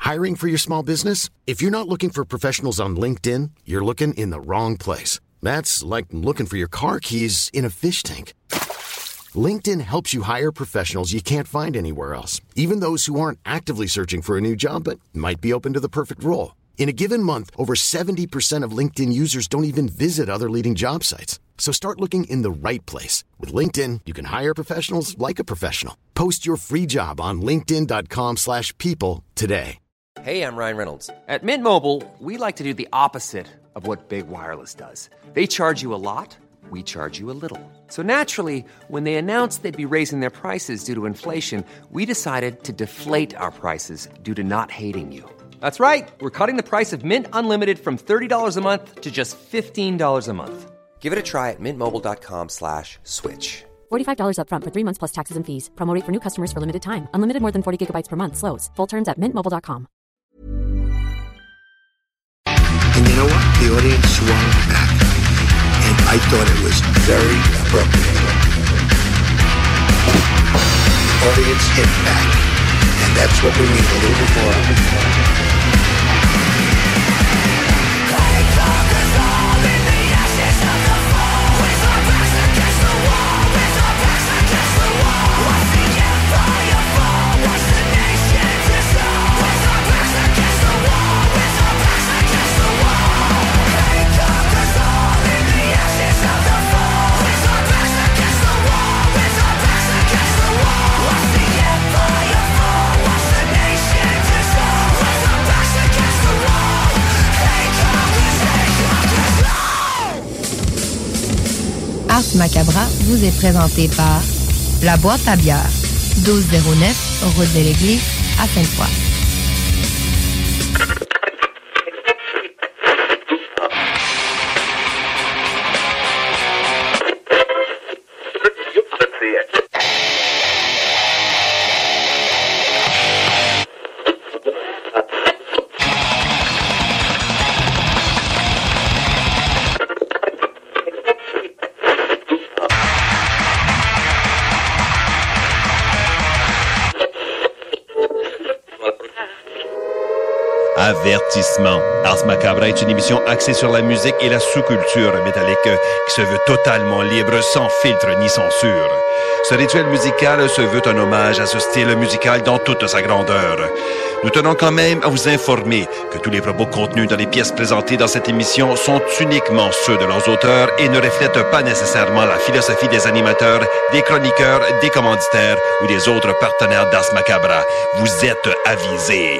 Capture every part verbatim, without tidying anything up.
Hiring for your small business? If you're not looking for professionals on LinkedIn, you're looking in the wrong place. That's like looking for your car keys in a fish tank. LinkedIn helps you hire professionals you can't find anywhere else, even those who aren't actively searching for a new job but might be open to the perfect role. In a given month, over seventy percent of LinkedIn users don't even visit other leading job sites. So start looking in the right place. With LinkedIn, you can hire professionals like a professional. Post your free job on linkedin.com slash people today. Hey, I'm Ryan Reynolds. At Mint Mobile, we like to do the opposite of what Big Wireless does. They charge you a lot, we charge you a little. So naturally, when they announced they'd be raising their prices due to inflation, we decided to deflate our prices due to not hating you. That's right. We're cutting the price of Mint Unlimited from thirty dollars a month to just fifteen dollars a month. Give it a try at mintmobile.com slash switch. forty-five dollars up front for three months plus taxes and fees. Promo rate for new customers for limited time. Unlimited more than forty gigabytes per month. Slows full terms at mint mobile dot com. And you know what? The audience swung back. And I thought it was very appropriate. The audience hit back. And that's what we need a little bit more of. Ars Macabra vous est présenté par La Boîte à bière, douze zéro neuf, route de l'Église, à Sainte-Foy. Avertissement. Ars Macabra est une émission axée sur la musique et la sous-culture métallique qui se veut totalement libre, sans filtre ni censure. Ce rituel musical se veut un hommage à ce style musical dans toute sa grandeur. Nous tenons quand même à vous informer que tous les propos contenus dans les pièces présentées dans cette émission sont uniquement ceux de leurs auteurs et ne reflètent pas nécessairement la philosophie des animateurs, des chroniqueurs, des commanditaires ou des autres partenaires d'Ars Macabra. Vous êtes avisés.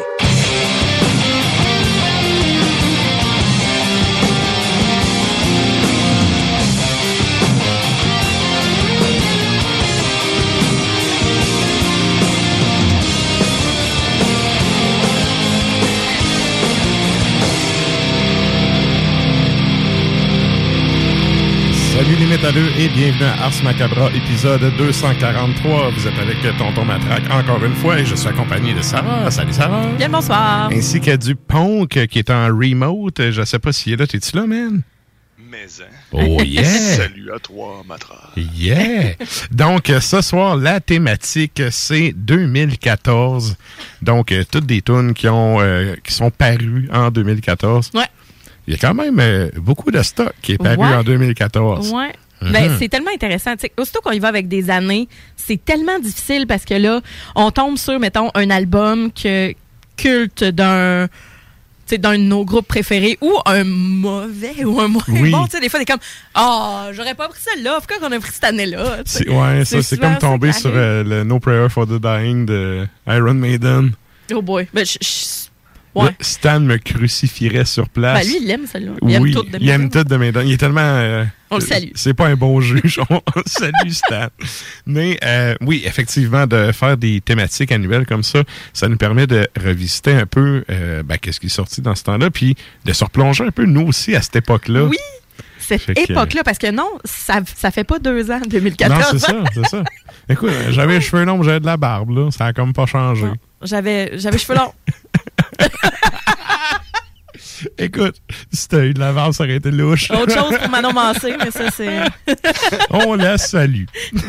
Salut les métalleux et bienvenue à Ars Macabra, épisode deux cent quarante-trois. Vous êtes avec Tonton Matraque encore une fois et je suis accompagné de Sarah. Salut Sarah. Bien bonsoir. Ainsi que du Punk qui est en remote. Je sais pas s'il est là. T'es-tu là, man? Mais hein. Oh yeah! Salut à toi, Matraque. Yeah! Donc, ce soir, la thématique, c'est deux mille quatorze. Donc, euh, toutes des tunes qui, ont, euh, qui sont parues en deux mille quatorze. Ouais. Il y a quand même euh, beaucoup de stock qui est paru ouais. en deux mille quatorze. Ouais. Mm-hmm. Ben, c'est tellement intéressant. T'sais, aussitôt qu'on y va avec des années, c'est tellement difficile parce que là, on tombe sur, mettons, un album que culte d'un, d'un de nos groupes préférés ou un mauvais ou un moins oui. bon. Des fois, t'es comme « Ah, oh, j'aurais pas pris celle-là. Pourquoi qu'on a pris cette année-là? » c'est, Ouais, c'est ça, c'est comme tomber sur euh, le No Prayer for the Dying de Iron Maiden. Oh boy. Ben, je... Ouais. Stan me crucifierait sur place. Ben lui, il aime celle-là. Il oui, aime tout de il aime tout de Maiden. Il est tellement... Euh, on le salue. C'est pas un bon juge. On salue Stan. Mais euh, oui, effectivement, de faire des thématiques annuelles comme ça, ça nous permet de revisiter un peu euh, ben, qu'est-ce qui est sorti dans ce temps-là, puis de se replonger un peu, nous aussi, à cette époque-là. Oui, cette fait époque-là, que... parce que non, ça, ça fait pas deux ans, deux mille quatorze. Non, c'est ça, c'est ça. Écoute, j'avais les cheveux longs, j'avais de la barbe, là. Ça a comme pas changé. Non, j'avais, j'avais cheveux longs. Écoute, si t'as eu de l'avance, ça aurait été louche. Autre chose pour Manon Massé, mais ça, c'est... On la salue.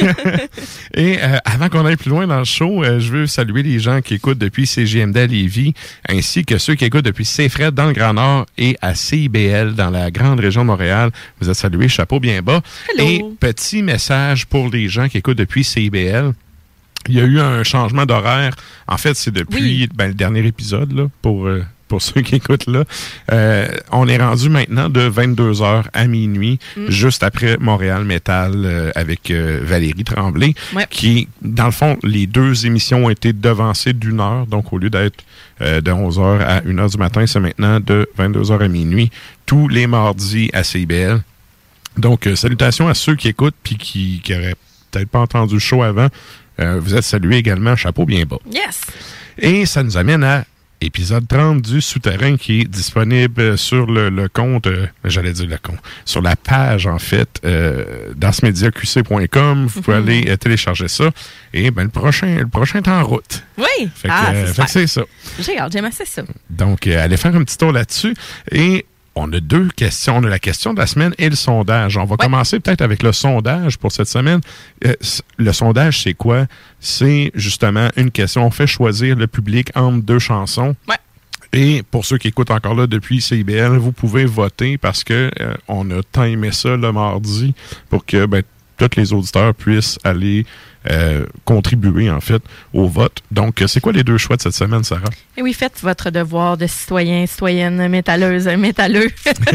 Et euh, avant qu'on aille plus loin dans le show, euh, je veux saluer les gens qui écoutent depuis C J M D à Lévis, ainsi que ceux qui écoutent depuis C-Fred dans le Grand Nord et à C I B L dans la grande région de Montréal. Vous êtes salués, chapeau bien bas. Hello. Et petit message pour les gens qui écoutent depuis C I B L. Il y a eu un changement d'horaire. En fait, c'est depuis oui. ben, le dernier épisode, là, pour... Euh, pour ceux qui écoutent là, euh, on est rendu maintenant de vingt-deux heures à minuit, mm. juste après Montréal Métal euh, avec euh, Valérie Tremblay, ouais. qui, dans le fond, les deux émissions ont été devancées d'une heure, donc au lieu d'être euh, de onze heures à une heure du matin, c'est maintenant de vingt-deux heures à minuit, tous les mardis à C I B L. Donc, euh, salutations à ceux qui écoutent puis qui n'auraient peut-être pas entendu le show avant. Euh, vous êtes salués également, chapeau bien bas. Yes! Et ça nous amène à épisode trente du Souterrain qui est disponible sur le, le compte, euh, j'allais dire le compte, sur la page, en fait, euh, dansmedia q c point com. Vous pouvez mm-hmm. aller euh, télécharger ça. Et ben le prochain, le prochain est en route. Oui! Fait ah, que, euh, c'est, fait que c'est ça. J'ai hâte, j'aime assez ça. Donc, euh, allez faire un petit tour là-dessus. Et on a deux questions. On a la question de la semaine et le sondage. On va ouais. commencer peut-être avec le sondage pour cette semaine. Euh, le sondage, c'est quoi? C'est justement une question. On fait choisir le public entre deux chansons. Ouais. Et pour ceux qui écoutent encore là depuis C I B L, vous pouvez voter parce que euh, on a timé ça le mardi pour que ben, tous les auditeurs puissent aller euh, contribuer, en fait, au vote. Donc, c'est quoi les deux choix de cette semaine, Sarah? Et oui, faites votre devoir de citoyen, citoyenne, métalleuse, métalleux.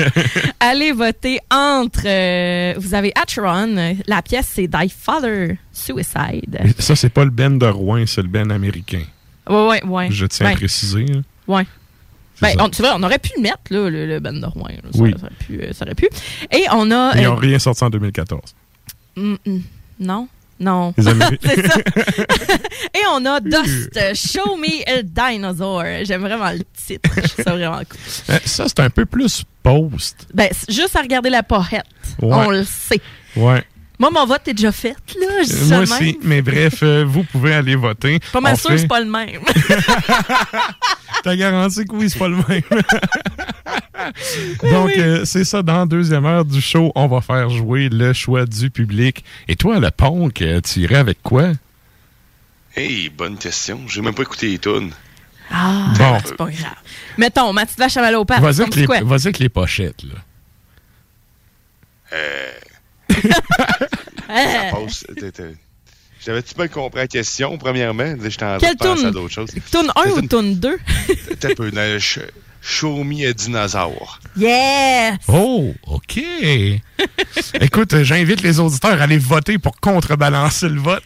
Allez voter entre... Euh, vous avez Acheron. La pièce, c'est Die Father Suicide. Mais ça, c'est pas le band de Rouen, c'est le band américain. Oui, oui, oui. Je tiens ouais. à préciser. Oui. C'est, ben, on, c'est vrai, on aurait pu le mettre, là, le, le band de Rouen. Là, ça, oui. ça, aurait pu, euh, ça aurait pu. Et on a... Ils n'ont euh, rien sorti en deux mille quatorze. Mm, mm, non. Non. Les Américains. C'est ça. Et on a Dust, Show Me a Dinosaur. J'aime vraiment le titre. Je trouve ça vraiment cool. Ça, c'est un peu plus post. Ben, juste à regarder la pochette. Ouais. On le sait. Ouais. Moi, mon vote est déjà fait, là. Je dis Moi ça aussi. même. Mais bref, euh, vous pouvez aller voter. Pas mal on sûr fait... que c'est pas le même. T'as garanti que oui, c'est pas le même. Donc, oui. euh, c'est ça. Dans la deuxième heure du show, on va faire jouer le choix du public. Et toi, le Ponk, tu irais avec quoi? Hey, bonne question. J'ai même pas écouté les tunes. Ah, bon. C'est pas grave. Mettons, ma petite vache à mal au pattes. Vas-y avec, les, vas-y avec les pochettes, là. Euh... ça passe. J'avais-tu mal compris la question, premièrement? J'étais en train de penser à d'autres choses. Tourne un ou tourne deux? T'as un peu. Show me a dinosaure. Yes! Oh, OK. Écoute, j'invite les auditeurs à aller voter pour contrebalancer le vote.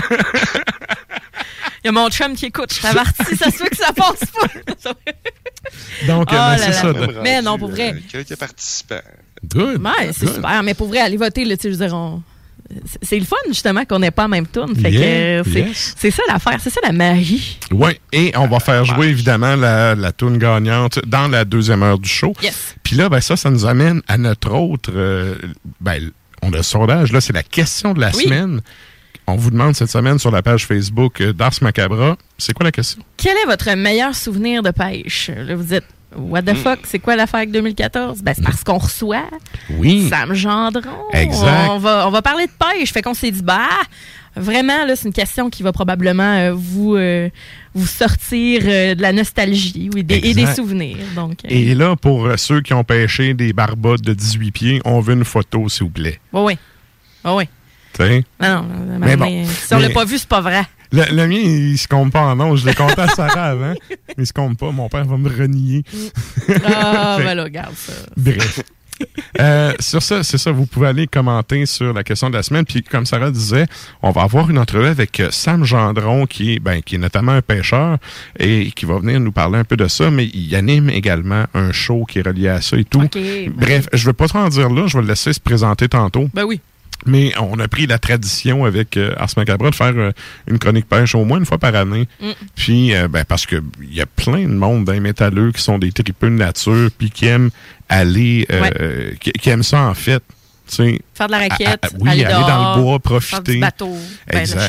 Il y a mon chum qui écoute. Je t'avertis, ça se fait que ça passe pas. Donc, oh ben, c'est ça. De... Mais non, pour vrai. Euh, quelques participants. Good. Ouais, c'est good. super. Mais pour vrai, aller voter, là, tu sais, je veux dire, on... c'est le fun, justement, qu'on n'ait pas en même tourne. Fait yeah, que c'est, yes. c'est ça l'affaire, c'est ça la magie. Oui, et on va faire jouer, évidemment, la, la toune gagnante dans la deuxième heure du show. Yes. Puis là, ben ça, ça nous amène à notre autre... Euh, ben, on a le sondage, là, c'est la question de la oui. semaine. On vous demande cette semaine sur la page Facebook d'Ars Macabra, c'est quoi la question? Quel est votre meilleur souvenir de pêche? Là, vous dites, what the fuck, c'est quoi l'affaire avec deux mille quatorze? Ben, c'est parce qu'on reçoit oui. Sam Gendron. Exact. On va, on va parler de pêche. Fait qu'on s'est dit, bah, vraiment, là, c'est une question qui va probablement euh, vous, euh, vous sortir euh, de la nostalgie oui, des, et des souvenirs. Donc, euh... Et là, pour ceux qui ont pêché des barbottes de dix-huit pieds, on veut une photo, s'il vous plaît. Oui, oui. Oui, oui. T'sais? Non, non, mais, mais, bon, mais si on mais... l'a pas vu, c'est pas vrai. Le, le mien, il se compte pas en nom. Je l'ai compté à Sarah avant. Mais il se compte pas. Mon père va me renier. Ah, ben là, regarde ça. Bref. euh, sur ça, c'est ça. Vous pouvez aller commenter sur la question de la semaine. Puis, comme Sarah disait, on va avoir une entrevue avec Sam Gendron, qui est, ben, qui est notamment un pêcheur et qui va venir nous parler un peu de ça. Mais il anime également un show qui est relié à ça et tout. Okay, Bref, ben... je ne vais pas trop en dire là. Je vais le laisser se présenter tantôt. Ben oui. Mais on a pris la tradition avec euh, Ars Macabra de faire euh, une chronique pêche au moins une fois par année. Mm. Puis, euh, ben, parce que il y a plein de monde dans les métalleux qui sont des tripeux de nature puis qui aiment aller, euh, ouais. qui, qui aiment ça en fait. T'sais, faire de la raquette, à, à, oui, aller, aller dehors, dans le bois, profiter. Faire du bateau, ben, le chaloupe.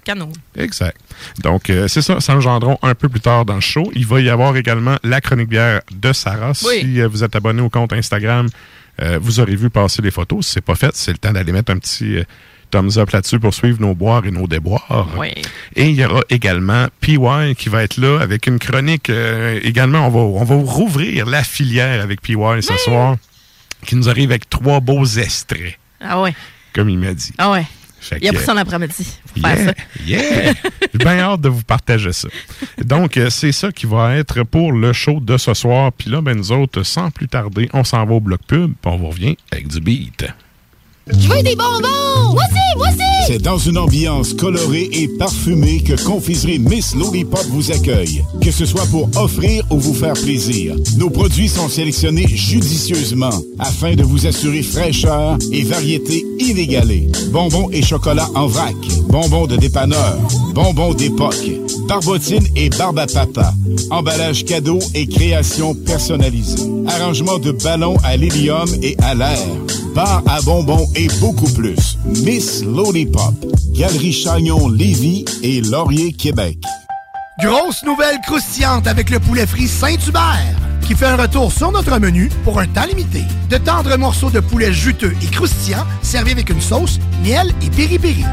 canot. Exact. Donc, euh, c'est ça, Sam Gendron un peu plus tard dans le show. Il va y avoir également la chronique bière de Sarah. Oui. Si euh, vous êtes abonné au compte Instagram, euh, vous aurez vu passer les photos. Si c'est pas fait, c'est le temps d'aller mettre un petit euh, thumbs up là-dessus pour suivre nos boires et nos déboires. Oui. Et il y aura également P Y qui va être là avec une chronique. Euh, également, on va, on va rouvrir la filière avec P Y ce oui. soir, qui nous arrive avec trois beaux extraits. Ah ouais. Comme il m'a dit. Ah ouais. Il a pris son après-midi pour yeah, faire ça. Yeah! J'ai bien hâte de vous partager ça. Donc, euh, c'est ça qui va être pour le show de ce soir. Puis là, ben, nous autres, sans plus tarder, on s'en va au bloc pub, puis on vous revient avec du beat. Je veux des bonbons! Moi aussi, moi aussi! C'est dans une ambiance colorée et parfumée que Confiserie Miss Lollipop vous accueille. Que ce soit pour offrir ou vous faire plaisir, nos produits sont sélectionnés judicieusement afin de vous assurer fraîcheur et variété inégalée. Bonbons et chocolat en vrac, bonbons de dépanneur, bonbons d'époque, barbotine et barbe à papa, emballage cadeau et création personnalisée, arrangement de ballons à l'hélium et à l'air, bar à bonbons et beaucoup plus. Miss Lollipop, Galerie Chagnon-Lévis et Laurier, Québec. Grosse nouvelle croustillante avec le poulet frit Saint-Hubert qui fait un retour sur notre menu pour un temps limité. De tendres morceaux de poulet juteux et croustillants servis avec une sauce, miel et piri-piri.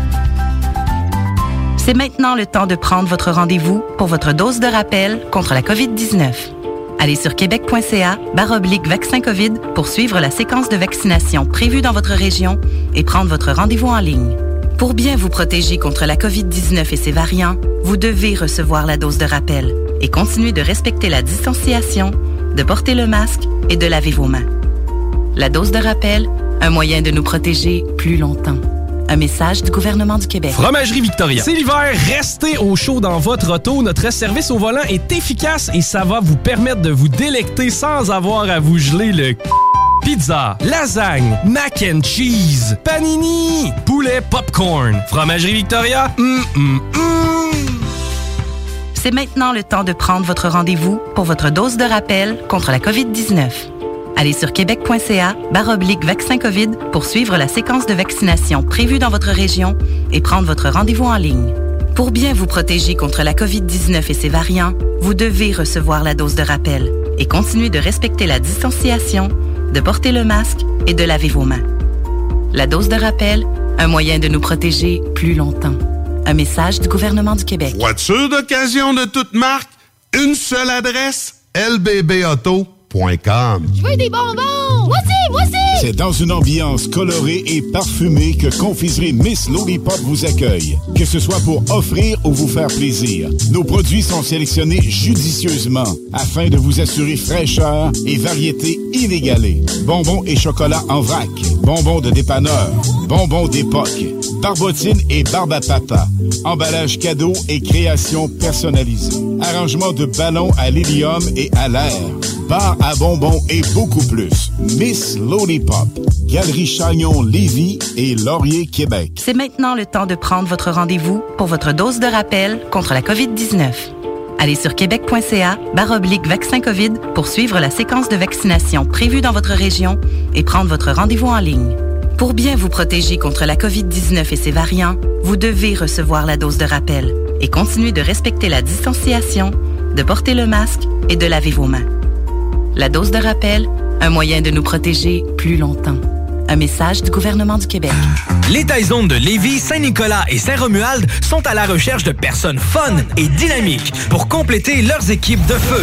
C'est maintenant le temps de prendre votre rendez-vous pour votre dose de rappel contre la covid dix-neuf. Allez sur québec.ca barre oblique vaccin COVID pour suivre la séquence de vaccination prévue dans votre région et prendre votre rendez-vous en ligne. Pour bien vous protéger contre la covid dix-neuf et ses variants, vous devez recevoir la dose de rappel et continuer de respecter la distanciation, de porter le masque et de laver vos mains. La dose de rappel, un moyen de nous protéger plus longtemps. Un message du gouvernement du Québec. Fromagerie Victoria. C'est l'hiver, restez au chaud dans votre auto. Notre service au volant est efficace et ça va vous permettre de vous délecter sans avoir à vous geler le pizza, lasagne, mac and cheese, panini, poulet popcorn. Fromagerie Victoria. Mm, mm, mm. C'est maintenant le temps de prendre votre rendez-vous pour votre dose de rappel contre la covid dix-neuf. Allez sur québec.ca barre oblique vaccin COVID pour suivre la séquence de vaccination prévue dans votre région et prendre votre rendez-vous en ligne. Pour bien vous protéger contre la covid dix-neuf et ses variants, vous devez recevoir la dose de rappel et continuer de respecter la distanciation, de porter le masque et de laver vos mains. La dose de rappel, un moyen de nous protéger plus longtemps. Un message du gouvernement du Québec. Voiture d'occasion de toute marque, une seule adresse, L B B auto point com. Je veux des bonbons! Moi aussi, moi aussi! C'est dans une ambiance colorée et parfumée que Confiserie Miss Lollipop vous accueille. Que ce soit pour offrir ou vous faire plaisir, nos produits sont sélectionnés judicieusement afin de vous assurer fraîcheur et variété inégalée. Bonbons et chocolat en vrac, bonbons de dépanneur, bonbons d'époque, barbotine et barbe à papa, emballage cadeau et création personnalisée, arrangement de ballons à l'hélium et à l'air, bar à bonbons et beaucoup plus. Miss Lollipop, Galerie Chagnon-Lévis et Laurier, Québec. C'est maintenant le temps de prendre votre rendez-vous pour votre dose de rappel contre la covid dix-neuf. Allez sur québec.ca barre oblique vaccin COVID pour suivre la séquence de vaccination prévue dans votre région et prendre votre rendez-vous en ligne. Pour bien vous protéger contre la covid dix-neuf et ses variants, vous devez recevoir la dose de rappel et continuer de respecter la distanciation, de porter le masque et de laver vos mains. La dose de rappel, un moyen de nous protéger plus longtemps. Un message du gouvernement du Québec. Les Taizones de Lévis, Saint-Nicolas et Saint-Romuald sont à la recherche de personnes fun et dynamiques pour compléter leurs équipes de feu.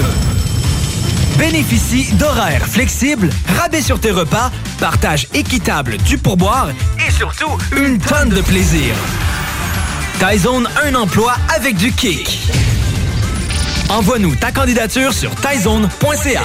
Bénéficie d'horaires flexibles, rabais sur tes repas, partage équitable du pourboire et surtout une tonne de plaisir. Taizone, un emploi avec du kick. Envoie-nous ta candidature sur taizone point c a.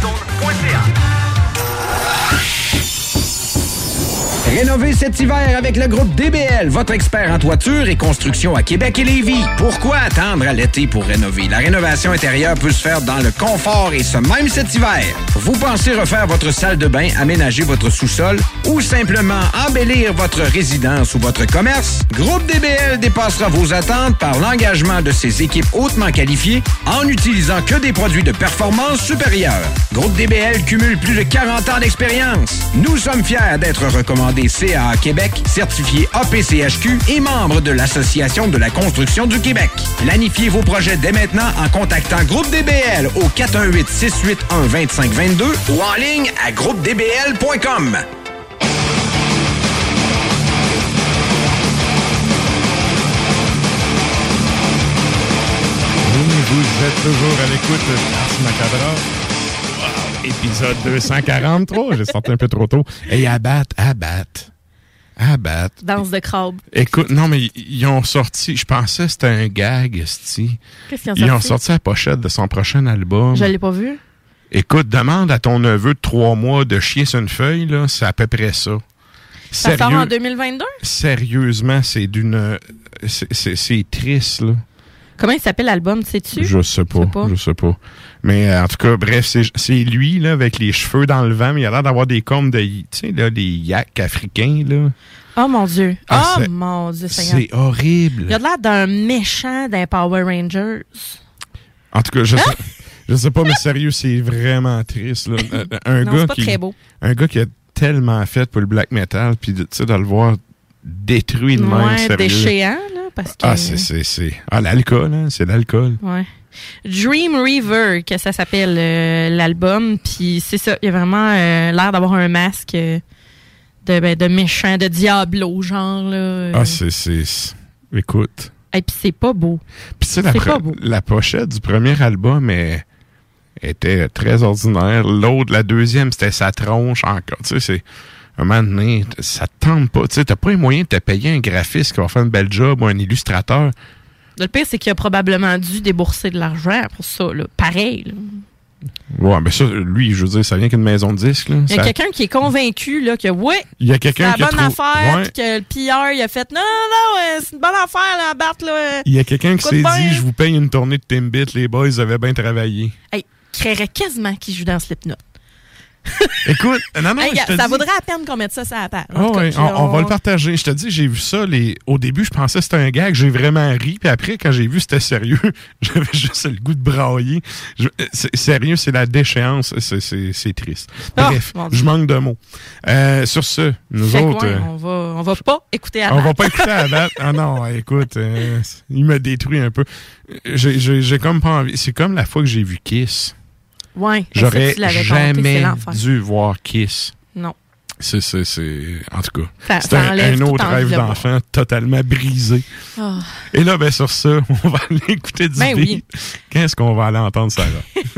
Rénovez cet hiver avec le groupe D B L, votre expert en toiture et construction à Québec et Lévis. Pourquoi attendre à l'été pour rénover? La rénovation intérieure peut se faire dans le confort et ce même cet hiver. Vous pensez refaire votre salle de bain, aménager votre sous-sol ou simplement embellir votre résidence ou votre commerce? Groupe D B L dépassera vos attentes par l'engagement de ses équipes hautement qualifiées en n'utilisant que des produits de performance supérieure. Groupe D B L cumule plus de quarante ans d'expérience. Nous sommes fiers d'être recommandés et C A A Québec, certifié A P C H Q et membre de l'Association de la construction du Québec. Planifiez vos projets dès maintenant en contactant Groupe D B L au quatre un huit, six huit un, deux cinq deux deux ou en ligne à groupe d b l point com. Vous êtes toujours à l'écoute de Ars Macabra. Wow, épisode deux cent quarante-trois. J'ai sorti un peu trop tôt. Et abattre, abattre, abattre. Danse de crabe. Écoute, non, mais ils ont sorti, je pensais que c'était un gag, esti. Qu'est-ce qu'ils ont Ils sorti? ont sorti la pochette de son prochain album. Je l'ai pas vu. Écoute, demande à ton neveu de trois mois de chier sur une feuille, là, c'est à peu près ça. Ça Sérieux, sort en deux mille vingt-deux? Sérieusement, c'est d'une... C'est, c'est, c'est triste, là. Comment il s'appelle l'album, sais-tu? Je sais pas, sais pas. je sais pas. Mais euh, en tout cas, bref, c'est, c'est lui, là, avec les cheveux dans le vent, mais il a l'air d'avoir des cornes de, tu sais, là, des yaks africains, là. Oh mon Dieu. Ah, oh c'est, mon Dieu, Seigneur. C'est horrible. Il a l'air d'un méchant d'un Power Rangers. En tout cas, je sais, je sais pas, mais sérieux, c'est vraiment triste, là. Un non, gars c'est pas qui, très beau. Un gars qui a tellement fait pour le black metal, puis tu sais, de le voir détruit de ouais, même, sérieux. Déchéant, là, parce que... Ah, c'est, c'est, c'est... Ah, l'alcool, hein, c'est l'alcool. Ouais. Dream River, que ça s'appelle euh, l'album, puis c'est ça, il a vraiment euh, l'air d'avoir un masque euh, de, ben, de méchant, de Diablo, genre, là. Euh. Ah, c'est, c'est... c'est... Écoute... Et puis c'est pas beau. Puis tu sais, la, pre- la pochette du premier album est... était très ordinaire. L'autre, la deuxième, c'était sa tronche encore. Tu sais, c'est... Un moment donné, ça te tente pas. Tu sais, t'as pas les moyens de te payer un graphiste qui va faire un bel job ou un illustrateur. Le pire, c'est qu'il a probablement dû débourser de l'argent pour ça, là. Pareil, là. Ouais, mais ça, lui, je veux dire, ça vient qu'une maison de disques, là. Il y a ça... quelqu'un qui est convaincu, là, que, ouais, il y a quelqu'un c'est la qui bonne trouve... affaire, ouais. puis que le P R, il a fait, non, non, non, ouais, c'est une bonne affaire, là, à battre, là. Il y a quelqu'un qui Écoute s'est bien. dit, je vous paye une tournée de Timbit, les boys avaient bien travaillé. Hey, il créerait quasiment qu'il joue dans Slipknot. Écoute, non, non, hey, je te ça dis... vaudrait la peine qu'on mette ça sur la page. Oh, oui, on, on va le partager. Je te dis, j'ai vu ça. Les... Au début, je pensais que c'était un gag. J'ai vraiment ri. Puis après, quand j'ai vu que c'était sérieux, j'avais juste le goût de brailler. Je... C'est, sérieux, c'est la déchéance. C'est, c'est, c'est triste. Bref, oh, je manque de mots. Euh, sur ce, nous fait autres... Quoi, euh... on, va, on va pas écouter à On date. va pas écouter à date. Ah non, écoute, euh, il m'a détruit un peu. J'ai, j'ai, j'ai comme pas envie. C'est comme la fois que j'ai vu Kiss. Ouais, j'aurais ça, jamais compté, dû voir Kiss. Non. C'est, c'est, c'est... En tout cas, ça, c'est ça un, un autre rêve de d'enfant voir. Totalement brisé. Oh. Et là, ben sur ça, on va aller écouter du ben beat. Oui. Qu'est-ce qu'on va aller entendre, Sarah?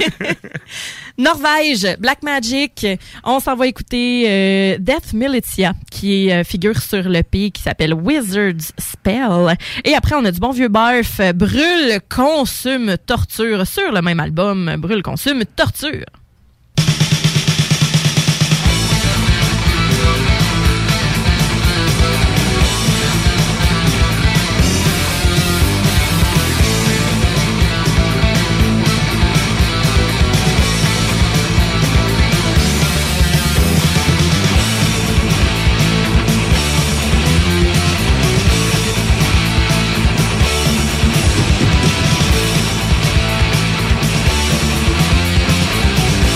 Norvège, Black Magic. On s'en va écouter euh, Death Militia, qui euh, figure sur le P, qui s'appelle Wizard's Spell. Et après, on a du bon vieux barf, Brûle, Consume, Torture, sur le même album, Brûle, Consume, Torture. We'll be right back.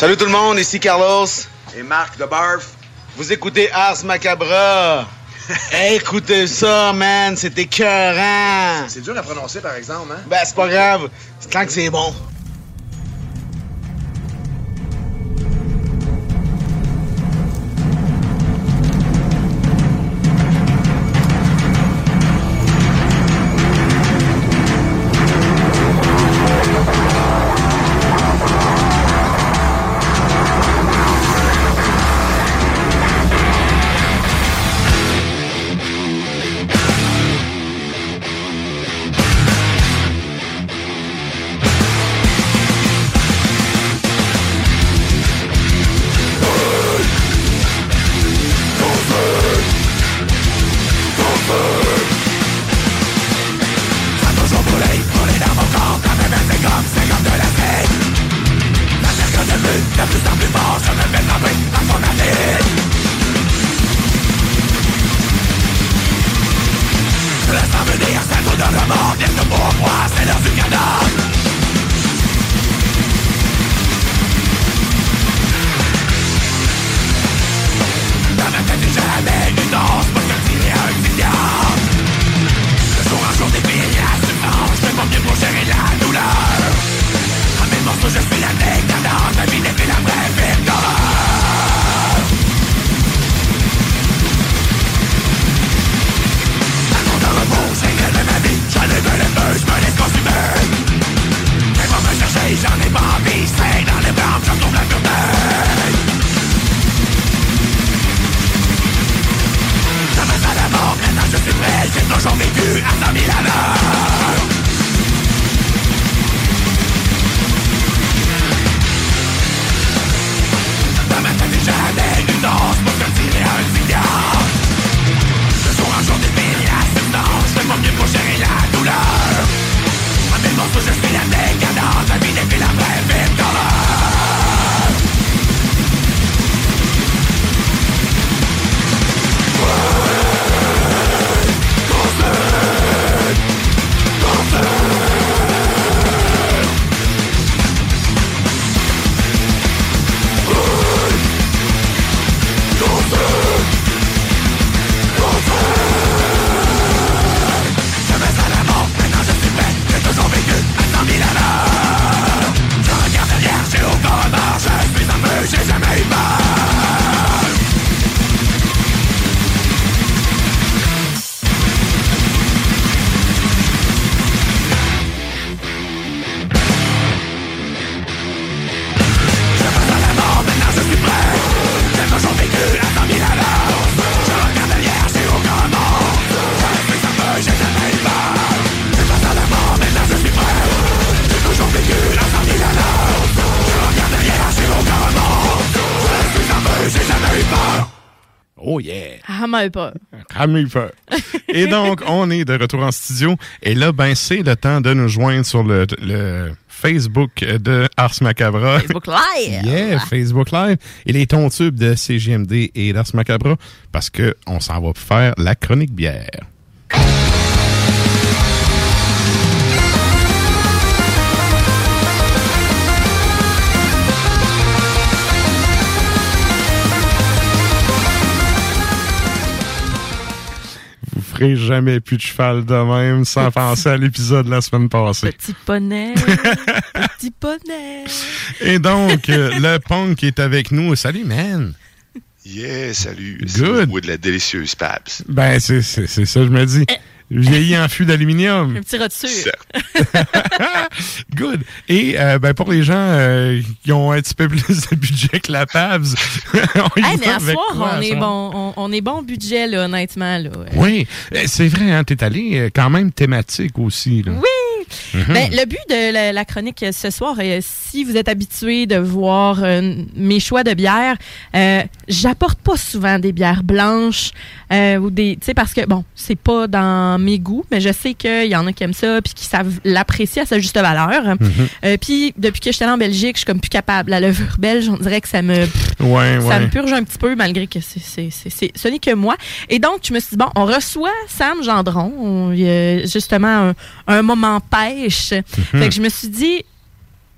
Salut tout le monde, ici Carlos et Marc de Barf. Vous écoutez Ars Macabra. Écoutez ça, man, c'est écœurant. C'est dur à prononcer, par exemple, hein? Ben, c'est pas grave, tant que c'est bon. Oh yeah! Rameux pas. Rameux pas. Et donc, on est de retour en studio. Et là, ben, c'est le temps de nous joindre sur le, le Facebook de Ars Macabra. Facebook Live! Yeah, Facebook Live. Et les tons tubes de C J M D et d'Ars Macabra. Parce qu'on s'en va faire la chronique bière. Vous ferez jamais plus de cheval de même sans penser à l'épisode de la semaine passée. Petit poney, petit poney. Et donc, euh, le punk est avec nous. Salut, man. Yeah, salut. Good. C'est le goût de la délicieuse Pabs. Ben, c'est, c'est, c'est ça, je me dis. Vieilli en fût d'aluminium. Un petit roture. Good. Et euh, ben pour les gens euh, qui ont un petit peu plus de budget que la Pabs, on y hey, va mais à avec soir, quoi, on, à est soir? bon, on, on est bon budget, là, honnêtement. Là. Oui, c'est vrai, hein, t'es allé quand même thématique aussi. Là. Oui! Mm-hmm. Ben, le but de la, la chronique ce soir, euh, si vous êtes habitué de voir euh, mes choix de bières, euh, j'apporte pas souvent des bières blanches euh, ou des, tu sais, parce que bon, c'est pas dans mes goûts, mais je sais qu'il y en a qui aiment ça puis qui savent l'apprécier à sa juste valeur. Mm-hmm. Euh, puis depuis que j'étais allée en Belgique, je suis comme plus capable. La levure belge, on dirait que ça me, ouais, ça ouais. me purge un petit peu malgré que c'est, c'est, c'est, c'est, ce n'est que moi. Et donc je me suis dit bon, on reçoit Sam Gendron, on, euh, justement un, un moment pêche. Mm-hmm. Fait que je me suis dit,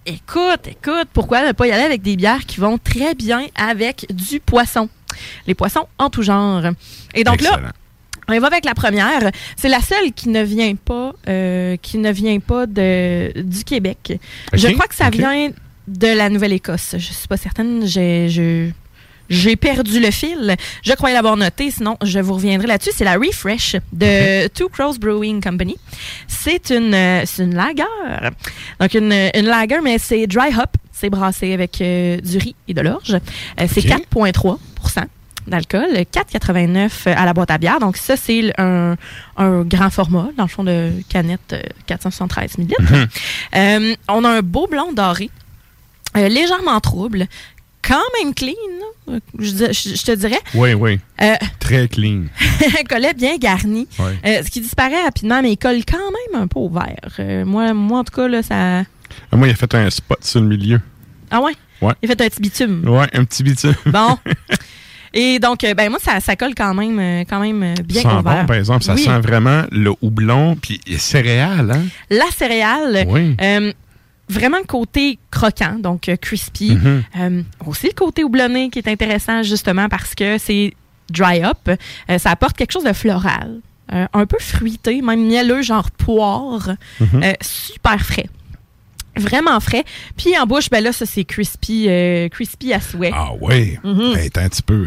écoute, écoute, pourquoi ne pas y aller avec des bières qui vont très bien avec du poisson? Les poissons en tout genre. Et donc Excellent. Là, on y va avec la première. C'est la seule qui ne vient pas, euh, qui ne vient pas de, du Québec. Okay. Je crois que ça okay. vient de la Nouvelle-Écosse. Je suis pas certaine. J'ai, je, j'ai perdu le fil. Je croyais l'avoir noté, sinon je vous reviendrai là-dessus. C'est la Refresh de okay. Two Crows Brewing Company. C'est une, c'est une lager. Donc une, une lager, mais c'est dry hop. C'est brassé avec euh, du riz et de l'orge. Euh, c'est okay. quatre virgule trois pour cent d'alcool, quatre virgule quatre-vingt-neuf à la boîte à bière. Donc ça, c'est un, un grand format, dans le fond de canette euh, quatre cent soixante-treize millilitres. Mm-hmm. Euh, on a un beau blond doré, euh, légèrement trouble, quand même clean, je, je, je te dirais. Oui, oui. Euh, Très clean. Un collet bien garni, oui. euh, ce qui disparaît rapidement, mais il colle quand même un peu au verre. Euh, moi, moi, en tout cas, là, ça... Moi, il a fait un spot sur le milieu. Ah ouais? Ouais. Il a fait un petit bitume. Ouais, un petit bitume. Bon. Et donc, ben moi, ça, ça colle quand même, quand même bien ça au sent verre. Bon, par exemple, ça oui. sent vraiment le houblon puis les céréales, hein? La céréale. Oui. Euh, vraiment le côté croquant, donc euh, crispy. Mm-hmm. Euh, aussi le côté houblonné qui est intéressant justement parce que c'est dry up. Euh, ça apporte quelque chose de floral. Euh, un peu fruité, même mielleux, genre poire. Mm-hmm. Euh, super frais. Vraiment frais. Puis en bouche, ben là, ça, c'est crispy, euh, crispy à souhait. Ah oui? Mm-hmm. Hey, un petit peu.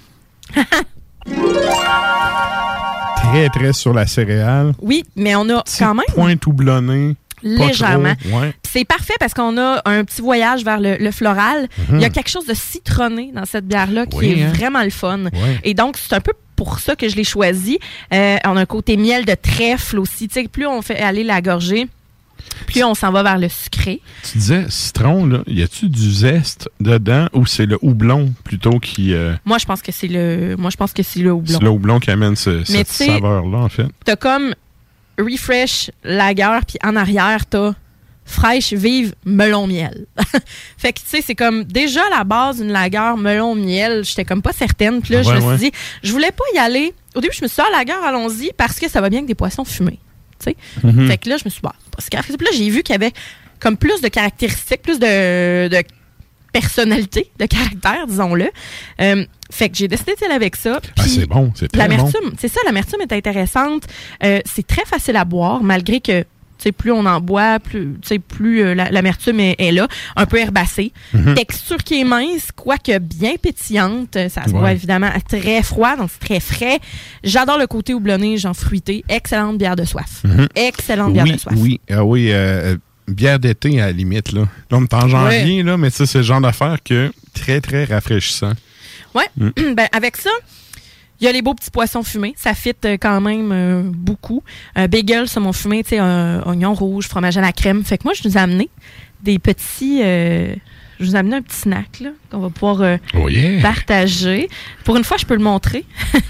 Très, très sur la céréale. Oui, mais on a petit quand même... point houblonné. Légèrement. Ouais. C'est parfait parce qu'on a un petit voyage vers le, le floral. Mm-hmm. Il y a quelque chose de citronné dans cette bière-là qui oui, est hein? vraiment le fun. Ouais. Et donc, c'est un peu pour ça que je l'ai choisi. Euh, on a un côté miel de trèfle aussi. Tu sais, plus on fait aller la gorgée, puis on s'en va vers le sucré. Tu disais citron, là, y a-tu du zeste dedans ou c'est le houblon plutôt qui... Euh... Moi, je pense que c'est le moi je pense que c'est le houblon. C'est le houblon qui amène ce, cette saveur-là, en fait. T'as comme Refresh, lager, puis en arrière, t'as fraîche, vive, melon, miel. Fait que, tu sais, c'est comme déjà à la base une lager, melon, miel. J'étais comme pas certaine. Puis là, ouais, je me ouais. suis dit, je voulais pas y aller. Au début, je me suis dit, ah, lager, allons-y, parce que ça va bien avec des poissons fumés. Mm-hmm. Fait que là, je me suis dit, bah, c'est pas si grave. Puis là, j'ai vu qu'il y avait comme plus de caractéristiques, plus de, de personnalité, de caractère, disons-le. Euh, fait que j'ai décidé d'aller avec ça. Ah, c'est bon, c'est très l'amertume, bon. C'est ça, l'amertume est intéressante. Euh, c'est très facile à boire, malgré que tu sais, plus on en boit, plus, tu sais, plus euh, la, l'amertume est, est là, un peu herbacée. Mm-hmm. Texture qui est mince, quoique bien pétillante. Ça se ouais. boit évidemment très froid, donc c'est très frais. J'adore le côté houblonné, genre fruité. Excellente bière de soif. Mm-hmm. Excellente bière oui, de soif. Oui, ah oui, euh, bière d'été à la limite. Là, là on me t'en janvier, ouais. là, mais ça, c'est le genre d'affaire que très, très rafraîchissant. Ouais, mm. ben avec ça, il y a les beaux petits poissons fumés. Ça fit euh, quand même euh, beaucoup. Un bagel, saumon fumé, tu sais, un oignon rouge, fromage à la crème. Fait que moi, je nous ai amené des petits... Euh, je vous ai amené un petit snack, là, qu'on va pouvoir euh, oh yeah. partager. Pour une fois, je peux le montrer.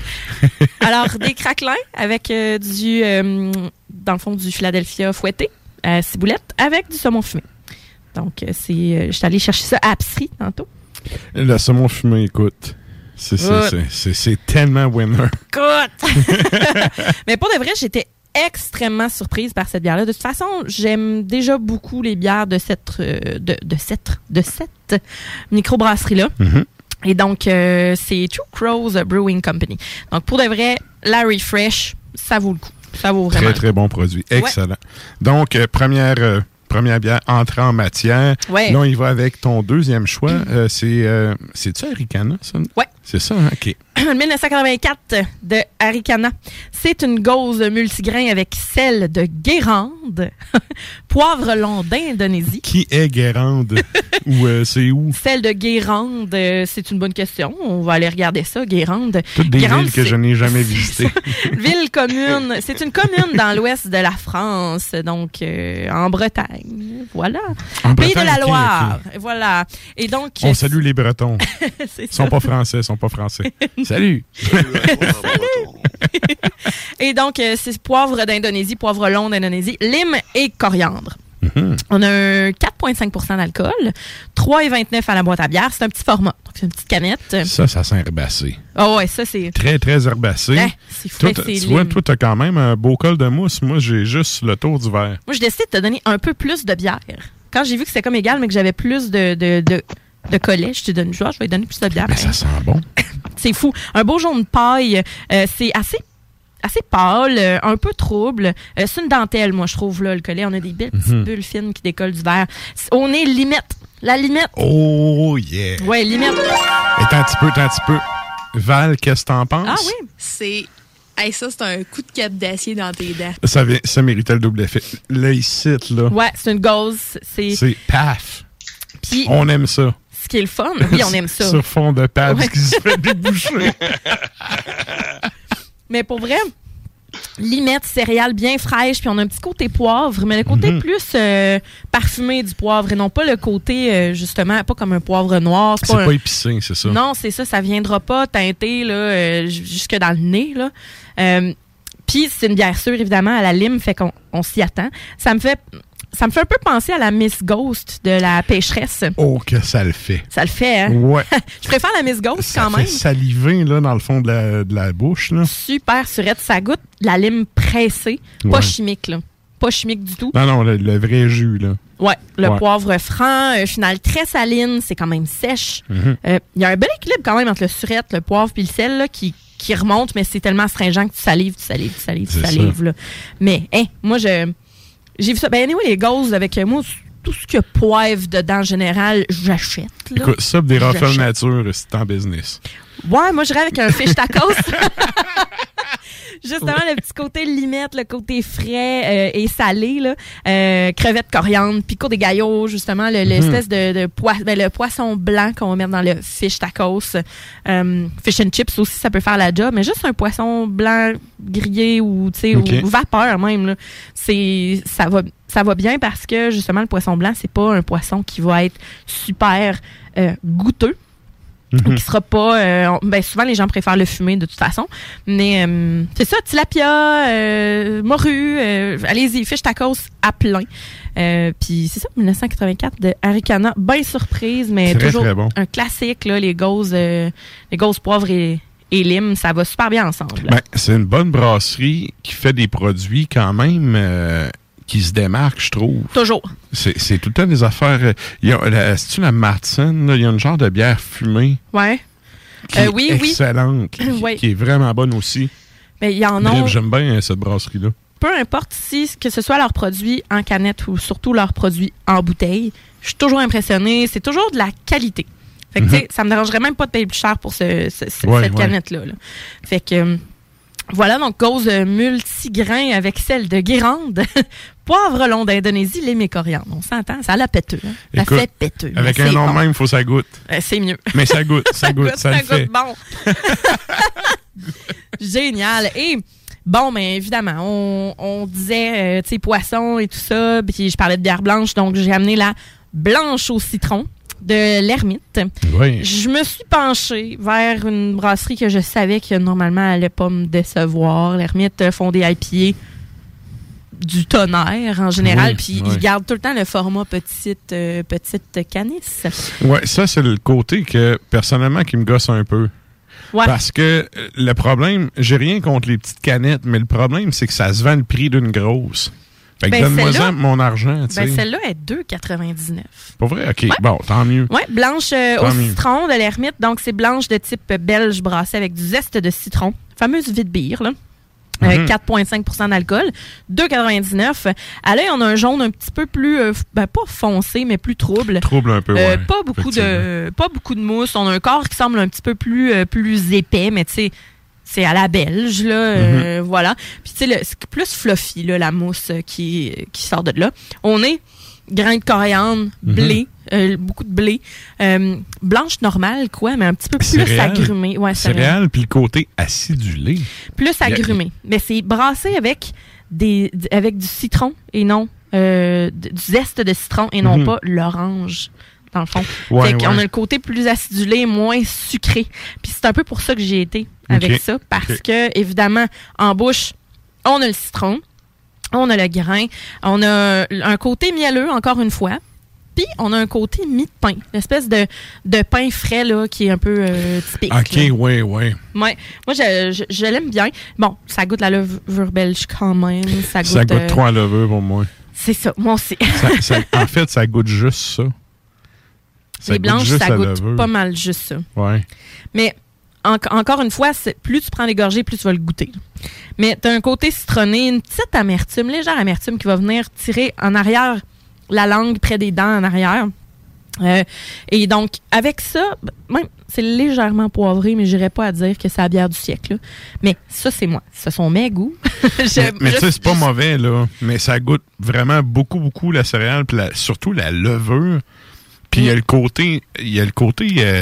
Alors, des craquelins avec euh, du... Euh, dans le fond, du Philadelphia fouetté, à ciboulette, avec du saumon fumé. Donc, euh, c'est... Euh, je suis allée chercher ça à Apsri, tantôt. Le saumon fumé, écoute... C'est, c'est, c'est, c'est, c'est tellement winner. Good! Mais pour de vrai, j'étais extrêmement surprise par cette bière-là. De toute façon, j'aime déjà beaucoup les bières de cette, de, de cette, de cette microbrasserie-là. Mm-hmm. Et donc, euh, c'est Two Crows Brewing Company. Donc, pour de vrai, la Refresh, ça vaut le coup. Ça vaut vraiment. Très, très bon produit. Excellent. Ouais. Donc, euh, première... Euh, Première bière entrée en matière. Ouais. Là, on y va avec ton deuxième choix. Mm. Euh, c'est, euh, c'est-tu Aricana, ça? Oui. C'est ça, hein? OK. dix-neuf cent quatre-vingt-quatre de Aricana. C'est une gauze multigrain avec sel de Guérande, poivre long d'Indonésie. Qui est Guérande? Ou euh, c'est où? Sel de Guérande, euh, c'est une bonne question. On va aller regarder ça, Guérande. Toutes des Guérande, villes que c'est... je n'ai jamais visitées. Ville commune. C'est une commune dans l'ouest de la France, donc euh, en Bretagne. Voilà. En Pays Bretagne, de la Loire. Okay, okay. Voilà. Et donc, on salue les Bretons. C'est ils sont pas français, ils sont pas français. Salut! Et donc, euh, c'est poivre d'Indonésie, poivre long d'Indonésie, lime et coriandre. Mm-hmm. On a un quatre virgule cinq pour cent d'alcool, trois virgule vingt-neuf à la boîte à bière. C'est un petit format, donc c'est une petite canette. Ça, ça sent herbacé. Oh ouais, ça c'est... Très, très herbacé. Hein, c'est frais, toi, c'est tu lime. vois, toi, t'as quand même un beau col de mousse. Moi, j'ai juste le tour du verre. Moi, je décide de te donner un peu plus de bière. quand j'ai vu que c'était comme égal, mais que j'avais plus de, de, de, de collet, je t'ai donné, je vais lui donner plus de bière. Mais ça sent bon. C'est fou. Un beau jaune paille, euh, c'est assez assez pâle, euh, un peu trouble. Euh, c'est une dentelle, moi, je trouve, là, le collet. On a des belles petites Mm-hmm. bulles fines qui décollent du verre. On est limette. La limette. Oh, yeah. Ouais, limette. Attends un petit peu, attends un petit peu. Val, qu'est-ce que t'en penses? Ah oui? C'est... Hey, ça, c'est un coup de cap d'acier dans tes dents. Ça, vient, ça méritait le double effet. Là, ici, là. Ouais, c'est une gauze. C'est... C'est paf. Puis, on aime ça. Ce qui est le fun. Oui, on aime ça. Sur fond de paf, Ouais. qui se fait déboucher. Mais pour vrai, limette, céréales bien fraîches, puis on a un petit côté poivre, mais le côté Mm-hmm. plus euh, parfumé du poivre et non pas le côté, euh, justement, pas comme un poivre noir. C'est pas, pas un... épicé, c'est ça? Non, c'est ça, ça viendra pas teinter là, euh, jusque dans le nez. Là. Euh, puis c'est une bière sûre, évidemment, à la lime, fait qu'on on s'y attend. Ça me fait... Ça me fait un peu penser à la Miss Ghost de la pêcheresse. Oh, que ça le fait. Ça le fait, hein? Ouais. Je préfère la Miss Ghost Ça quand fait même. saliver, là, dans le fond de la, de la bouche, là. Super surette. Ça goûte la lime pressée. Pas Ouais. chimique, là. Pas chimique du tout. Non, non, le, le vrai jus, là. Ouais, le Ouais. poivre franc, euh, final très saline, c'est quand même sèche. Il Mhm. y a un bel équilibre quand même entre le surette, le poivre puis le sel là, qui, qui remonte, mais c'est tellement astringent que tu salives, tu salives, tu salives, tu C'est salives. ça. Là. Mais, hein, moi, je j'ai vu ça. Ben, anyway, les gauzes avec euh, moi, tout ce qu'il y a poivre dedans en général, j'achète. Là. Écoute, ça, des J'achète. Ruffles nature, c'est en business. Ouais, moi, j'irais avec un fish tacos. Justement, le petit côté limette, le côté frais euh, et salé, là. Euh, crevettes, coriandre, pico de gallo, justement, le- l'espèce de, de poi- ben, le poisson blanc qu'on va mettre dans le fish tacos. Euh, fish and chips aussi, ça peut faire la job, mais juste un poisson blanc grillé ou, tu sais, Ok. ou vapeur même, là. C'est, ça va, ça va bien parce que, justement, le poisson blanc, c'est pas un poisson qui va être super euh, goûteux. Ou qui sera pas... euh, on- ben souvent, les gens préfèrent le fumer de toute façon. Mais euh, c'est ça, tilapia, euh, morue, euh, allez-y, fish tacos à plein. Euh, Puis c'est ça, dix-neuf cent quatre-vingt-quatre de Haricana. Ben surprise, mais Très, toujours très bon. un classique, là, les gauzes, euh, les gauzes poivre et, et lime, ça va super bien ensemble. là. Ben, c'est une bonne brasserie qui fait des produits quand même euh, qui se démarquent, je trouve. Toujours. C'est c'est tout le temps des affaires... euh, il y a la- C'est-tu la Martin? là? Il y a une genre de bière fumée Ouais. qui Euh, est oui, oui. excellente, qui, Ouais. qui est vraiment bonne aussi. Mais il y en Bref, a... j'aime bien euh, cette brasserie-là. Peu importe si que ce soit leurs produits en canette ou surtout leurs produits en bouteille, je suis toujours impressionnée. C'est toujours de la qualité. Fait que, Mhm. tu sais, ça me dérangerait même pas de payer plus cher pour ce, ce- ce- Ouais, cette ouais. canette-là. là. Fait que, euh, voilà, donc, gauze euh, multigrain avec celle de Guérande. Poivre long d'Indonésie, lime et coriandre. On s'entend, ça a la péteux. Hein? Ça Écoute, fait péteux. avec mais un c'est nom bon. même, il faut que ça goûte. Euh, c'est mieux. Mais ça goûte, ça goûte, ça le goûte fait. bon. Génial. Et bon, mais évidemment, on, on disait, euh, tu sais, poisson et tout ça, puis je parlais de bière blanche, donc j'ai amené la blanche au citron de l'Ermite. Oui. Je me suis penchée vers une brasserie que je savais que normalement elle allait pas me décevoir. L'Ermite euh, font des I P A du tonnerre en général, Oui, puis oui. ils gardent tout le temps le format petite, euh, petite canisse. Ouais, ça, c'est le côté que, personnellement, qui me gosse un peu. Ouais. Parce que euh, le problème, j'ai rien contre les petites canettes, mais le problème, c'est que ça se vend le prix d'une grosse. Fait que Ben, donne-moi celle-là- ça mon argent, tu sais. Ben, celle-là est deux quatre-vingt-dix-neuf. Pas vrai? OK, bon, tant mieux. Oui, blanche euh, Tant au mieux. citron de l'Ermite. Donc, c'est blanche de type belge brassée avec du zeste de citron. Fameuse vie de bière, là. Avec Mhm. quatre virgule cinq pour cent d'alcool. deux quatre-vingt-dix-neuf. À l'œil, on a un jaune un petit peu plus, euh, f- ben, pas foncé, mais plus trouble. Trouble un peu, Euh, ouais, pas beaucoup de, effectivement. pas beaucoup de mousse. On a un corps qui semble un petit peu plus, euh, plus épais, mais tu sais, c'est à la belge, là. euh, voilà. Puis tu sais, le- c'est plus fluffy, là, la mousse euh, qui, qui sort de là. On est grain de coriandre, blé, euh, beaucoup de blé, euh, blanche normale, quoi, mais un petit peu plus Céréales. agrumé. Ouais, céréales. Céréales, puis le côté acidulé. Plus Il y a- agrumé. Mais c'est brassé avec, des, d- avec du citron et non euh, d- du zeste de citron et non Mhm. pas l'orange, dans le fond. Ouais, fait qu'on ouais. a le côté plus acidulé, moins sucré. Puis c'est un peu pour ça que j'ai été avec Ok. ça, parce Ok. que, évidemment, en bouche, on a le citron, on a le grain, on a un côté mielleux, encore une fois. Puis, on a un côté mi-pain, l'espèce de, de pain frais là, qui est un peu euh, typique. OK, là. oui, oui. Ouais. Moi, je, je, je l'aime bien. Bon, ça goûte la levure belge quand même. Ça goûte, Ça goûte euh, trop à levure pour moi. C'est ça, moi aussi. ça, ça, en fait, ça goûte juste ça. ça les blanches, goûte ça goûte pas mal juste ça. Ouais. Mais en, encore une fois, plus tu prends des gorgées, plus tu vas le goûter. Mais tu as un côté citronné, une petite amertume, légère amertume qui va venir tirer en arrière la langue près des dents en arrière. Euh, et donc, avec ça, même, c'est légèrement poivré, mais j'irais pas à dire que c'est la bière du siècle. Là. Mais ça, c'est moi. Ce sont mes goûts. je, mais mais tu sais, c'est pas je... mauvais, là. Mais ça goûte vraiment beaucoup, beaucoup la céréale, puis la, surtout la levure. Puis il mm. y a le côté, il y a le côté euh,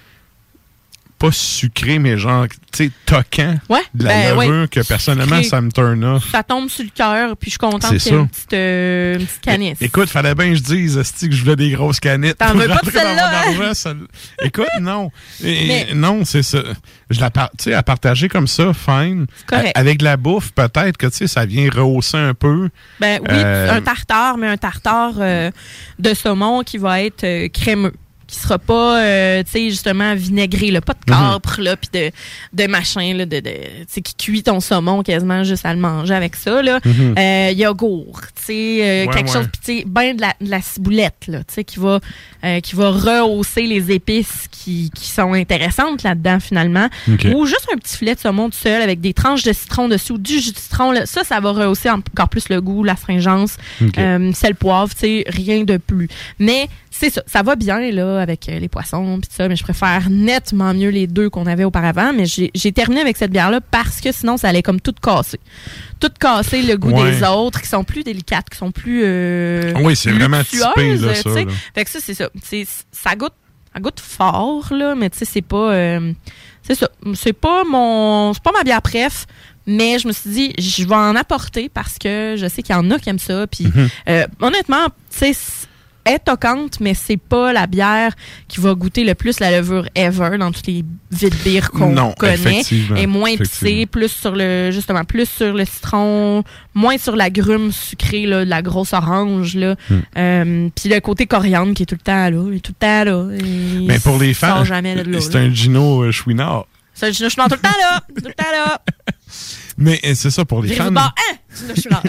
pas sucré, mais genre, tu sais, toquant ouais, de la ben, levure ouais. que personnellement, Sucré. Ça me turn off. Ça tombe sur le cœur, puis je suis contente c'est qu'il y ait ça. une petite, euh, une petite canisse. É- écoute, fallait bien que je dise, esti, que je voulais des grosses canettes. T'en veux pas de celle-là, hein? Argent, ça... Écoute, non. Et, mais... Non, c'est ça. Je la par... Tu sais, à partager comme ça, fine. Correct. A- avec la bouffe, peut-être que, tu sais, ça vient rehausser un peu. Ben oui, euh... un tartare, mais un tartare euh, de saumon qui va être euh, crémeux. Qui sera pas, euh, tu sais, justement, vinaigré, là, pas de capre, mm-hmm. là, puis de, de machin, là, de, de, tu sais, qui cuit ton saumon quasiment juste à le manger avec ça, là. Mm-hmm. Euh, yogourt, tu sais, euh, ouais, quelque ouais. chose, puis tu sais, ben de la, de la ciboulette, là, tu sais, qui va, euh, qui va rehausser les épices qui, qui sont intéressantes là-dedans, finalement. Okay. Ou juste un petit filet de saumon tout seul avec des tranches de citron dessus ou du jus de citron, là. Ça, ça va rehausser encore plus le goût, la fringence, okay. euh, sel, poivre, tu sais, rien de plus. Mais, c'est ça, ça va bien, là, avec euh, les poissons pis ça, mais je préfère nettement mieux les deux qu'on avait auparavant, mais j'ai, j'ai terminé avec cette bière-là parce que sinon, ça allait comme tout casser. Tout casser le goût ouais. des autres, qui sont plus délicates, qui sont plus euh, oui, c'est vraiment typé, là, ça. Là. Fait que ça, c'est ça. C'est, ça goûte, ça goûte fort, là, mais tu sais, c'est pas... Euh, c'est ça. C'est pas mon... C'est pas ma bière préf, mais je me suis dit, je vais en apporter parce que je sais qu'il y en a qui aiment ça, puis mm-hmm. euh, honnêtement, tu sais... est toquante, mais c'est pas la bière qui va goûter le plus la levure ever dans toutes les vides bières qu'on non, connaît. Et moins épicée, plus sur le, justement, plus sur le citron, moins sur la grume sucrée, là, de la grosse orange, là. Mm. Euh, puis le côté coriandre qui est tout le temps là, il est tout le temps là. Mais pour les fans, jamais là, c'est là. un Gino Chouinard. C'est un Gino Chouinard tout le temps là, tout le temps là. Mais c'est ça pour les J'ai fans. Bah, hein, Gino Chouinard.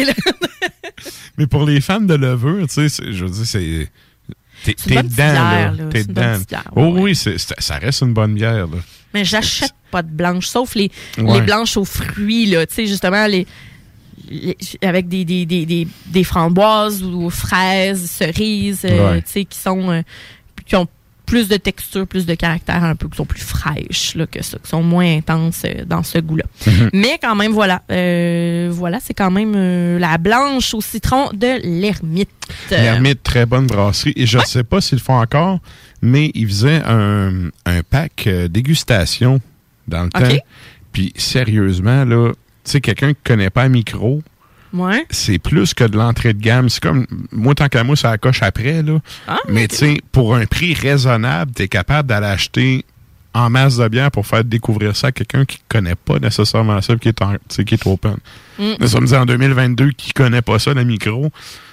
Mais pour les fans de levure, tu sais, je veux dire, c'est. T'es, t'es dedans, bière, là. là. T'es c'est dedans. Bière, oh ouais. oui, c'est, c'est, ça reste une bonne bière, là. Mais j'achète pas de blanches, sauf les, ouais. les blanches aux fruits, là. Tu sais, justement, les, les. avec des, des, des, des, des framboises ou fraises, cerises, euh, ouais. tu sais, qui sont. Euh, qui ont plus de texture, plus de caractère, un peu, qui sont plus fraîches là, que ça, qui sont moins intenses euh, dans ce goût-là. Mm-hmm. Mais quand même, voilà. Euh, voilà, c'est quand même euh, la blanche au citron de l'Ermite. L'Ermite, très bonne brasserie. Et je ne ouais. sais pas s'ils le font encore, mais ils faisaient un, un pack euh, dégustation dans le okay. temps. Puis sérieusement, là, tu sais, quelqu'un qui ne connaît pas un micro, ouais. c'est plus que de l'entrée de gamme. C'est comme, moi, tant qu'à moi, ça coche après, là. Ah, mais tu sais, pour un prix raisonnable, tu es capable d'aller acheter en masse de bière pour faire découvrir ça à quelqu'un qui ne connaît pas nécessairement ça et qui est, en, qui est open. Mm. Mais ça me dit en deux mille vingt-deux, qui ne connaît pas ça, le micro,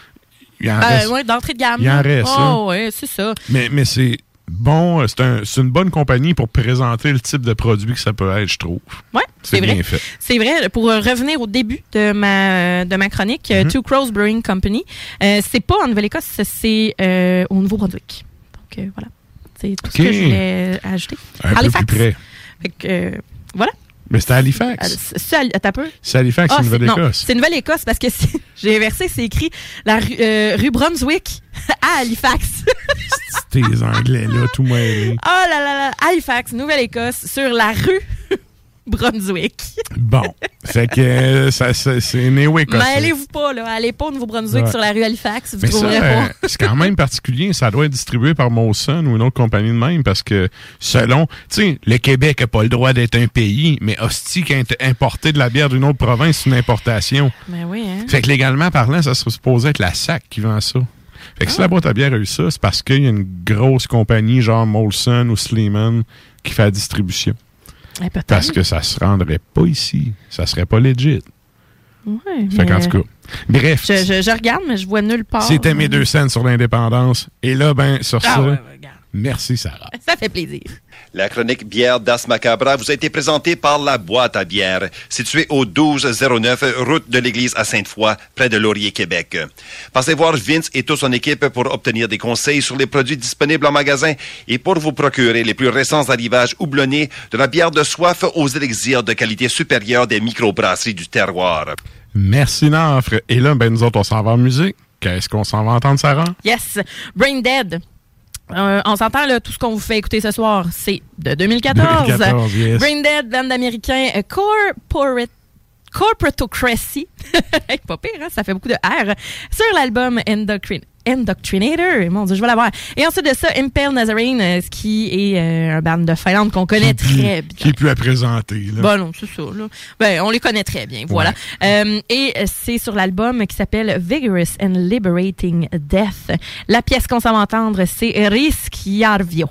il en euh, reste. Ouais, d'entrée de gamme. Il en reste. Oh, ouais, c'est ça. Mais, mais c'est bon, c'est, un, c'est une bonne compagnie pour présenter le type de produit que ça peut être, je trouve. Oui, c'est, c'est bien vrai. Fait. C'est vrai. Pour revenir au début de ma, de ma chronique, mm-hmm. Two Crows Brewing Company, euh, c'est pas en Nouvelle-Écosse, c'est euh, au Nouveau-Brunswick. Donc, euh, voilà. C'est tout okay. ce que je voulais ajouter. Un Halifax. peu plus près. Fait que, euh, voilà. Mais c'était à Halifax. C'est, c'est, t'as peu? C'est Halifax, ah, c'est Nouvelle-Écosse. Non, c'est Nouvelle-Écosse parce que c'est, j'ai inversé, c'est écrit la rue, euh, rue Brunswick à Halifax. C'est tes Anglais, là, tout mêlé. Oh là là là, Halifax, Nouvelle-Écosse, sur la rue Brunswick. Bon. Fait que euh, ça, ça, c'est néo-écossais. Mais allez-vous pas, là. Allez pas au Nouveau-Brunswick ouais. sur la rue Halifax. Vous mais trouverez ça, pas. Euh, c'est quand même particulier. Ça doit être distribué par Molson ou une autre compagnie de même parce que selon, tu sais, le Québec n'a pas le droit d'être un pays, mais hostie, quand importer de la bière d'une autre province, c'est une importation. Ben oui, hein. Fait que légalement parlant, ça serait supposé être la S A C qui vend ça. Fait que ah. si la boîte à bière a eu ça, c'est parce qu'il y a une grosse compagnie genre Molson ou Sleeman qui fait la distribution. Eh, parce que ça se rendrait pas ici. Ça serait pas legit. Ouais, fait qu'en tout cas. Bref. Je, je, je regarde, mais je vois nulle part. C'était mes deux cents sur l'indépendance. Et là, ben, sur ah, ça, ouais, ouais, Merci, Sarah. Ça fait plaisir. La chronique bière d'Ars Macabra vous a été présentée par La Boîte à bière, située au douze zéro neuf route de l'Église à Sainte-Foy, près de Laurier, Québec. Passez voir Vince et toute son équipe pour obtenir des conseils sur les produits disponibles en magasin et pour vous procurer les plus récents arrivages houblonnés de la bière de soif aux élixirs de qualité supérieure des microbrasseries du terroir. Merci, Nafre. Et là, ben, nous autres, on s'en va en musique. Qu'est-ce qu'on s'en va entendre, Sarah? Yes. Brain Dead. Euh, on s'entend, là, tout ce qu'on vous fait écouter ce soir, c'est de deux mille quatorze. deux mille quatorze, yes. Brain Dead, band américain, euh, Corporate, Corporatocracy. Pas pire, hein? Ça fait beaucoup de R. Sur l'album Endoctrin- Indoctrinator. Mon Dieu, je vais l'avoir. Et ensuite de ça, Impale Nazarene, euh, ce qui est euh, un band de Finlande qu'on connaît qui très plus, bien. Qui est plus à présenter. Là. Ben non, c'est ça. Là. Ben, on les connaît très bien, voilà. Ouais. Euh, et c'est sur l'album qui s'appelle Vigorous and Liberating Death. La pièce qu'on s'en va entendre, c'est Rischiarvio.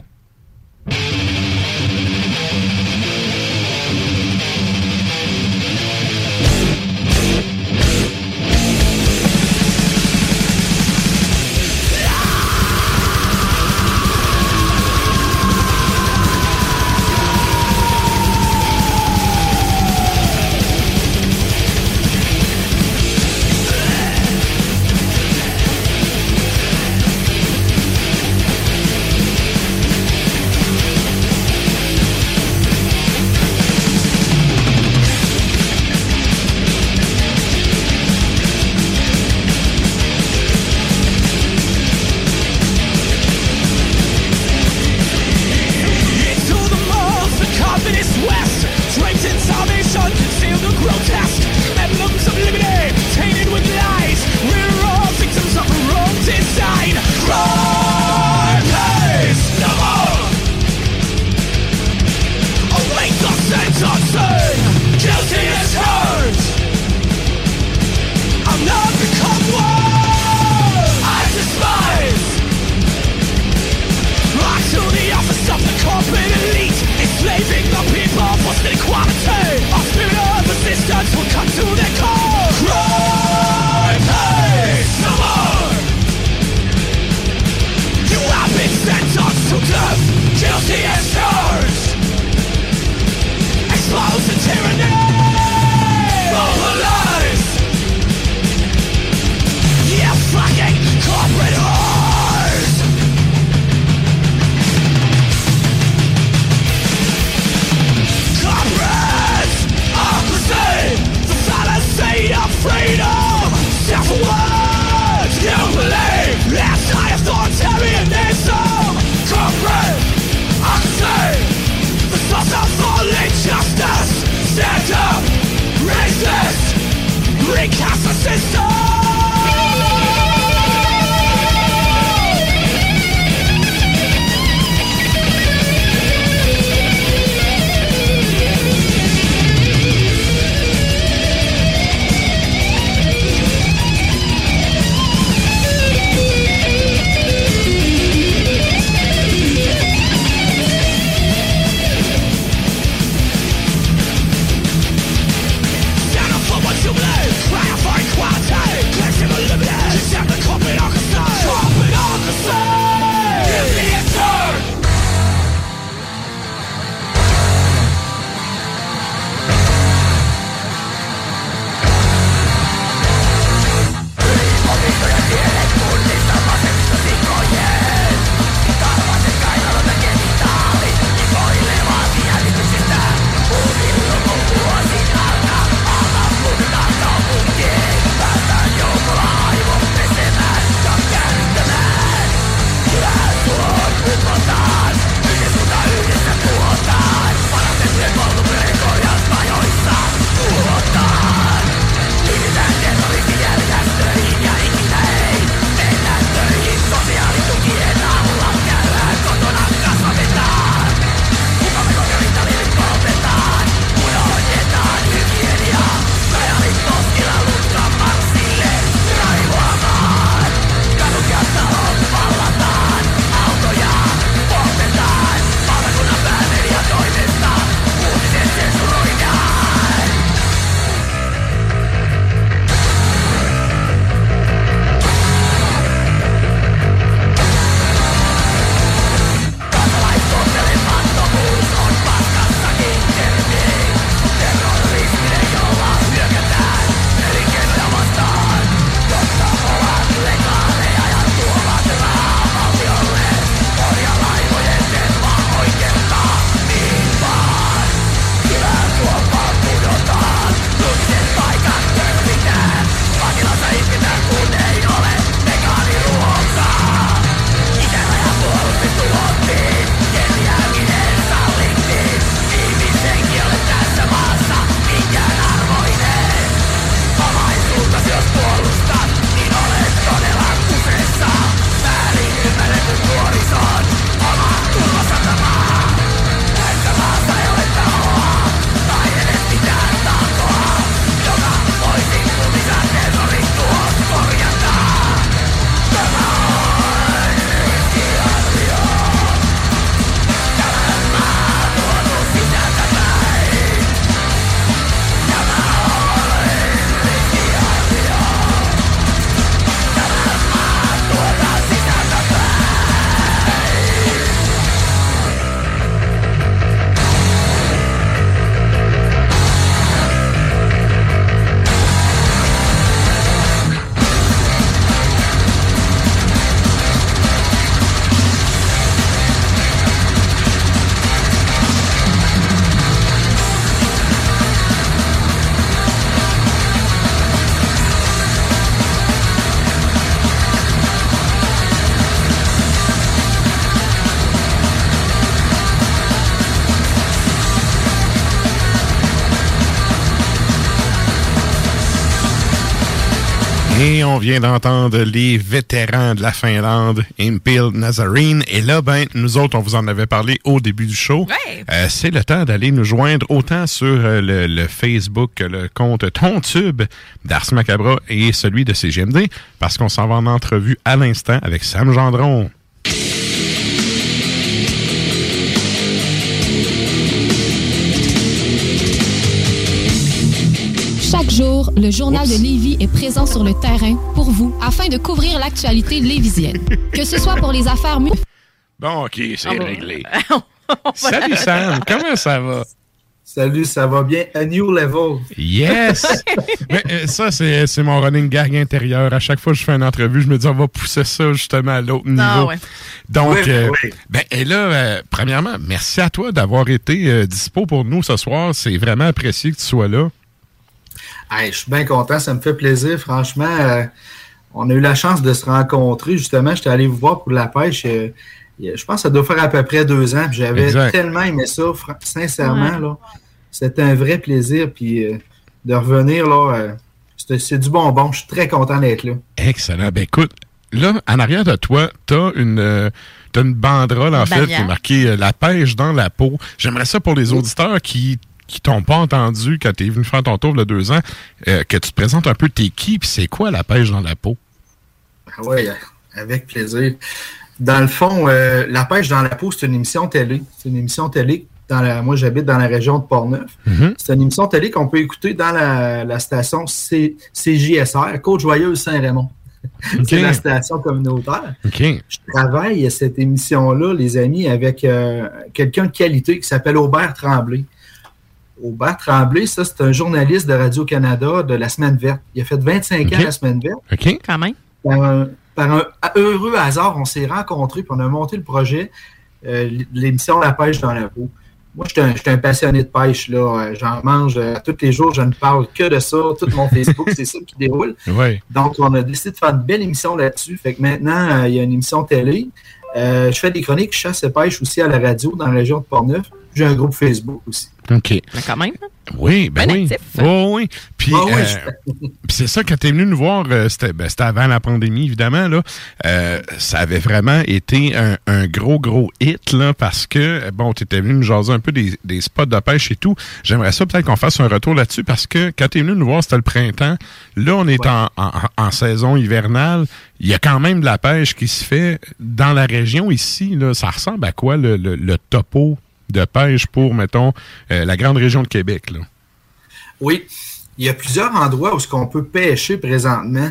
Stand up for what you believe, cry for equality. Et on vient d'entendre les vétérans de la Finlande, Impaled Nazarene. Et là, ben, nous autres, on vous en avait parlé au début du show. Ouais. Euh, c'est le temps d'aller nous joindre autant sur euh, le, le Facebook que le compte TonTube d'Ars Macabra et celui de C G M D, parce qu'on s'en va en entrevue à l'instant avec Sam Gendron. Chaque jour, le Journal Oups. de Lévis est présent sur le terrain pour vous afin de couvrir l'actualité lévisienne. Que ce soit pour les affaires... Mu- bon, OK, c'est oh. réglé. Salut Sam, comment ça va? Salut, ça va bien? A new level. Yes! Mais euh, ça, c'est, c'est mon running gag intérieur. À chaque fois que je fais une entrevue, je me dis, on va pousser ça justement à l'autre niveau. Ah, ouais. Donc, oui, euh, oui. ben, et là, euh, premièrement, merci à toi d'avoir été euh, dispo pour nous ce soir. C'est vraiment apprécié que tu sois là. Hey, je suis bien content, ça me fait plaisir. Franchement, euh, on a eu la chance de se rencontrer. Justement, j'étais allé vous voir pour la pêche. Euh, je pense que ça doit faire à peu près deux ans. Puis j'avais exact. tellement aimé ça, fr- sincèrement. Ouais. Là, c'était un vrai plaisir. Puis euh, de revenir, là, euh, c'est, c'est du bonbon. Je suis très content d'être là. Excellent. Ben écoute, là, en arrière de toi, t'as une... Euh, T'as une banderole, en fait, qui est marquée euh, « La pêche dans la peau ». J'aimerais ça pour les auditeurs qui... qui t'ont pas entendu quand tu es venu faire ton tour il y a deux ans, euh, que tu te présentes un peu t'es qui, puis c'est quoi la pêche dans la peau? Ah oui, avec plaisir. Dans le fond, euh, la pêche dans la peau, c'est une émission télé. C'est une émission télé. Dans la, moi, j'habite dans la région de Portneuf. Mm-hmm. C'est une émission télé qu'on peut écouter dans la, la station C, C J S R, Côte-Joyeuse-Saint-Raymond. Okay. C'est la station communautaire. Okay. Je travaille à cette émission-là, les amis, avec euh, quelqu'un de qualité qui s'appelle Aubert Tremblay. Aubert Tremblay, ça, c'est un journaliste de Radio-Canada de la Semaine verte. Il a fait vingt-cinq okay. ans la Semaine verte. OK, quand même. Par un, par un heureux hasard, on s'est rencontrés puis on a monté le projet euh, l'émission La pêche dans la peau. Moi, je suis un, un passionné de pêche. Là. J'en mange euh, tous les jours. Je ne parle que de ça. Tout mon Facebook, c'est ça qui déroule. Ouais. Donc, on a décidé de faire une belle émission là-dessus. Fait que maintenant, euh, il y a une émission télé. Euh, je fais des chroniques chasse et pêche aussi à la radio dans la région de Portneuf. J'ai un groupe Facebook aussi. OK. Mais quand même. Oui, ben, ben oui. Actif. Oh, oui. Puis, oh, oui, euh, je... puis c'est ça, quand tu es venu nous voir, euh, c'était, ben, c'était avant la pandémie, évidemment, là. Euh, ça avait vraiment été un, un gros, gros hit, là, parce que, bon, tu étais venu nous jaser un peu des, des spots de pêche et tout. J'aimerais ça peut-être qu'on fasse un retour là-dessus, parce que quand tu es venu nous voir, c'était le printemps. Là, on est ouais. en, en, en saison hivernale. Il y a quand même de la pêche qui se fait dans la région ici, là. Ça ressemble à quoi, le, le, le topo de pêche pour, mettons, euh, la grande région de Québec, là? Oui. Il y a plusieurs endroits où ce qu'on peut pêcher présentement.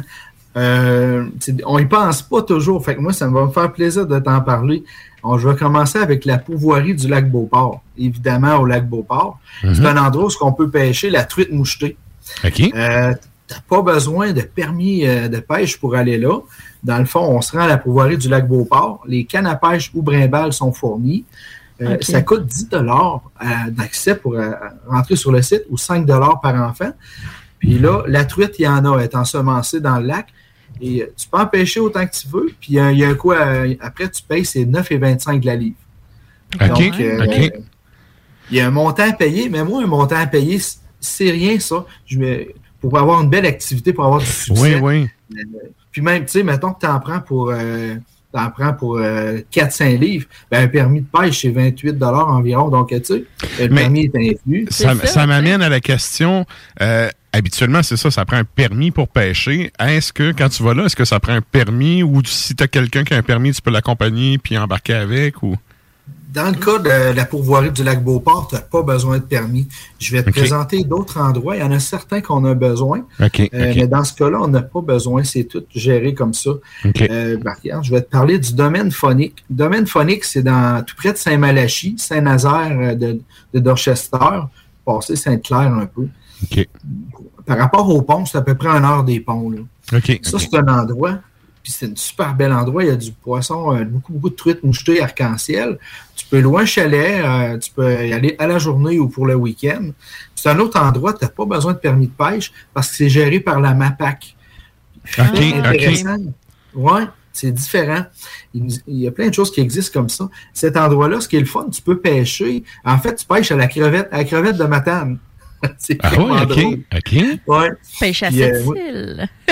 Euh, on y pense pas toujours. Fait que moi, ça va me faire plaisir de t'en parler. On, je vais commencer avec la pourvoirie du lac Beauport. Évidemment, au lac Beauport. Mm-hmm. C'est un endroit où on peut pêcher la truite mouchetée. OK. Euh, t'as pas besoin de permis euh, de pêche pour aller là. Dans le fond, on se rend à la pourvoirie du lac Beauport. Les cannes à pêche ou brimbales sont fournies. Euh, okay. Ça coûte dix dollars euh, d'accès pour euh, rentrer sur le site ou cinq dollars par enfant. Puis là, la truite, il y en a, elle est ensemencée dans le lac. Et euh, tu peux en pêcher autant que tu veux. Puis il y a un quoi, euh, après, tu payes, c'est neuf virgule vingt-cinq de la livre. OK. Donc, euh, okay. euh, il y a un montant à payer, mais moi, un montant à payer, c'est rien, ça. Je vais, pour avoir une belle activité, pour avoir du succès. Oui, oui. Euh, puis même, tu sais, mettons que tu en prends pour... Euh, t'en prends pour euh, quatre à cinq livres, ben, un permis de pêche, c'est vingt-huit dollars environ. Donc, tu sais, le mais permis est inclus. Ça, ça, ça m'amène à la question, euh, habituellement, c'est ça, ça prend un permis pour pêcher. Est-ce que, quand tu vas là, est-ce que ça prend un permis ou si tu as quelqu'un qui a un permis, tu peux l'accompagner puis embarquer avec ou... Dans le cas de la pourvoirie du lac Beauport, tu n'as pas besoin de permis. Je vais te okay. présenter d'autres endroits. Il y en a certains qu'on a besoin. Okay, euh, okay. Mais dans ce cas-là, on n'a pas besoin. C'est tout géré comme ça. Okay. Euh, ben, regarde, je vais te parler du domaine phonique. Le domaine phonique, c'est dans tout près de Saint-Malachie, Saint-Nazaire de, de Dorchester, passé Sainte-Claire un peu. Okay. Par rapport aux ponts, c'est à peu près une heure des ponts. Là. Okay, ça, okay. c'est un endroit... Puis c'est un super bel endroit. Il y a du poisson, euh, beaucoup, beaucoup de truites mouchetées arc-en-ciel. Tu peux louer un chalet, euh, tu peux y aller à la journée ou pour le week-end. C'est un autre endroit, tu n'as pas besoin de permis de pêche parce que c'est géré par la MAPAC. OK, intéressant. OK. Oui, c'est différent. Il, il y a plein de choses qui existent comme ça. Cet endroit-là, ce qui est le fun, tu peux pêcher. En fait, tu pêches à la crevette, à la crevette de Matane. C'est ah oui, OK, OK. Ouais. Pêche à cette île.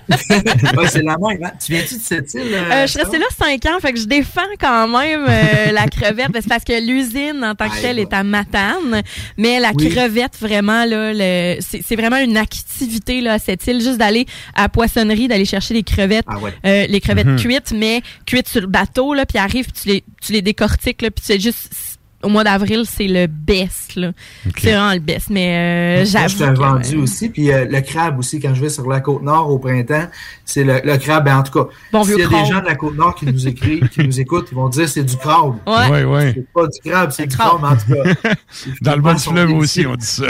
ouais, c'est la même. Hein? Tu viens-tu de cette île? Euh, euh, je suis restée là cinq ans, fait que je défends quand même euh, la crevette. C'est parce que l'usine en tant que telle est à Matane, mais la oui. crevette, vraiment, là, le, c'est, c'est vraiment une activité là, à cette île, juste d'aller à la poissonnerie, d'aller chercher les crevettes, ah ouais. euh, les crevettes mm-hmm. cuites, mais cuites sur le bateau, là, puis arrive, tu les, tu les décortiques, là, puis c'est juste... Au mois d'avril, c'est le best, là. Okay. C'est vraiment le best, mais euh, j'avoue. Je t'ai vendu ouais. aussi, puis euh, le crabe aussi, quand je vais sur la Côte-Nord au printemps, c'est le, le crabe, ben, en tout cas, bon s'il y a crabe. Des gens de la Côte-Nord qui nous écrivent, qui nous écoutent, ils vont dire c'est du crabe. Ouais, ouais. ouais. C'est pas du crabe, c'est, c'est du crabe, en tout cas. Dans le bas du fleuve aussi, on dit ça.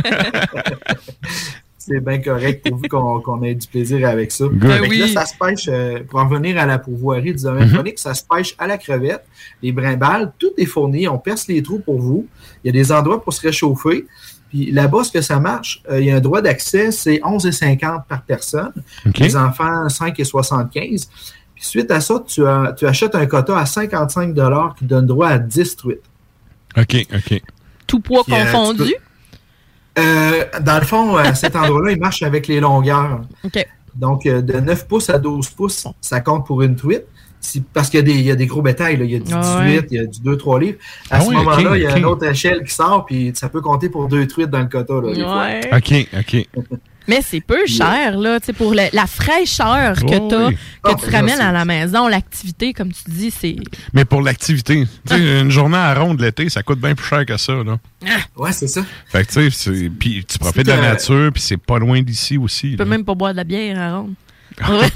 C'est bien correct pourvu qu'on, qu'on ait du plaisir avec ça. Ben oui. Là, ça se pêche, euh, pour en venir à la pourvoirie du domaine mm-hmm. phonique, ça se pêche à la crevette, les brimbales, tout est fourni, on perce les trous pour vous. Il y a des endroits pour se réchauffer. Puis là-bas, ce que ça marche, euh, il y a un droit d'accès, c'est onze dollars cinquante par personne. Okay. Les enfants, cinq dollars soixante-quinze. Puis suite à ça, tu, as, tu achètes un quota à cinquante-cinq dollars qui donne droit à dix truites. OK, OK. Tout poids Puis, confondu? Euh, Euh, dans le fond, à cet endroit-là, il marche avec les longueurs. Okay. Donc, euh, de neuf pouces à douze pouces, ça compte pour une truite. Si, parce qu'il y a, des, il y a des gros bétails. Là. Il y a du dix-huit, ouais. il y a du deux trois livres. À ah ce oui, moment-là, okay, il y a okay. une autre échelle qui sort, puis ça peut compter pour deux truites dans le quota. Là, des ouais. fois. OK, OK. Mais c'est peu cher, là, tu sais, pour le, la fraîcheur que oh, t'as, oui. que oh, tu ramènes à la maison, l'activité, comme tu dis, c'est... Mais pour l'activité, tu sais, une journée à ronde l'été, ça coûte bien plus cher que ça, là. Ah. Ouais, c'est ça. Fait que, tu sais, puis tu profites de la nature, puis c'est pas loin d'ici aussi. Tu peux même pas boire de la bière à ronde. ah,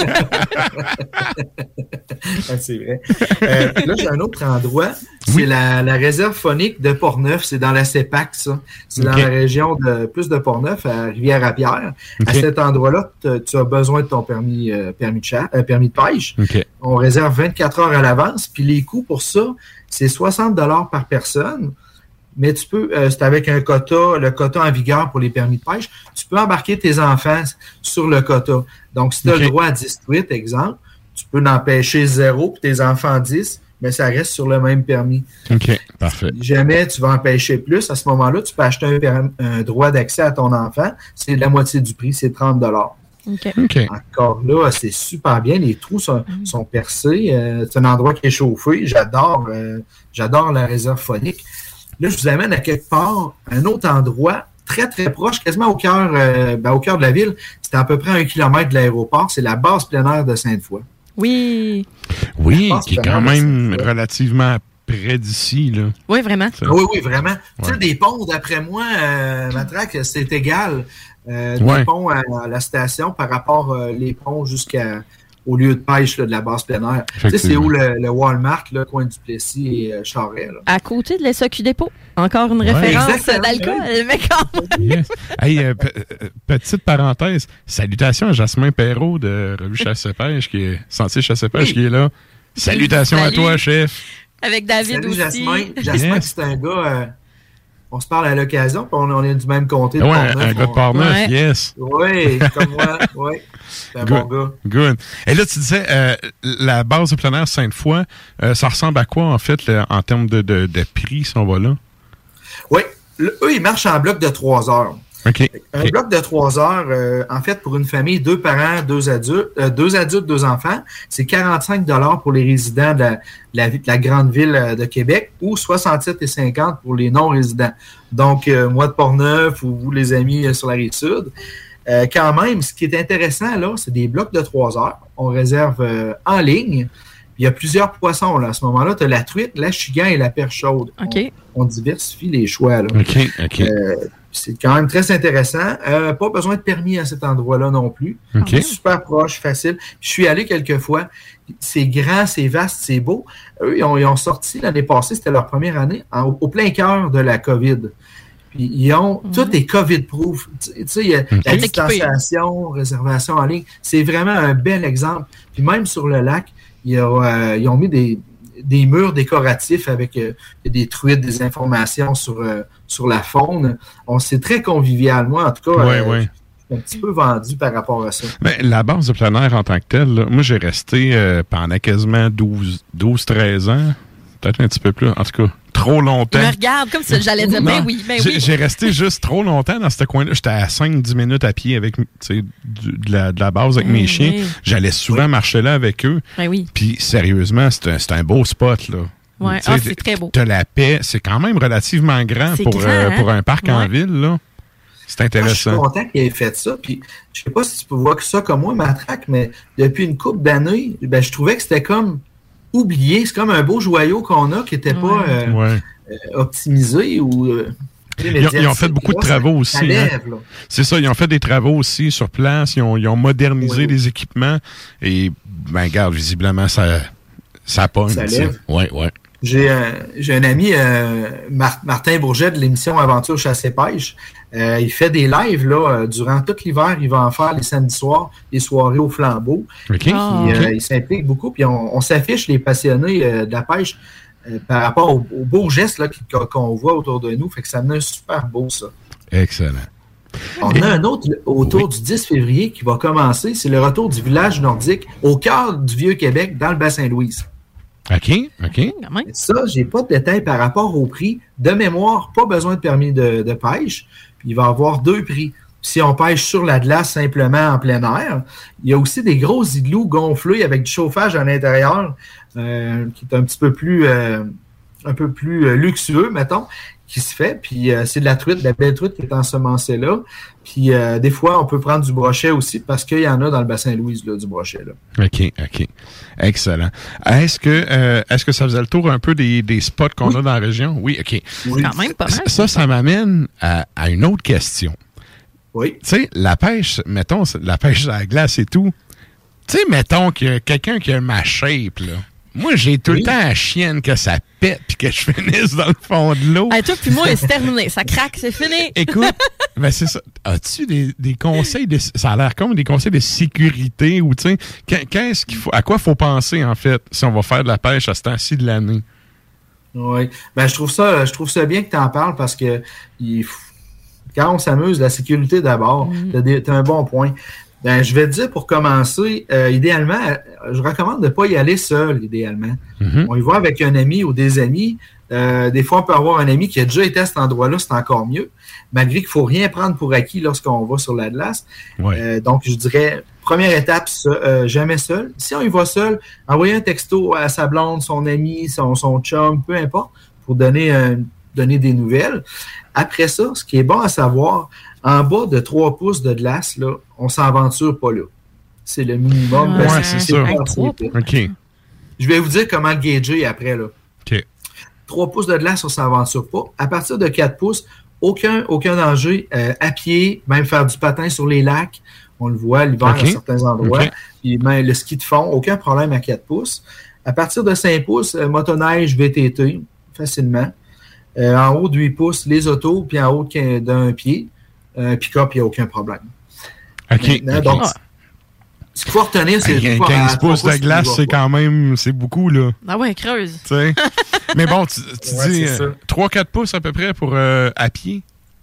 c'est vrai. Euh, là, j'ai un autre endroit. C'est oui. la, la réserve phonique de Portneuf. C'est dans la CEPAC, ça. C'est okay. dans la région de plus de Portneuf, à Rivière-à-Pierre. Okay. À cet endroit-là, tu as besoin de ton permis, euh, permis, de, chat, euh, permis de pêche. Okay. On réserve vingt-quatre heures à l'avance. Puis les coûts pour ça, c'est soixante dollars par personne. Mais tu peux, euh, c'est avec un quota, le quota en vigueur pour les permis de pêche, tu peux embarquer tes enfants sur le quota. Donc, si tu as okay. le droit à dix truites, exemple, tu peux en pêcher zéro puis tes enfants dix, mais ça reste sur le même permis. OK, parfait. Si jamais tu vas en pêcher plus, à ce moment-là, tu peux acheter un, permis, un droit d'accès à ton enfant. C'est la moitié du prix, c'est trente dollars. Okay. Okay. Encore là, c'est super bien. Les trous sont, mm. sont percés. Euh, c'est un endroit qui est chauffé. J'adore, euh, j'adore la réserve phonique. Là, je vous amène à quelque part, un autre endroit très, très proche, quasiment au cœur, euh, ben, au cœur de la ville. C'est à peu près un kilomètre de l'aéroport. C'est la base plein air de Sainte-Foy. Oui. Oui, qui est quand même relativement près d'ici, là. Oui, vraiment. Ça. Oui, oui, vraiment. Ouais. Tu sais, des ponts, d'après moi, euh, Matraque, c'est égal. Euh, ouais. Des ponts à, à la station par rapport euh, les ponts jusqu'à au lieu de pêche là, de la base plein air. Tu sais, c'est où le, le Walmart, le coin du Plessis et euh, Charest. Là. À côté de l'S A Q Dépôt. Encore une ouais, référence d'alcool, ouais. mais quand même. Yes. Hey, euh, p- euh, petite parenthèse. Salutations à Jasmin Perrault de Revue Chasse-Pêche, qui est Sentier Chasse-Pêche, oui. qui est là. Salutations Salut. à toi, chef. Avec David Salut, aussi. Jasmin. Jasmin, yes. c'est un gars... Euh, on se parle à l'occasion, puis on, on est du même comté de ouais, Portneuf. Un gars de Portneuf, ouais. yes. Oui, comme moi, oui. C'est un Good. bon gars. Good. Et là, tu disais, euh, la base de plein air Sainte-Foy, euh, ça ressemble à quoi, en fait, là, en termes de, de, de prix, si on va là? Oui. Le, eux, ils marchent en bloc de trois heures. Okay. Un okay. bloc de trois heures, euh, en fait, pour une famille, deux parents, deux adultes, euh, deux adultes, deux enfants, c'est quarante-cinq dollars pour les résidents de la, la, de la grande ville de Québec ou soixante-sept dollars cinquante pour les non-résidents. Donc, euh, moi de Portneuf ou vous, les amis, euh, sur la Rive-Sud. Euh, quand même, ce qui est intéressant, là, c'est des blocs de trois heures. On réserve euh, en ligne. Il y a plusieurs poissons, là. À ce moment-là, tu as la truite, la chigan et la perche chaude. Okay. On, on diversifie les choix, là. OK, OK. Euh, c'est quand même très intéressant. Euh, pas besoin de permis à cet endroit-là non plus. Okay. Super proche, facile. Je suis allé quelques fois. C'est grand, c'est vaste, c'est beau. Eux, ils ont, ils ont sorti l'année passée, c'était leur première année, en, au plein cœur de la COVID. Puis ils ont, mmh. tout est COVID-proof. Tu sais, il y a okay. la distanciation, réservation en ligne. C'est vraiment un bel exemple. Puis même sur le lac, il y a, euh, ils ont mis des... des murs décoratifs avec euh, des truites, des informations sur, euh, sur la faune. On c'est très convivial. Moi, en tout cas, ouais, euh, ouais. je suis un petit peu vendu par rapport à ça. Ben, la base de plein air en tant que telle, là, moi, j'ai resté euh, pendant quasiment douze treize ans. peut-être un petit peu plus. En tout cas, trop longtemps. Je me regarde comme si j'allais dire, ben oui, ben oui. J'ai, j'ai resté juste trop longtemps dans ce coin-là. J'étais à cinq à dix minutes à pied avec, de la, de la base avec oui, mes chiens. Oui. J'allais souvent oui. marcher là avec eux. Ben oui. Puis sérieusement, c'est un, c'est un beau spot, là. Ouais. Ah, c'est très beau. T'as la paix. C'est quand même relativement grand pour, grand, euh, hein? pour un parc ouais. en ville, là. C'est intéressant. Ah, je suis content qu'il ait fait ça. Puis, je sais pas si tu peux voir que ça comme moi, Matraque, mais depuis une couple d'années, ben, je trouvais que c'était comme oublié. C'est comme un beau joyau qu'on a qui n'était ouais. pas euh, ouais. euh, optimisé ou. Euh, ils, ont, ils ont fait beaucoup là, de travaux ça, aussi. Ça lève, hein. C'est ça, ils ont fait des travaux aussi sur place. Ils ont, ils ont modernisé oui. les équipements. Et, ben, regarde, visiblement, ça, ça pogne. Ça lève. Oui, oui. J'ai, euh, j'ai un ami, euh, Mar- Martin Bourget de l'émission Aventure Chasse et Pêche. Euh, il fait des lives là, euh, durant tout l'hiver. Il va en faire les samedis soirs, les soirées au flambeau. Okay. Oh. Puis, euh, il s'implique beaucoup. Puis on, on s'affiche, les passionnés euh, de la pêche, euh, par rapport aux, aux beaux gestes là, qu'on voit autour de nous. Fait que ça donne un super beau, ça. Excellent. On a un autre autour oui. du dix février qui va commencer. C'est le retour du village nordique au cœur du Vieux-Québec, dans le Bassin-Louise. OK, OK. Ça, j'ai pas de détails par rapport au prix. De mémoire, pas besoin de permis de, de pêche. Puis il va y avoir deux prix. Si on pêche sur la glace simplement en plein air, il y a aussi des gros igloos gonflés avec du chauffage à l'intérieur, euh, qui est un petit peu plus, euh, un peu plus luxueux, mettons, qui se fait. Puis euh, c'est de la truite, de la belle truite qui est ensemencée là. Puis euh, des fois, on peut prendre du brochet aussi parce qu'il y en a dans le Bassin-Louise, là, du brochet. Là. OK, OK. Excellent. Est-ce que euh, est-ce que ça faisait le tour un peu des, des spots qu'on oui. a dans la région? Oui, OK. Oui. Quand même pas mal. Ça, ça m'amène à, à une autre question. Oui. Tu sais, la pêche, mettons, la pêche à la glace et tout. Tu sais, mettons qu'il y a quelqu'un qui a ma shape, là. Moi, j'ai tout oui. le temps la chienne que ça pète puis que je finisse dans le fond de l'eau. Hey, toi puis moi, c'est terminé. Ça craque, c'est fini. Écoute, ben c'est ça. As-tu des, des conseils de... Ça a l'air comme des conseils de sécurité ou, tu sais, qu'est-ce qu'il faut... À quoi il faut penser, en fait, si on va faire de la pêche à ce temps-ci de l'année? Oui. Ben, je trouve ça, je trouve ça bien que tu en parles parce que il, quand on s'amuse, la sécurité d'abord, mm-hmm. tu as un bon point. Ben, je vais te dire, pour commencer, euh, idéalement, je recommande de ne pas y aller seul, idéalement. Mm-hmm. On y va avec un ami ou des amis. Euh, des fois, on peut avoir un ami qui a déjà été à cet endroit-là, c'est encore mieux, malgré qu'il ne faut rien prendre pour acquis lorsqu'on va sur la glace. Ouais. Euh, donc, je dirais, première étape, ça, euh, jamais seul. Si on y va seul, envoyez un texto à sa blonde, son ami, son, son chum, peu importe, pour donner, euh, donner des nouvelles. Après ça, ce qui est bon à savoir, en bas de trois pouces de glace, là, on s'aventure pas là. C'est le minimum. Ouais, c'est, c'est ça. OK. Je vais vous dire comment le gager après. Là. OK. trois pouces de glace, on s'aventure pas. À partir de quatre pouces, aucun, aucun danger. Euh, à pied, même faire du patin sur les lacs. On le voit l'hiver okay. à certains endroits. Okay. Puis même le ski de fond, aucun problème à quatre pouces. À partir de cinq pouces, euh, motoneige, V T T, facilement. Euh, en haut de huit pouces, les autos, puis en haut d'un pied. Euh, pick-up, il n'y a aucun problème. OK. Maintenant, donc, ah. ce qu'il faut retenir, c'est... Hey, quinze pouces de glace, c'est quand même... C'est beaucoup, là. Ah ouais, creuse. Mais bon, tu, tu ouais, dis euh, trois à quatre pouces à peu près pour euh, à pied?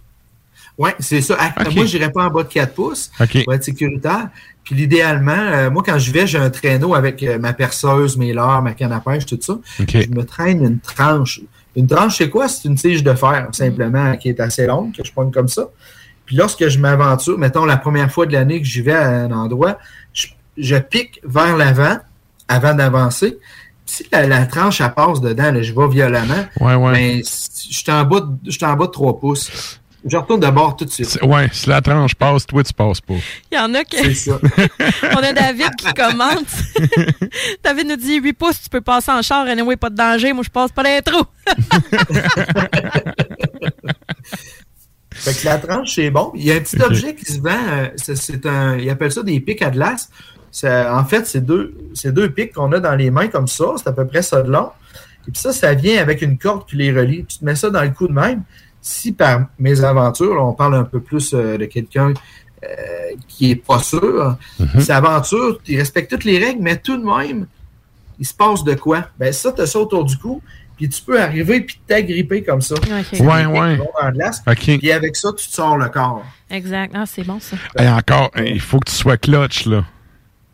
Oui, c'est ça. Okay. Moi, je n'irais pas en bas de quatre pouces okay. pour être sécuritaire. Puis l'idéalement, euh, moi, quand je vais, j'ai un traîneau avec euh, ma perceuse, mes leurres, ma canne à pêche, tout ça. Okay. Je me traîne une tranche. Une tranche, c'est quoi? C'est une tige de fer, simplement, mm. qui est assez longue, que je pogne comme ça. Puis lorsque je m'aventure, mettons la première fois de l'année que j'y vais à un endroit, je, je pique vers l'avant avant d'avancer. Si la, la tranche, elle passe dedans, là, je vais violemment, ouais, ouais. ben, je suis en bas de, je suis en bas de trois pouces. Je retourne de bord tout de suite. Oui, si la tranche passe, toi, tu passes pas. Il y en a qui... C'est ça. On a David qui commente. David nous dit huit pouces, tu peux passer en char, anyway, pas de danger. Moi, je passe pas les trous. Fait que la tranche, c'est bon. Il y a un petit okay. objet qui se vend. Euh, c'est, c'est un, ils appellent ça des pics à glace. Ça, en fait, c'est deux, c'est deux pics qu'on a dans les mains comme ça. C'est à peu près ça de long. Et puis ça, ça vient avec une corde qui les relie. Tu te mets ça dans le cou de même. Si par mes aventures, là, on parle un peu plus euh, de quelqu'un euh, qui est pas sûr, mm-hmm. ses aventures, il respecte toutes les règles, mais tout de même, il se passe de quoi? Ben ça, tu as ça autour du cou. Puis tu peux arriver puis t'agripper comme ça. Okay. Ouais, ouais. Okay. Puis avec ça, tu te sors le corps. Exact. Ah, c'est bon, ça. Et encore, il faut que tu sois clutch, là.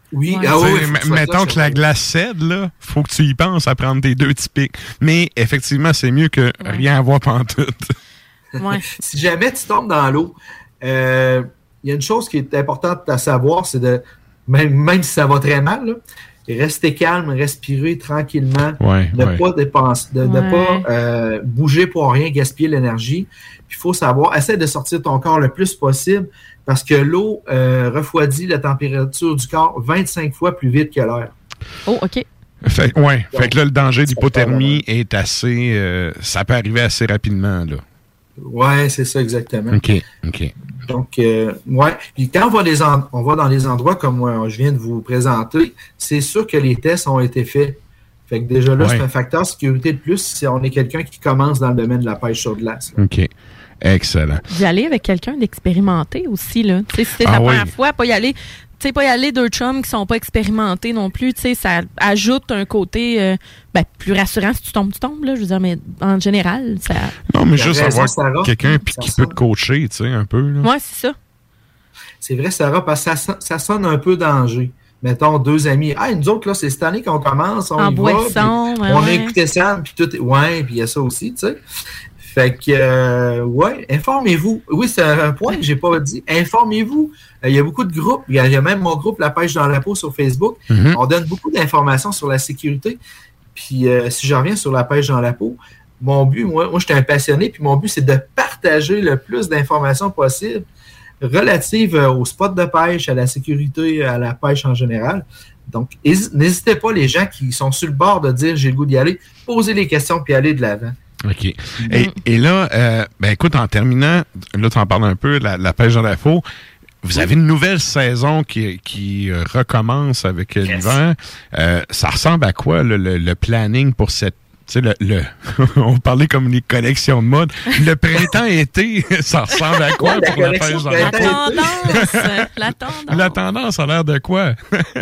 Oui, Ouais. ah oui, T'sais, faut que tu m- fasses mettons ça, que la glace cède, là, faut que tu y penses à prendre tes deux typiques. Mais effectivement, c'est mieux que rien avoir pantoute. Ouais. Si jamais tu tombes dans l'eau, euh, il y a une chose qui est importante à savoir, c'est de, même, même si ça va très mal, là, rester calme, respirer tranquillement, Ouais, ne ouais. pas dépenser, de ne Ouais. pas euh, bouger pour rien, gaspiller l'énergie. Puis il faut savoir, essaie de sortir ton corps le plus possible parce que l'eau euh, refroidit la température du corps vingt-cinq fois plus vite que l'air. Oh, OK. Fait, ouais, Donc, fait que là, le danger ça d'hypothermie est assez... euh, ça peut arriver assez rapidement, là. Ouais, c'est ça exactement. OK, OK. Donc, euh, ouais. Puis quand on va, des en- on va dans des endroits comme euh, je viens de vous présenter, c'est sûr que les tests ont été faits. Fait que déjà là, Ouais. c'est un facteur de sécurité de plus si on est quelqu'un qui commence dans le domaine de la pêche sur glace. OK. Excellent. D'y aller avec quelqu'un d'expérimenté aussi, là. Tu sais, si c'est Ah ta oui. première fois, pas y aller... Tu sais, pas y aller deux chums qui sont pas expérimentés non plus. Tu sais, ça ajoute un côté euh, ben, plus rassurant. Si tu tombes, tu tombes, là. Je veux dire, mais en général, ça... Non, mais T'as juste raison, avoir Sarah. quelqu'un puis Ça qui peut te coacher, tu sais, un peu, là. Ouais, c'est ça. C'est vrai, Sarah, parce que ça, son- ça sonne un peu danger. Mettons, deux amis. Ah, nous autres, là, c'est cette année qu'on commence. On En y boisson, va, ouais, puis on a ouais. écouté ça, puis tout. est- Ouais, puis il y a ça aussi, tu sais. Fait que, euh, ouais, informez-vous. Oui, c'est un point que j'ai pas dit. Informez-vous. Euh, Il y a beaucoup de groupes. Il y a, il y a même mon groupe La Pêche dans la peau sur Facebook. Mhm. On donne beaucoup d'informations sur la sécurité. Puis, euh, si je reviens sur La Pêche dans la peau, mon but, moi, moi, j'étais un passionné, puis mon but, c'est de partager le plus d'informations possible relatives euh, aux spots de pêche, à la sécurité, à la pêche en général. Donc, hési- n'hésitez pas, les gens qui sont sur le bord de dire j'ai le goût d'y aller, posez les questions puis allez de l'avant. OK. Et, et là, euh, ben écoute, en terminant, là, tu en parles un peu, la, la pêche dans la faux. Vous avez une nouvelle saison qui, qui euh, recommence avec euh, l'hiver. Euh, ça ressemble à quoi, le, le, le planning pour cette... Tu sais, le, le on parlait comme les collections de mode. Le printemps-été, ça ressemble à quoi Ouais, la pour la collection pêche dans la La peau? tendance. La tendance. La tendance a l'air de quoi?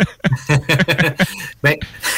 Ben,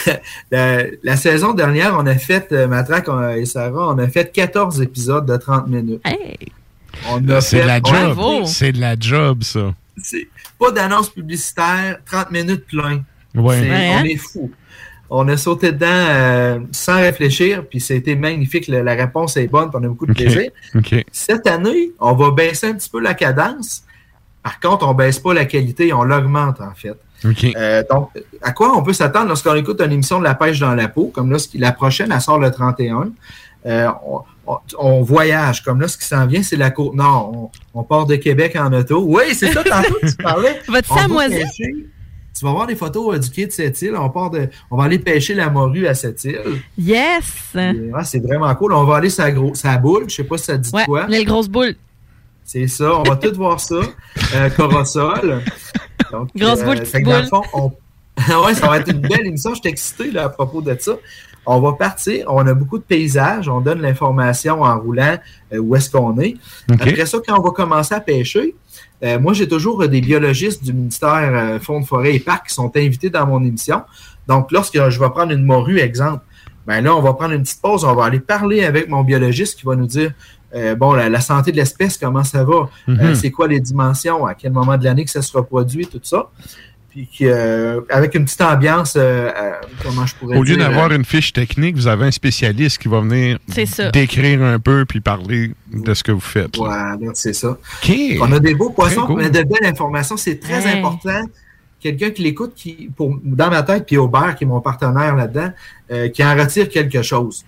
la, la saison dernière, on a fait, euh, Matraque on- et Sarah, on a fait quatorze épisodes de trente minutes. Hey! On a C'est fait- de la on a job. Bravo. C'est de la job, ça. C'est pas d'annonce publicitaire, trente minutes plein. Ouais. C'est- Ouais, on hein? est fou. On a sauté dedans euh, sans réfléchir, puis ça a été magnifique. Le- la réponse est bonne, puis on a beaucoup de OK. plaisir. OK. Cette année, on va baisser un petit peu la cadence. Par contre, on baisse pas la qualité, on l'augmente en fait. OK. Euh, donc, à quoi on peut s'attendre lorsqu'on écoute une émission de La Pêche dans la peau, comme là, ce qui- la prochaine, elle sort le trente et un. Euh, on, on- on voyage, comme là, ce qui s'en vient, c'est la Côte-Nord. On, on part de Québec en auto. Oui, c'est ça, tantôt, tu parlais. Vas-tu On va s'amoisir? pêcher. Tu vas voir des photos euh, du quai de Sept-Îles. On, part de, on va aller pêcher la morue à Sept-Îles. Yes! Et, ah, c'est vraiment cool. On va aller sur la, gros, sur la boule. Je sais pas si ça te dit Ouais, quoi. les grosses boules. C'est ça, on va tout voir ça. Euh, Corosol. Donc, Grosse boule, fait petite que dans le boule. fond, on... ouais, ça va être une belle émission. Je suis excité là, à propos de ça. On va partir. On a beaucoup de paysages. On donne l'information en roulant euh, où est-ce qu'on est. OK. Après ça, quand on va commencer à pêcher, euh, moi, j'ai toujours euh, des biologistes du ministère euh, Fonds de forêt et Parcs qui sont invités dans mon émission. Donc, lorsque je vais prendre une morue, exemple, ben là, on va prendre une petite pause. On va aller parler avec mon biologiste qui va nous dire euh, bon, la, la santé de l'espèce, comment ça va, Mhm. euh, c'est quoi les dimensions, à quel moment de l'année que ça se reproduit, tout ça. Puis euh, avec une petite ambiance, euh, euh, comment je pourrais Au lieu dire, d'avoir euh, une fiche technique, vous avez un spécialiste qui va venir C'est ça. décrire un peu puis parler de ce que vous faites. là. Voilà, c'est ça. OK. On a des beaux poissons, cool. mais de belles informations. C'est très Ouais. important. Quelqu'un qui l'écoute, qui, pour, dans ma tête, puis Aubert, qui est mon partenaire là-dedans, euh, qui en retire quelque chose.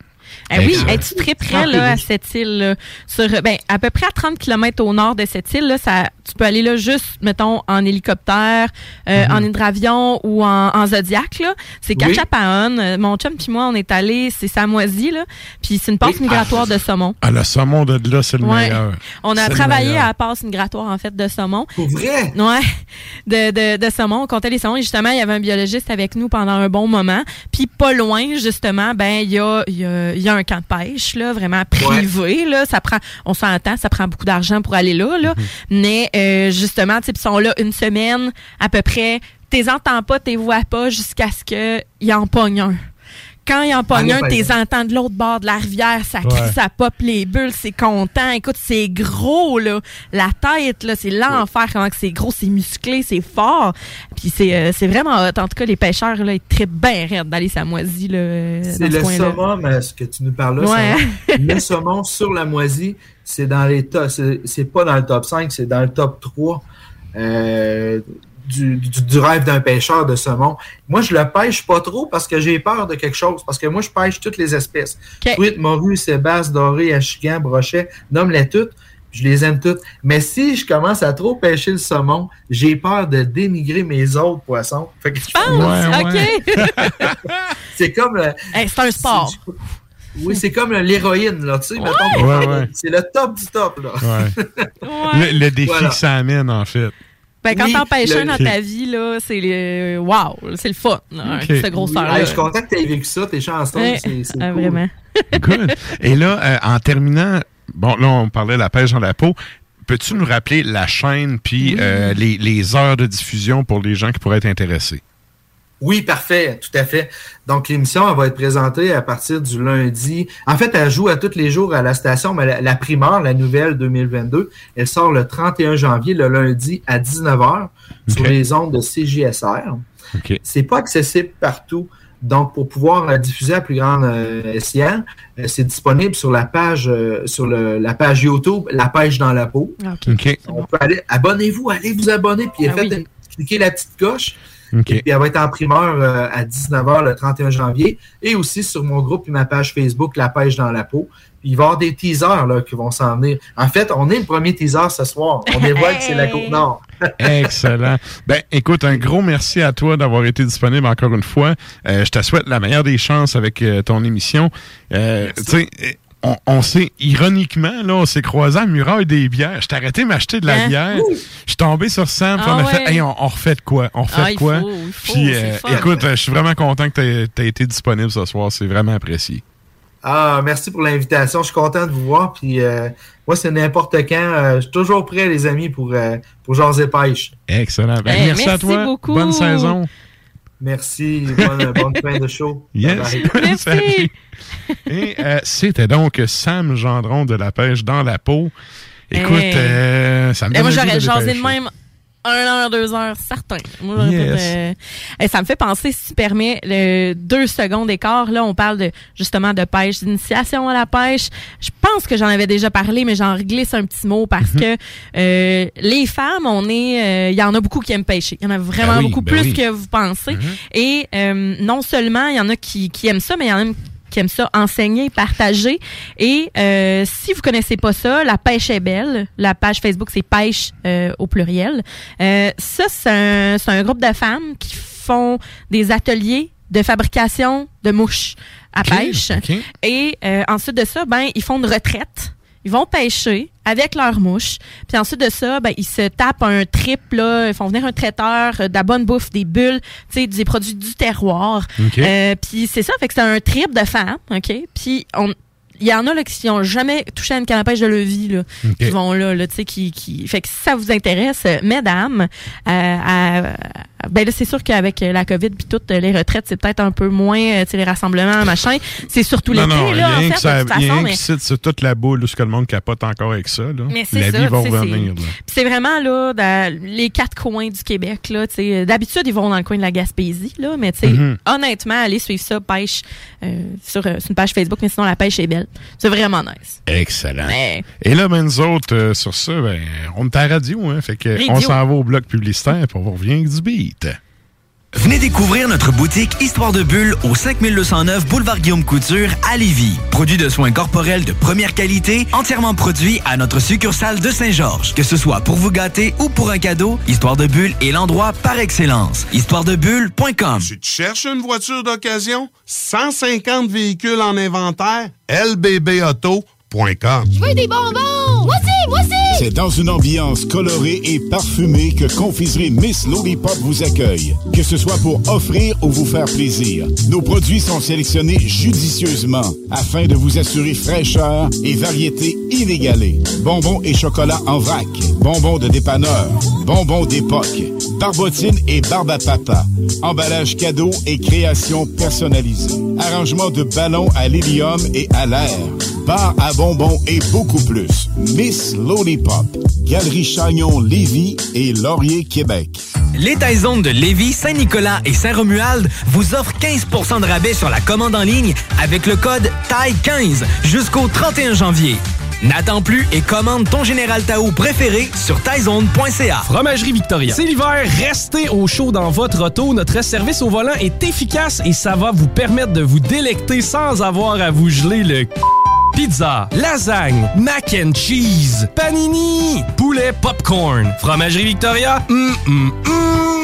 Eh oui, Excellent. es-tu très près là, à cette île? Là, sur, ben, à peu près à trente kilomètres au nord de cette île, là, ça, tu peux aller là juste, mettons, en hélicoptère, euh, Mhm. en hydravion ou en, en Zodiac. Là. C'est Oui. Ketchapaon. Euh, Mon chum puis moi, on est allés, c'est Samoisie, là, puis c'est une passe Oui. migratoire de saumon. Ah, le saumon de là, c'est le Ouais. meilleur. On a C'est le travaillé meilleur. à la passe migratoire, en fait, de saumon. Pour vrai? Ouais, de, de, de saumon. On comptait les saumons. Et justement, il y avait un biologiste avec nous pendant un bon moment. Puis pas loin, justement, ben il y a, il y, a, il y a un camp de pêche, là, vraiment privé. Là. Ça prend, on s'entend, ça prend beaucoup d'argent pour aller là. là. Mais euh, justement, tu sais, ils sont là une semaine à peu près. T'es entends pas, t'es vois pas jusqu'à ce qu'ils en pognent un. quand il en pogne un, t'es entends de l'autre bord de la rivière, ça crie, ouais. ça pop les bulles, c'est content. Écoute, c'est gros, là. La tête, là, c'est l'enfer, ouais. comment que c'est gros, c'est musclé, c'est fort. Puis c'est, euh, c'est vraiment hot. En tout cas, les pêcheurs, là, ils trippent bien raide d'aller sa moisie, là. C'est le saumon, ce que tu nous parles là. Ouais. Le saumon sur la moisie, c'est dans les top, c'est, c'est pas dans le top cinq, c'est dans le top trois. Euh, Du, du, du rêve d'un pêcheur de saumon. Moi, je le pêche pas trop parce que j'ai peur de quelque chose. Parce que moi, je pêche toutes les espèces. Okay. Truite, morue, sébasse, doré, achigan, brochet, nomme-les toutes. Je les aime toutes. Mais si je commence à trop pêcher le saumon, j'ai peur de dénigrer mes autres poissons. Fait que tu penses? Ouais, OK. C'est comme... Le, hey, c'est un sport. C'est, oui, c'est comme l'héroïne, là, tu sais, ouais. mettons. Ouais, ouais. C'est le top du top, là. Ouais. ouais. Le, le défi voilà. que ça amène, en fait. Ben, quand oui, t'en pêches un le... dans ta vie, là, c'est le wow, c'est le fun, là, okay. cette grosseur-là. Oui, je suis content que tu aies vécu ça, t'es chanceux. Ouais, c'est, c'est euh, cool. Vraiment. Good. Et là, euh, en terminant, bon, là, on parlait de la pêche dans la peau. Peux-tu nous rappeler la chaîne puis oui. euh, les, les heures de diffusion pour les gens qui pourraient être intéressés? Oui, parfait, tout à fait. Donc, l'émission, elle va être présentée à partir du lundi. En fait, elle joue à tous les jours à la station, mais la, la primeur, la nouvelle deux mille vingt-deux, elle sort le trente et un janvier, le lundi, à dix-neuf heures, okay. sur les ondes de C J S R. Okay. C'est pas accessible partout. Donc, pour pouvoir euh, diffuser à plus grande euh, échelle, euh, c'est disponible sur la page euh, sur le, la page YouTube La Pêche dans la peau. Okay. Okay. On peut aller, abonnez-vous, allez vous abonner, puis ah, faites oui. cliquez la petite coche. Okay. Et puis, elle va être en primeur euh, à dix-neuf heures le trente et un janvier. Et aussi sur mon groupe et ma page Facebook, La Pêche dans la peau. Puis, il va y avoir des teasers là, qui vont s'en venir. En fait, on est le premier teaser ce soir. On dévoile que c'est la Côte-Nord. Excellent. Ben, écoute, un gros merci à toi d'avoir été disponible encore une fois. Euh, je te souhaite la meilleure des chances avec euh, ton émission. Euh, tu sais... On, on s'est, ironiquement, là, on s'est croisés à Muraille des bières. Je t'ai arrêté de m'acheter de la hein? bière. Je suis tombé sur Sam, puis ah on a ouais. fait, hey, on, on refait de quoi? On refait ah, de quoi? Il faut, il faut, puis, euh, écoute, je suis vraiment content que tu aies été disponible ce soir. C'est vraiment apprécié. Ah, merci pour l'invitation. Je suis content de vous voir. Puis, euh, moi, c'est n'importe quand. Euh, je suis toujours prêt, les amis, pour, euh, pour jaser pêche. Excellent. Ben, hey, merci, merci à toi. Beaucoup. Bonne saison. Merci. Bonne, bonne fin de show. Yes. Merci. Et euh, c'était donc Sam Gendron de La Pêche dans la peau. Écoute, hey. euh, ça me donne moi, j'aurais jasé de même un heure, deux heures, certain. Moi, yes. euh, ça me fait penser, si tu permets, le deux secondes d'écart. Là, on parle de justement de pêche, d'initiation à la pêche. Je pense que j'en avais déjà parlé, mais j'en glisse un petit mot parce mm-hmm. que euh, les femmes, on est, il euh, y en a beaucoup qui aiment pêcher. Il y en a vraiment ben oui, beaucoup ben plus oui. que vous pensez. Mm-hmm. Et euh, non seulement il y en a qui, qui aiment ça, mais il y en a qui aiment ça enseigner, partager. Et euh, si vous connaissez pas ça, La Pêche est belle. La page Facebook, c'est Pêche euh, au pluriel. Euh, ça, c'est un, c'est un groupe de femmes qui font des ateliers de fabrication de mouches à okay, pêche. Okay. Et euh, ensuite de ça, ben ils font une retraite. Ils vont pêcher avec leurs mouches. Puis ensuite de ça, ben ils se tapent un trip, là. Ils font venir un traiteur, euh, de la bonne bouffe, des bulles, tu sais, des produits du terroir. Okay. Euh, puis c'est ça, fait que c'est un trip de femmes, OK? Puis on... Il y en a là qui n'ont jamais touché à une canne à pêche de leur vie, là, okay. qui vont là, là tu sais, qui, qui. Fait que si ça vous intéresse, euh, mesdames, euh, à, ben là, c'est sûr qu'avec la COVID puis toutes les retraites, c'est peut-être un peu moins, tu sais, les rassemblements, machin. C'est surtout l'été, non, là, en fait, ça, de toute façon. Mais c'est sur toute la boule, où ce que le monde capote encore avec ça, là. Mais c'est la ça, vie va revenir, là. C'est vraiment, là, dans les quatre coins du Québec, là, tu sais. D'habitude, ils vont dans le coin de la Gaspésie, là, mais tu sais, mm-hmm. honnêtement, allez suivre ça, pêche, euh, sur, euh, sur une page Facebook, mais sinon, La Pêche est belle. C'est vraiment nice. Excellent. Mais... Et là, ben, nous autres, euh, sur ça, ben, on est à la radio, hein. Fait que radio. On s'en va au bloc publicitaire, puis on vous revient avec du beat. Venez découvrir notre boutique Histoire de Bulle au cinq mille deux cent neuf Boulevard Guillaume Couture à Lévis. Produit de soins corporels de première qualité, entièrement produit à notre succursale de Saint-Georges. Que ce soit pour vous gâter ou pour un cadeau, Histoire de Bulle est l'endroit par excellence. histoire de bulle point com. Si tu cherches une voiture d'occasion, cent cinquante véhicules en inventaire, L B B auto point com. Je veux des bonbons! Voici! moi aussi! C'est dans une ambiance colorée et parfumée que Confiserie Miss Lollipop vous accueille. Que ce soit pour offrir ou vous faire plaisir, nos produits sont sélectionnés judicieusement afin de vous assurer fraîcheur et variété inégalée. Bonbons et chocolat en vrac, bonbons de dépanneur, bonbons d'époque, barbotine et barbe à papa, emballage cadeau et création personnalisée, arrangement de ballons à l'hélium et à l'air, bar à bonbons et beaucoup plus. Miss Lollipop, Galerie Chagnon Lévis et Laurier Québec. Les Taizones de Lévis, Saint-Nicolas et Saint-Romuald vous offrent quinze pour cent de rabais sur la commande en ligne avec le code T A I quinze jusqu'au trente et un janvier. N'attends plus et commande ton Général Tao préféré sur taizone point c a. Fromagerie Victoria. C'est l'hiver, restez au chaud dans votre auto. Notre service au volant est efficace et ça va vous permettre de vous délecter sans avoir à vous geler le... Pizza, lasagne, mac and cheese, panini, poulet popcorn. Fromagerie Victoria, hum, hum, hum.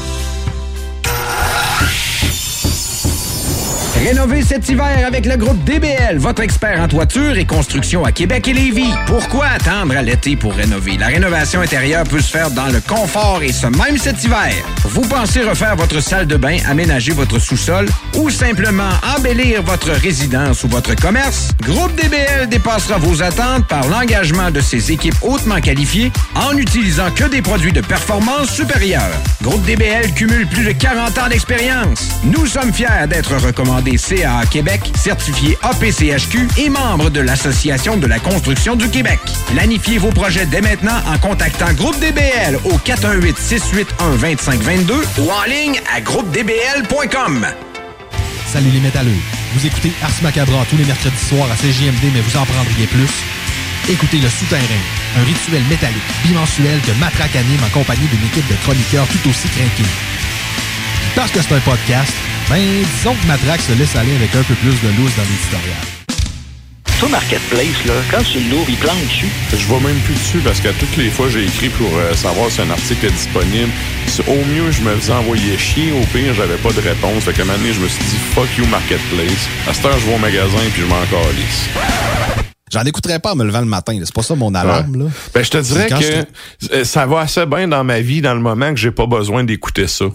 Rénovez cet hiver avec le groupe D B L, votre expert en toiture et construction à Québec et Lévis. Pourquoi attendre à l'été pour rénover? La rénovation intérieure peut se faire dans le confort et ce même cet hiver. Vous pensez refaire votre salle de bain, aménager votre sous-sol ou simplement embellir votre résidence ou votre commerce? Groupe D B L dépassera vos attentes par l'engagement de ses équipes hautement qualifiées en utilisant que des produits de performance supérieure. Groupe D B L cumule plus de quarante ans d'expérience. Nous sommes fiers d'être recommandés C A A Québec, certifié A P C H Q et membre de l'Association de la construction du Québec. Planifiez vos projets dès maintenant en contactant Groupe D B L au quatre un huit, six huit un, deux cinq deux deux ou en ligne à groupe d b l point com. Salut les métalleux. Vous écoutez Ars Macabra tous les mercredis soirs à C J M D, mais vous en prendriez plus? Écoutez Le Souterrain, un rituel métallique bimensuel que Matraque anime en compagnie d'une équipe de chroniqueurs tout aussi craqués. Parce que c'est un podcast, ben, disons que Matraque se laisse aller avec un peu plus de loose dans l'éditorial. Toi, Marketplace, là, quand tu l'ouvres, il plante dessus. Je vais même plus dessus parce que toutes les fois, j'ai écrit pour euh, savoir si un article est disponible. Au mieux, je me faisais envoyer chier. Au pire, j'avais pas de réponse. Fait qu'à un moment donné, je me suis dit « Fuck you, Marketplace ». À cette heure, je vais au magasin puis je m'en calisse. J'en écouterais pas en me levant le matin. C'est pas ça mon alarme. Ouais. Là. Ben, je te dirais que je... ça va assez bien dans ma vie dans le moment que j'ai pas besoin d'écouter ça.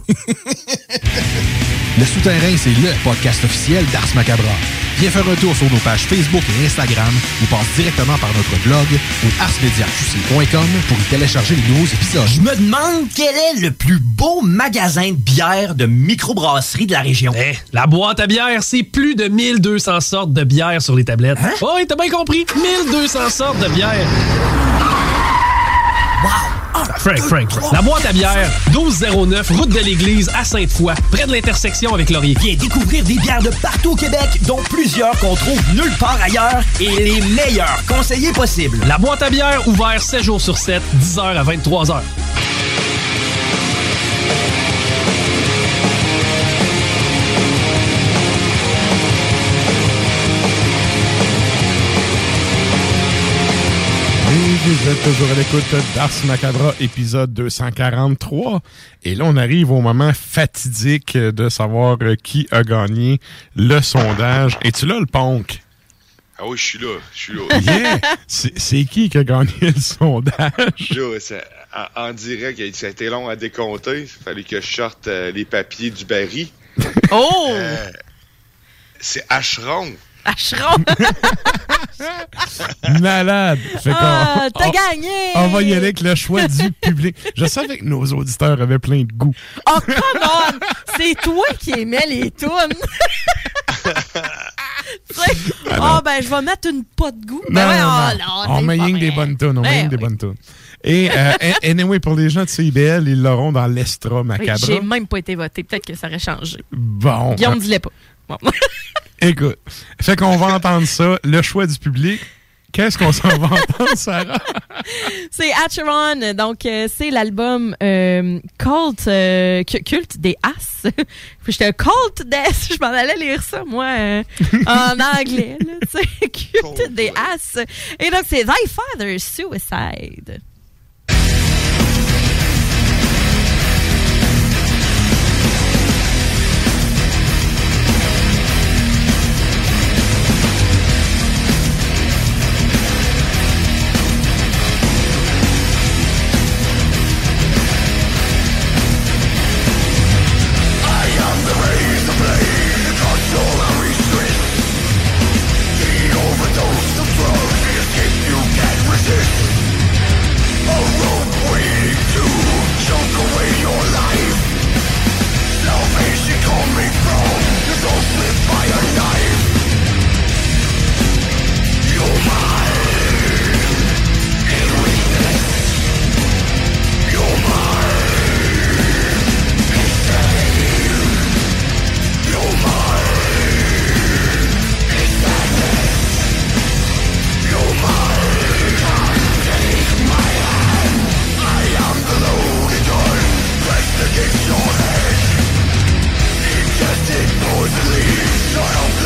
Le Souterrain, c'est le podcast officiel d'Ars Macabra. Viens faire un tour sur nos pages Facebook et Instagram ou passe directement par notre blog au ars media q c point com pour y télécharger les nouveaux épisodes. Je me demande quel est le plus beau magasin de bière de microbrasserie de la région. Hey, la boîte à bière, c'est plus de mille deux cents sortes de bière sur les tablettes. Hein? Oh, t'as bien compris, mille deux cents sortes de bière. Wow! Frank, Frank, Frank. La boîte à bière, douze zéro neuf, route de l'église à Sainte-Foy, près de l'intersection avec Laurier. Viens découvrir des bières de partout au Québec, dont plusieurs qu'on trouve nulle part ailleurs et les meilleurs conseillers possibles. La boîte à bière, ouvert sept jours sur sept, dix heures à vingt-trois heures. Vous êtes toujours à l'écoute d'Ars Macabra, épisode deux cent quarante-trois. Et là, on arrive au moment fatidique de savoir qui a gagné le sondage. Es-tu là, le Ponk? Ah oui, je suis là. Je suis là. Yeah! C'est, c'est qui qui a gagné le sondage? Là, c'est, en, en direct, ça a été long à décompter. Il fallait que je sorte euh, les papiers du baril. Oh! Euh, c'est Acheron. Acheron! Malade! Fait ah, qu'on, t'as on, gagné! On va y aller avec le choix du public. Je savais que nos auditeurs avaient plein de goût. Oh, come on! C'est toi qui aimais les tounes! Ah, oh, ben, je vais mettre une pas de goût. Non, ben, ouais, non, oh, non. non, On met rien que des bonnes tunes. On met rien que des bonnes tunes. Et, euh, anyway, pour les gens de C I B L, ils l'auront dans l'Estra Macabra. Oui, j'ai même pas été voté. Peut-être que ça aurait changé. Bon. Guillaume, dis-le pas. Bon. Écoute, fait qu'on va entendre ça, le choix du public. Qu'est-ce qu'on s'en va entendre, Sarah? C'est Acheron, donc euh, c'est l'album euh, Cult, euh, Culte des As. J'étais Cult des, je m'en allais lire ça, moi, euh, en anglais, là, tu sais, Culte des As. Et donc, c'est Thy Father's Suicide.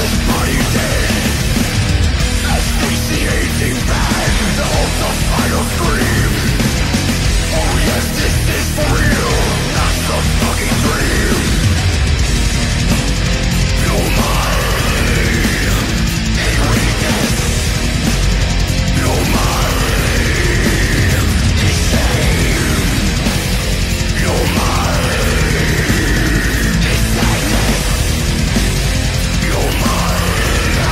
You're mine.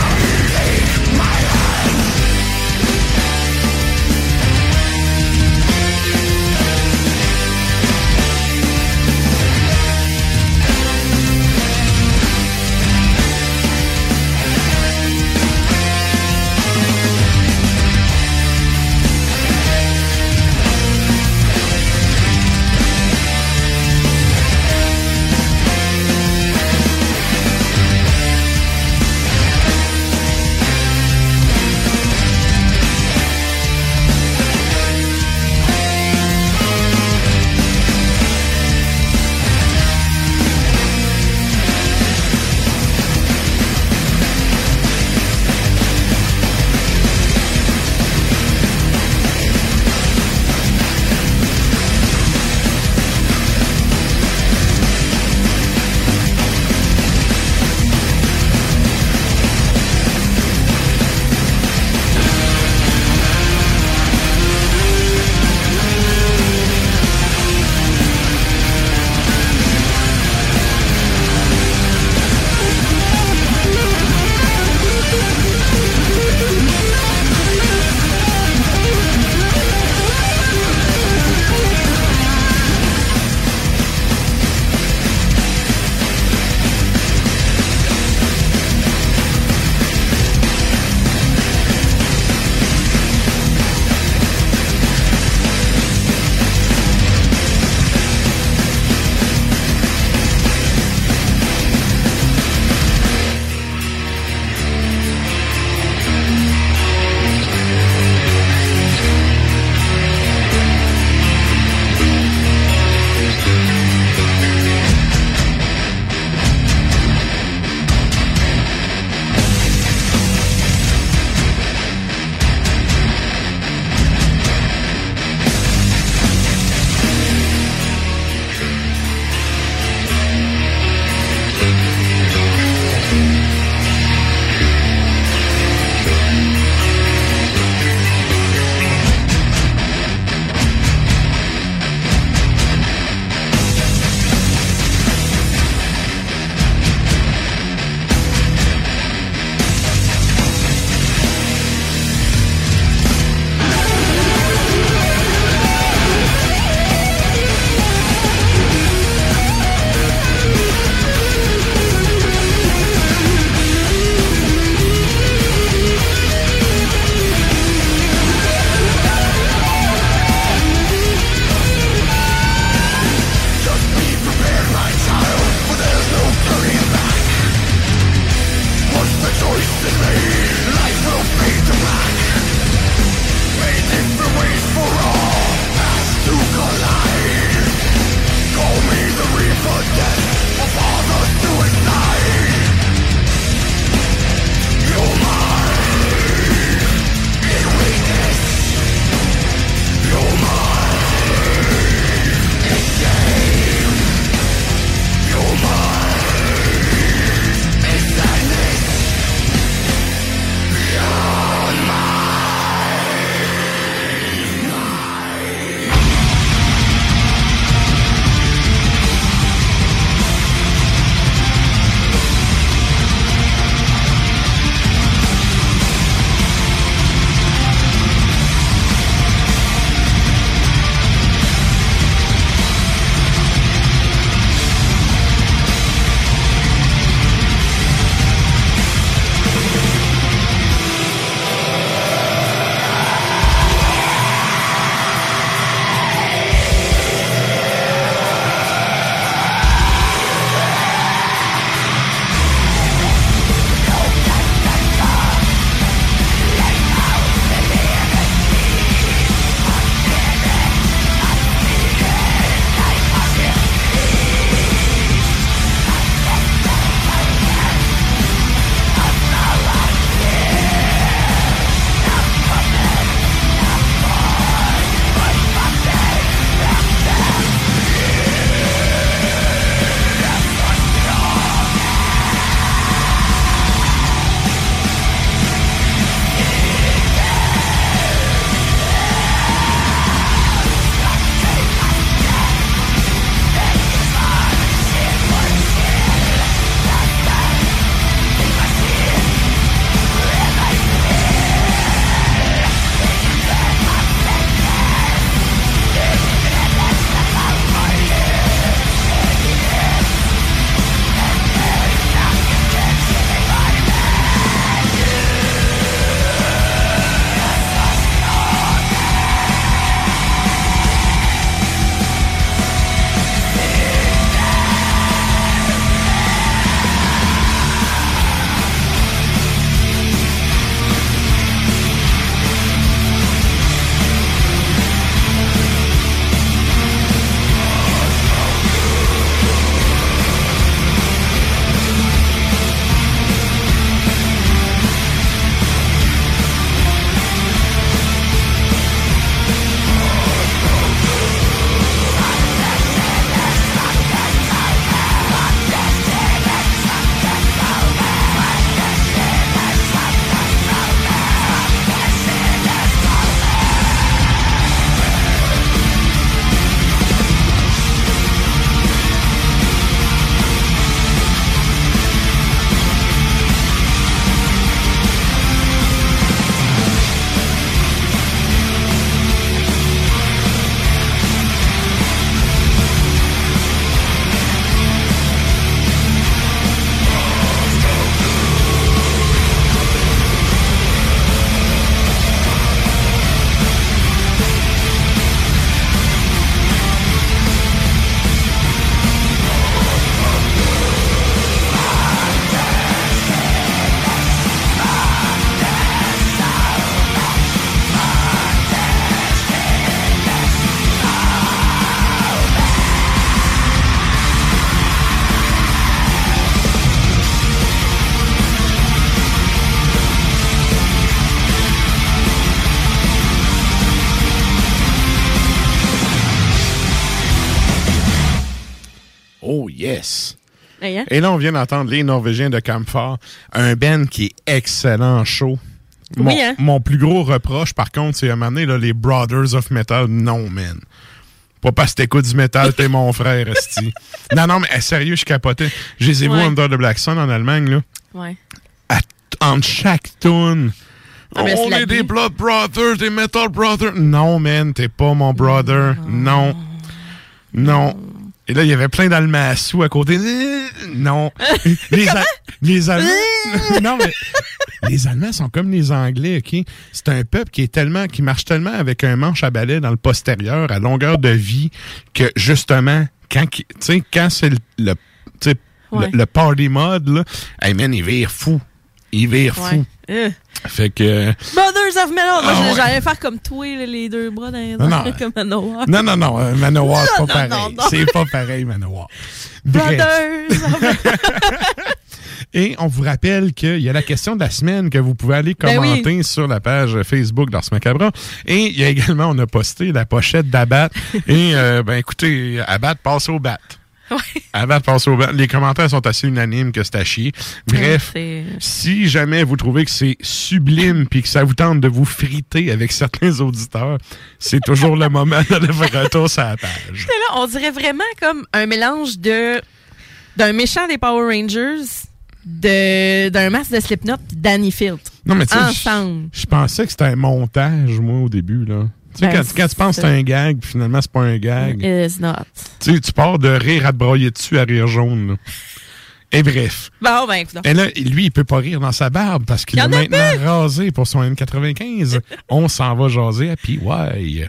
Oh, yes! Hey, hein? Et là, on vient d'entendre les Norvégiens de Camphor, un band qui est excellent en show. Mon, oui, hein? mon plus gros reproche, par contre, c'est à un moment donné, là, les Brothers of Metal. Non, man. Pas parce que t'écoutes du métal, t'es mon frère, esti. Non, non, mais eh, sérieux, je capotais. Je les ai vus Ouais. Under the Black Sun en Allemagne, là. Ouais. À, entre chaque tune. Ah, mais on c'est est la des vie. Blood Brothers, des Metal Brothers. Non, man, t'es pas mon brother. Non. Non. Et là, il y avait plein d'Allemands sous à côté. Non. les, Al- les Allemands. non, mais. Les Allemands sont comme les Anglais, OK? C'est un peuple qui est tellement, qui marche tellement avec un manche à balai dans le postérieur à longueur de vie que, justement, quand, tu sais, quand c'est le, le, tu sais, Ouais. le, le party mode, là, hey man, il vire fou. Il vire Ouais. fou. Euh. Fait que... Brothers of Metal! Moi, Ah, ouais. j'allais faire comme toi, là, les deux bras dans les Non, non. comme Manowar. Non, non, non, euh, Manowar, c'est Non, pas non, pareil. non, non. C'est pas pareil, Manowar. Bref. Brothers of Metal. Et on vous rappelle qu'il y a la question de la semaine que vous pouvez aller Ben commenter sur la page Facebook d'Ars Macabra. Et il y a également, on a posté la pochette d'Abat. Et, euh, ben écoutez, Abat passe au bat. Ouais. Abat passe au bat. Les commentaires sont assez unanimes que c'est à chier. Bref, Ouais, si jamais vous trouvez que c'est sublime puis que ça vous tente de vous friter avec certains auditeurs, c'est toujours le moment de faire un tour sur la page. J'étais là, on dirait vraiment comme un mélange de d'un méchant des Power Rangers, de d'un masque de Slipknot pis Danny Field. Non, mais tu sais, ensemble. je je pensais que c'était un montage, moi, au début, là. Tu sais, Ben, quand, quand tu penses que c'est un gag, puis finalement, c'est pas un gag. It's not. Tu sais, tu pars de rire à te broyer dessus à rire jaune, là. Et bref. Bon, ben, écoute. Et là, lui, il peut pas rire dans sa barbe parce qu'il Y a en a maintenant rasé pour son N quatre-vingt-quinze. On s'en va jaser à P Y.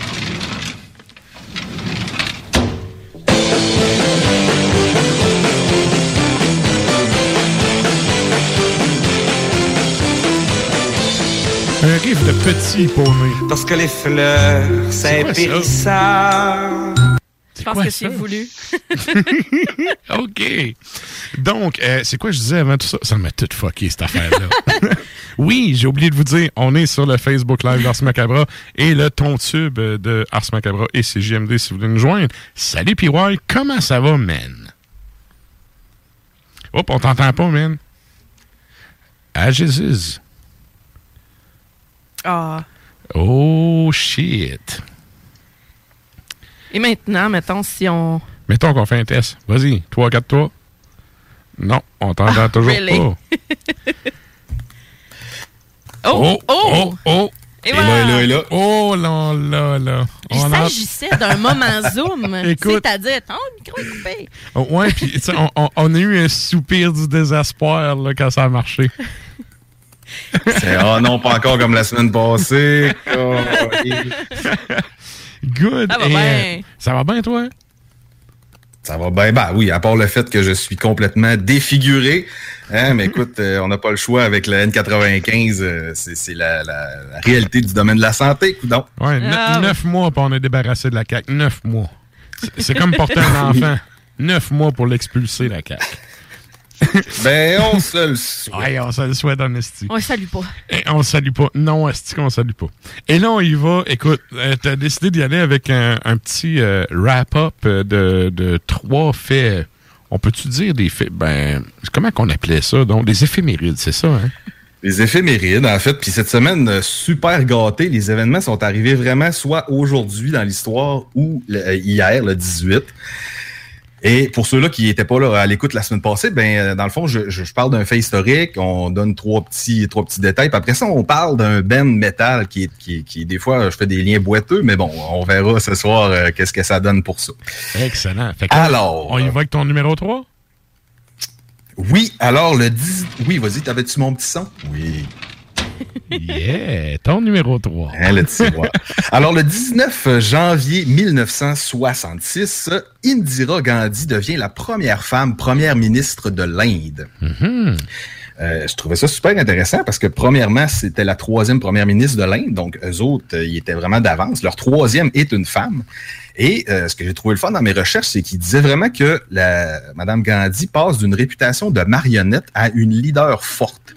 Un riff de petit paumé. Parce que les fleurs, c'est quoi ça? périssable. Je pense quoi que c'est ça? voulu. OK. Donc, euh, c'est quoi je disais avant tout ça? Ça m'a tout fucké, cette affaire-là. Oui, j'ai oublié de vous dire, on est sur le Facebook Live d'Ars Macabra et le ton tube de Ars Macabra et C J M D si vous voulez nous joindre. Salut P Y, comment ça va, man? Hop, on t'entend pas, man. Ah, Jésus. Ah. Oh, shit. Et maintenant, mettons, si on... Mettons qu'on fait un test. Vas-y, trois, quatre, trois. Non, on t'entend Ah, toujours really? pas. Oh, oh! oh, oh. Et voilà. là, Oh là là là. Il On a- s'agissait d'un moment zoom. Écoute. C'est-à-dire, ton micro est coupé. Oh, ouais, puis tu sais, on, on, on a eu un soupir du désespoir là, quand ça a marché. C'est, oh non, pas encore comme la semaine passée. Oh, Good. Ça va Et, bien. euh, ça va bien, toi? Ça va bien, bah oui, à part le fait que je suis complètement défiguré. Hein, mais écoute, euh, on n'a pas le choix avec le N quatre-vingt-quinze. euh, c'est c'est la, la, la réalité du domaine de la santé, coudonc. Ouais, ne- Ah, neuf mois pour on est débarrassé de la C A Q. Neuf mois. C'est- C'est comme porter un enfant. Neuf mois pour l'expulser, la C A Q. Ben, on se le souhaite. Ouais, on se le souhaite en esti. On ne salue pas. Et on le salue pas. Non, esti qu'on le salue pas. Et là, on y va. Écoute, euh, t'as décidé d'y aller avec un, un petit euh, wrap-up euh, de, de trois faits. On peut-tu dire des faits? Ben, comment qu'on appelait ça? Donc, des éphémérides, c'est ça, hein? Les éphémérides, en fait. Puis cette semaine, euh, super gâtée. Les événements sont arrivés vraiment soit aujourd'hui dans l'histoire ou le- euh, hier, le dix-huit. Et pour ceux-là qui n'étaient pas là à l'écoute la semaine passée, ben euh, dans le fond, je, je, je parle d'un fait historique, on donne trois petits, trois petits détails. Puis après ça, on parle d'un band metal qui est, qui, qui, des fois, je fais des liens boiteux, mais bon, on verra ce soir euh, qu'est-ce que ça donne pour ça. Excellent. Fait que, Alors, on y va avec ton numéro trois? Oui, alors le dix... Oui, vas-y, t'avais-tu mon petit son? Oui. Yeah, ton numéro trois. Hein, le petit roi. Alors, le dix-neuf janvier mille neuf cent soixante-six, Indira Gandhi devient la première femme première ministre de l'Inde. Mm-hmm. Euh, je trouvais ça super intéressant parce que, premièrement, c'était la troisième première ministre de l'Inde. Donc, eux autres, euh, ils étaient vraiment d'avance. Leur troisième est une femme. Et euh, ce que j'ai trouvé le fun dans mes recherches, c'est qu'ils disaient vraiment que la, Mme Gandhi passe d'une réputation de marionnette à une leader forte.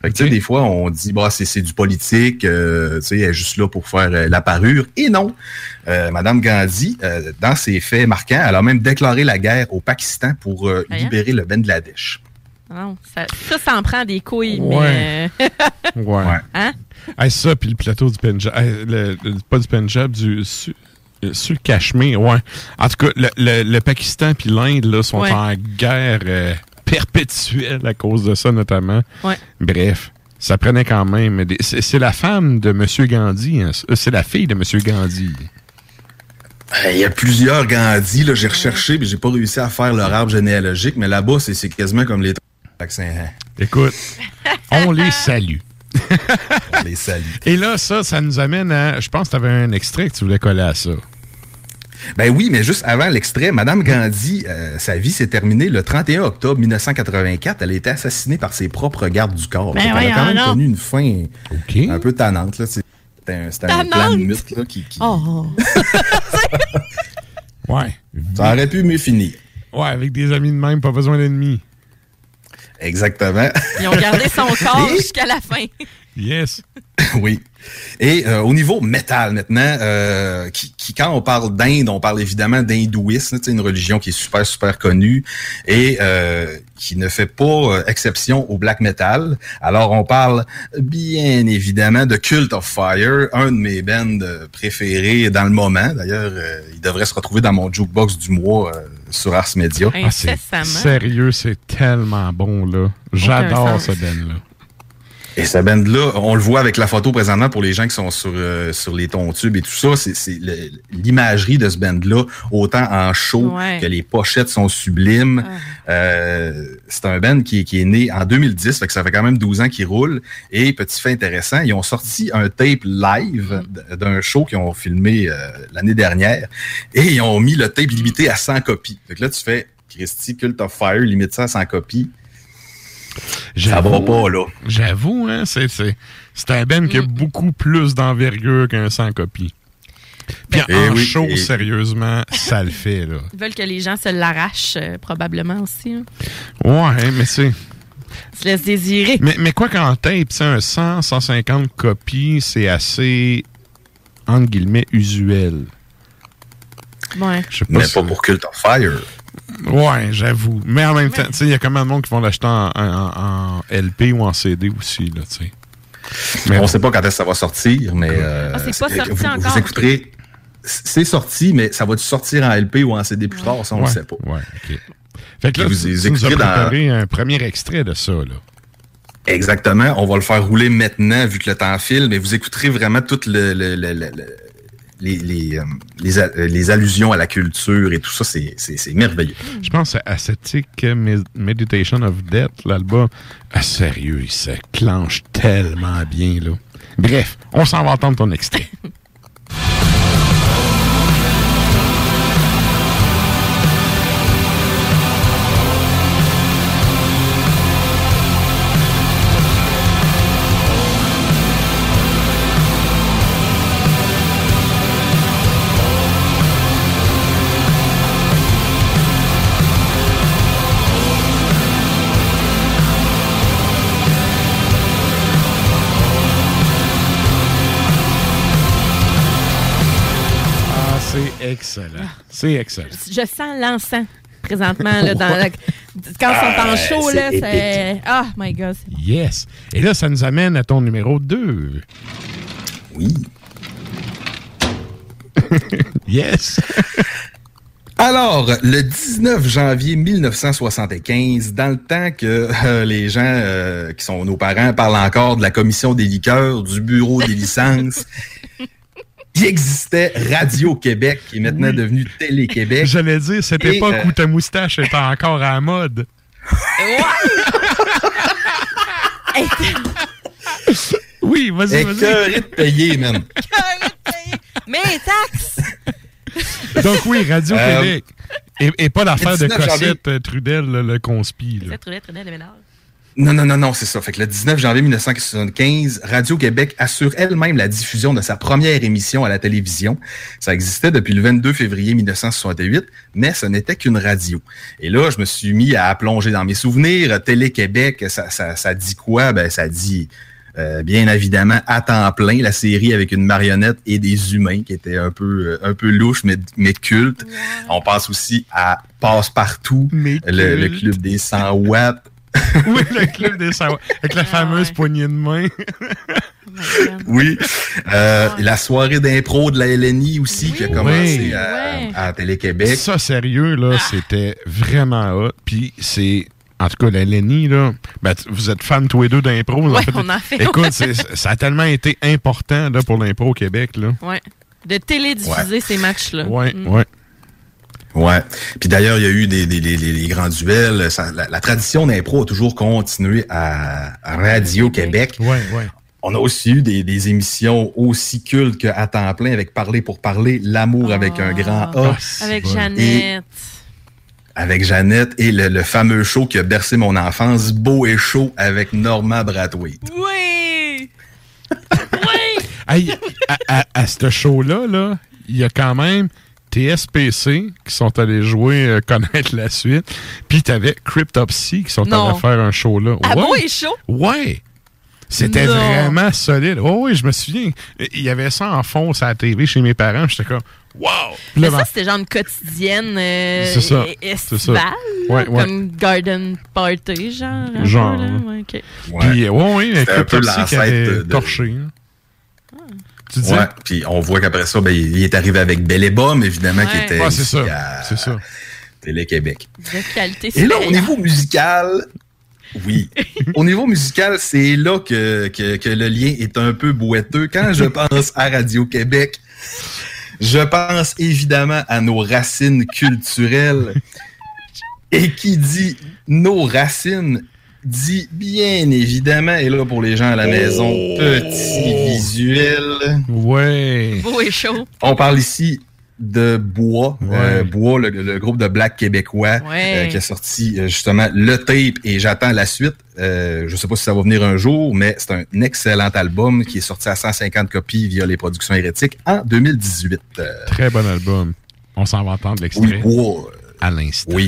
Fait que, tu sais, des fois, on dit, bah, c'est, c'est du politique, euh, tu sais, elle est juste là pour faire euh, la parure. Et non. Euh, Madame Gandhi, euh, dans ses faits marquants, elle a même déclaré la guerre au Pakistan pour euh, libérer le Bangladesh. Non, ça, ça, ça en prend des couilles, Ouais. mais... Ouais. Hein? Hey, ça, puis le plateau du Punjab, hey, le, le- pas du Punjab, du... Sur, sur le Cachemire, ouais. En tout cas, le, le, le Pakistan puis l'Inde, là, sont Ouais. en guerre euh, perpétuelle à cause de ça, notamment. Ouais. Bref, ça prenait quand même... Des, c'est, c'est la femme de M. Gandhi, hein, c'est la fille de M. Gandhi. Il y a plusieurs Gandhi, là, j'ai recherché, mais j'ai pas réussi à faire leur arbre généalogique, mais là-bas, c'est, c'est quasiment comme les... Écoute, on les salue. On les salue. Et là, ça, ça nous amène à... Je pense que tu avais un extrait que tu voulais coller à ça. Ben oui, mais juste avant l'extrait, Madame Gandhi, euh, sa vie s'est terminée le trente et un octobre mille neuf cent quatre-vingt-quatre. Elle a été assassinée par ses propres gardes du corps. Ben Fait qu'elle voyons a quand même donc. connu une fin un peu tannante. Là. C'était un, c'était un plan de mythe là, qui... qui... Oh! Ouais. Ça aurait pu mieux finir. Ouais, avec des amis de même, pas besoin d'ennemis. Exactement. Ils ont gardé son corps jusqu'à la fin. Yes. Oui. Et euh, au niveau métal maintenant, euh, qui, qui quand on parle d'Inde, on parle évidemment d'hindouisme, une religion qui est super, super connue et euh, qui ne fait pas euh, exception au black metal. Alors on parle bien évidemment de Cult of Fire, un de mes bands préférés dans le moment. D'ailleurs, euh, il devrait se retrouver dans mon jukebox du mois euh, sur Ars Media. Ah, c'est sérieux, c'est tellement bon, là. J'adore ce band-là. Et cette band-là, on le voit avec la photo présentement pour les gens qui sont sur euh, sur les tons-tubes et tout ça, c'est, c'est le- l'imagerie de ce band-là, autant en show Ouais. que les pochettes sont sublimes. Euh, c'est un band qui, qui est né en deux mille dix, fait que ça fait quand même douze ans qu'il roule. Et petit fait intéressant, ils ont sorti un tape live d- d'un show qu'ils ont filmé euh, l'année dernière et ils ont mis le tape limité à cent copies. Fait que là, tu fais Christy, Cult of Fire, limite ça à cent copies. Ça va pas, là. J'avoue, hein, c'est, c'est, c'est un band qui a beaucoup plus d'envergure qu'un cent copies. Puis Ben, en Eh oui, show, et- sérieusement, ça le fait, là. Ils veulent que les gens se l'arrachent, euh, probablement aussi. Hein. Ouais, mais c'est... Ils se laissent désirer. Mais, mais quoi qu'en tape, c'est un cent, cent cinquante copies, c'est assez, entre guillemets, usuel. Ouais. Je sais pas Mais si- pas pour Cult of Fire. Ouais, j'avoue. Mais en même temps, tu sais, il y a combien de monde qui vont l'acheter en, en- en L P ou en C D aussi, là, tu sais. Mais on sait pas quand est-ce que ça va sortir, mais euh, Ah, c'est pas sorti vous, encore. vous écouterez. C'est sorti, mais ça va sortir en L P ou en C D plus tard, ça on Ouais, le sait pas. Ouais, ok. Fait que là, Vous tu, les tu nous as écouterez dans- préparé un premier extrait de ça, là. Exactement. On va le faire rouler maintenant vu que le temps file, mais vous écouterez vraiment toutes le, le- le- le- le- les, les, euh, les, a- les allusions à la culture et tout ça. C'est, c'est, c'est merveilleux. Je pense à Ascetic Med- Meditation of Death, l'album. Ah, sérieux, il se clenche tellement bien, là. Bref, on s'en va entendre ton extrait. Ah, c'est excellent. C'est excellent. Je sens l'encens présentement là, dans la- quand ils sont en Ah, show c'est là, épique. c'est ah my god. Yes. Et là, ça nous amène à ton numéro deux. Oui. Yes. Alors, le dix-neuf janvier mille neuf cent soixante-quinze, dans le temps que euh, les gens euh, qui sont nos parents parlent encore de la commission des liqueurs, du bureau des licences, il existait Radio-Québec, qui est maintenant Oui. devenu Télé-Québec. J'allais dire, cette Et, époque euh, où ta moustache était encore à la mode. Oui, vas-y, vas-y. Écœuré de payer, man. Mais taxes. Donc oui, Radio-Québec. Et, et pas l'affaire de dix-neuf janvier. Cossette euh, Trudel, le, le conspi. là. C'est Trudel, Trudel, le ménage. Non, non, non, non, c'est ça. Fait que le dix-neuf janvier mille neuf cent soixante-quinze, Radio-Québec assure elle-même la diffusion de sa première émission à la télévision. Ça existait depuis le vingt-deux février mille neuf cent soixante-huit, mais ce n'était qu'une radio. Et là, je me suis mis à plonger dans mes souvenirs. Télé-Québec, ça, ça, ça dit quoi? Ben, ça dit, euh, bien évidemment, à temps plein, la série avec une marionnette et des humains qui étaient un peu, un peu louches, mais, mais cultes. Ouais. On passe aussi à Passe-Partout, le, le club des cent watts. Oui, le club des cent watts, avec la fameuse poignée de main. Oui. Euh, la soirée d'impro de la L N I aussi, oui, qui a commencé oui. à, ouais. à Télé-Québec. Ça, sérieux, là, ah. c'était vraiment hot. Puis c'est... En tout cas, la L N I, là, ben, vous êtes fans tous les deux d'impro. Oui, en fait. on a fait. Écoute, c'est, ça a tellement été important là, pour l'impro au Québec. Oui, de télédiffuser ouais. ces matchs-là. Oui, mm. oui. Ouais. Puis d'ailleurs, il y a eu des, des, des, des grands duels. Ça, la, la tradition d'impro a toujours continué à, à Radio-Québec. Ouais, ouais. On a aussi eu des, des émissions aussi cultes qu'à temps plein avec Parler pour parler, L'amour oh. avec un grand A. Avec Jeannette. Et avec Jeannette et le, le fameux show qui a bercé mon enfance, Beau et chaud avec Norma Brathwaite. Oui! Oui! Hey, à, à, à ce show-là, là, il y a quand même T S P C qui sont allés jouer euh, connaître la suite. Puis t'avais Cryptopsy qui sont non. allés faire un show là. Ah, ouais. Beau et chaud? Ouais! C'était non. vraiment solide. Oh oui, je me souviens. Il y avait ça en fond sur la T V chez mes parents. J'étais comme, wow! Mais ça, c'était genre une quotidienne euh, c'est ça. estivale, c'est ça. Ouais, ouais. comme Garden Party, genre. Genre. Peu, là. Ouais, okay. Ouais. Puis, ouais, oui, c'était un peu l'ancêtre de... torché. Ah. Tu dis? Ouais, puis on voit qu'après ça, ben, il est arrivé avec Belle et Bomme, évidemment, ouais. qui était ah, c'est ça. à c'est ça. Télé-Québec. De qualité et là, au niveau musical... Oui. Au niveau musical, c'est là que, que, que le lien est un peu boiteux. Quand je pense à Radio-Québec, je pense évidemment à nos racines culturelles. Et qui dit nos racines, dit bien évidemment, et là pour les gens à la maison, oh. petit visuel. Ouais. Beau et chaud. On parle ici de Bois, ouais. euh, Bois, le, le groupe de black québécois ouais. euh, qui a sorti euh, justement le tape et j'attends la suite. Euh, je sais pas si ça va venir un jour, mais c'est un excellent album qui est sorti à cent cinquante copies via les productions hérétiques en deux mille dix-huit. Euh, Très bon album. On s'en va entendre l'extrait oui, Bois, à l'instant. Oui.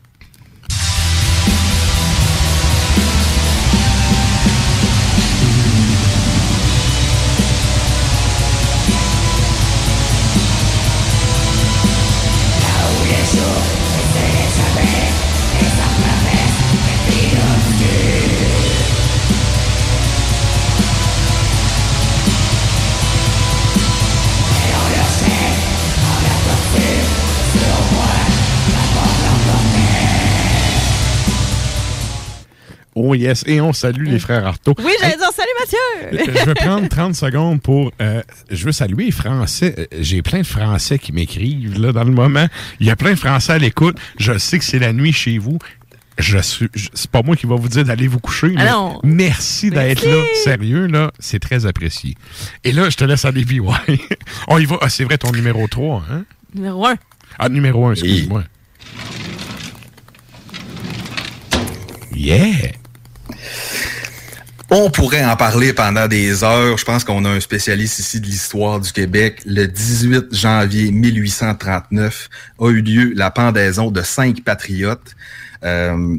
Oh yes, et on salue les frères Artaud. Oui, j'allais hey, dire salut Mathieu! Je vais prendre trente secondes pour... Euh, je veux saluer les Français. J'ai plein de Français qui m'écrivent là dans le moment. Il y a plein de Français à l'écoute. Je sais que c'est la nuit chez vous. Je suis, je, c'est pas moi qui va vous dire d'aller vous coucher. Mais Alors, merci d'être merci. là. Sérieux, là, c'est très apprécié. Et là, je te laisse aller, puis ouais. On y va. Ah, c'est vrai, ton numéro trois, hein? Numéro un. Ah, numéro un, excuse-moi. Yeah! On pourrait en parler pendant des heures. Je pense qu'on a un spécialiste ici de l'histoire du Québec. Le dix-huit janvier mille huit cent trente-neuf a eu lieu la pendaison de cinq patriotes. Euh,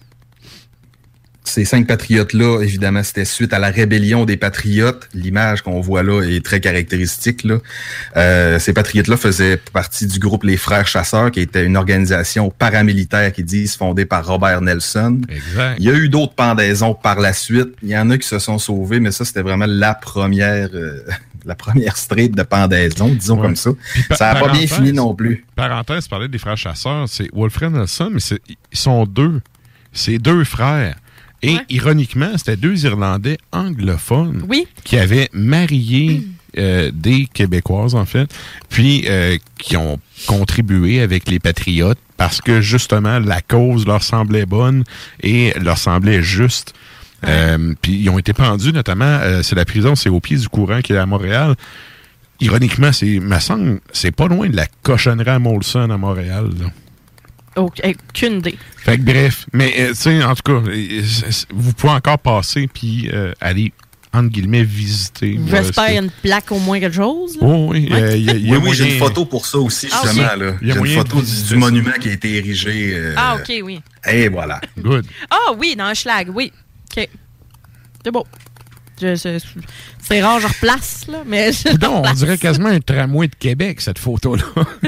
ces cinq patriotes-là, évidemment, c'était suite à la rébellion des patriotes. L'image qu'on voit là est très caractéristique, là. Euh, ces patriotes-là faisaient partie du groupe Les Frères Chasseurs, qui était une organisation paramilitaire, qui disent, fondée par Robert Nelson. Exact. Il y a eu d'autres pendaisons par la suite. Il y en a qui se sont sauvés, mais ça, c'était vraiment la première... Euh, la première street de pendaison, disons ouais. comme ça. Pa- ça n'a pas bien fini non plus. Parenthèse, parler des Frères Chasseurs, c'est Wilfred Nelson, mais c'est, ils sont deux. C'est deux frères. Et ouais. ironiquement, c'était deux Irlandais anglophones oui. qui avaient marié mmh. euh, des Québécoises, en fait, puis euh, qui ont contribué avec les Patriotes parce que, justement, la cause leur semblait bonne et leur semblait juste. Ouais. Euh, puis ils ont été pendus, notamment, euh, c'est la prison, c'est au pied du courant qui est à Montréal. Ironiquement, c'est, me semble, c'est pas loin de la cochonnerie à Molson à Montréal, là. Aucune idée. Fait que bref, mais euh, tu sais, en tout cas, euh, vous pouvez encore passer puis euh, aller, entre guillemets, visiter. J'espère qu'il y a une plaque au moins quelque chose. Oh, oui, ouais. euh, y a, y a oui, moyen... oui, j'ai une photo pour ça aussi, ah, justement. okay. Là. J'ai une photo du, du monument qui a été érigé. Euh, ah, OK, oui. Et voilà. Good. Ah, oui, dans un schlag, oui. OK. C'est beau. Je, je, c'est rare, je replace, là, mais je non, on dirait quasiment un tramway de Québec, cette photo-là.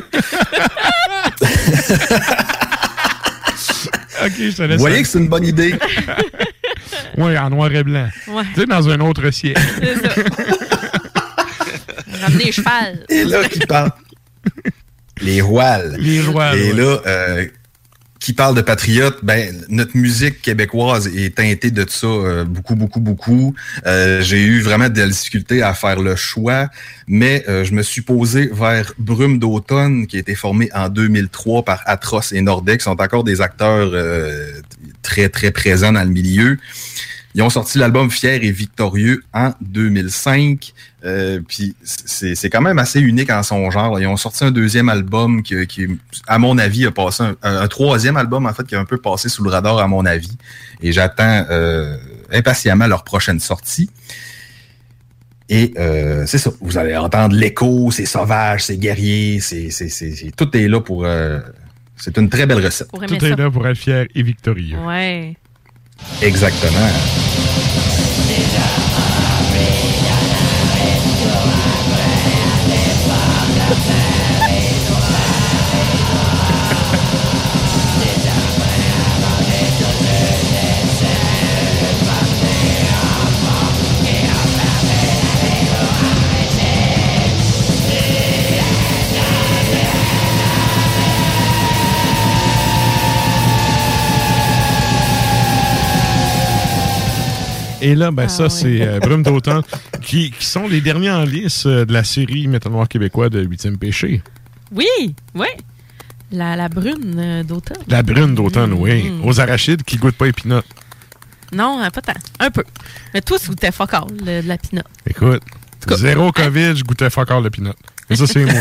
OK, je te laisse. Vous voyez que c'est une bonne idée? Oui, en noir et blanc. Ouais. Tu sais, dans un autre siècle. C'est ça. Ramener cheval. Et là, qui parle... Les rouales. Les rouales, Et ouais. là, euh, qui parle de patriotes, ben, notre musique québécoise est teintée de ça euh, beaucoup, beaucoup, beaucoup. Euh, j'ai eu vraiment de la difficulté à faire le choix, mais euh, je me suis posé vers Brume d'automne, qui a été formé en deux mille trois par Atroce et Nordet, qui sont encore des acteurs euh, très, très présents dans le milieu. Ils ont sorti l'album Fier et Victorieux en deux mille cinq. Euh, puis c'est, c'est quand même assez unique en son genre. Ils ont sorti un deuxième album qui, qui à mon avis, a passé un, un troisième album, en fait, qui a un peu passé sous le radar, à mon avis. Et j'attends euh, impatiemment leur prochaine sortie. Et euh, c'est ça. Vous allez entendre l'écho, c'est sauvage, c'est guerrier, c'est, c'est, c'est, c'est tout est là pour... Euh, c'est une très belle recette. Tout est ça. Là pour être fier et victorieux. Ouais. Exactement. Et là, ben ah, ça, oui. c'est euh, Brume d'automne, qui, qui sont les derniers en lice euh, de la série Métal Noir québécois de huitième Péché. Oui, oui. La, la brune euh, d'automne. La brune d'automne, mmh. oui. Aux arachides qui goûtent pas épinote. Non, pas tant. Un peu. Mais toi, tu goûtais fuck all, le, de la pinotte. Écoute, zéro COVID, je goûtais fuck all le pinotte. Et ça, c'est moi.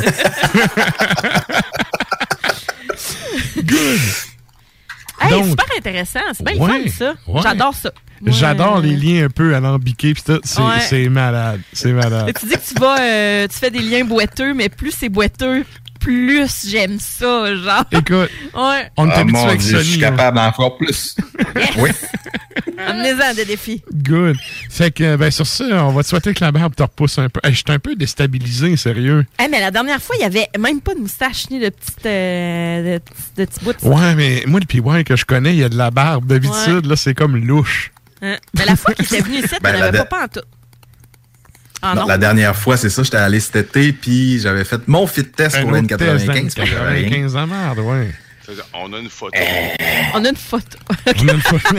Good! Hey, Donc, super intéressant. C'est bien ouais, fun, ça. ouais. J'adore ça. Moi, J'adore euh... les liens un peu alambiqués pis tout. C'est, ouais. c'est malade. C'est malade. Mais tu dis que tu vas, euh, tu fais des liens boiteux, mais plus c'est boiteux, plus j'aime ça, genre. Écoute, ouais. on ah, t'habitue avec Dieu, Sony. Je suis capable d'en faire plus. Yes. Oui. Amenez-en des défis. Good. Fait que, ben, sur ça, on va te souhaiter que la barbe te repousse un peu. Hey, je suis un peu déstabilisé, sérieux. Hey, mais la dernière fois, il n'y avait même pas de moustache ni de petite, euh, de, de petits bouts de ça. Ouais, mais moi, le P Y que je connais, il y a de la barbe. D'habitude, ouais. là, c'est comme louche. Hein? Mais la fois qu'il était venu ici, ben, t'en avais de... pas pas en tout. Ah, non, non. La dernière fois, c'est ça, j'étais allé cet été, puis j'avais fait mon fit test un pour l'N quatre-vingt-quinze. quatre-vingt-quinze à merde, ouais. On a une photo. On a une photo. On a une photo.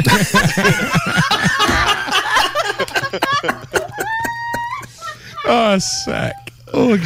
Ah, oh, sac. OK.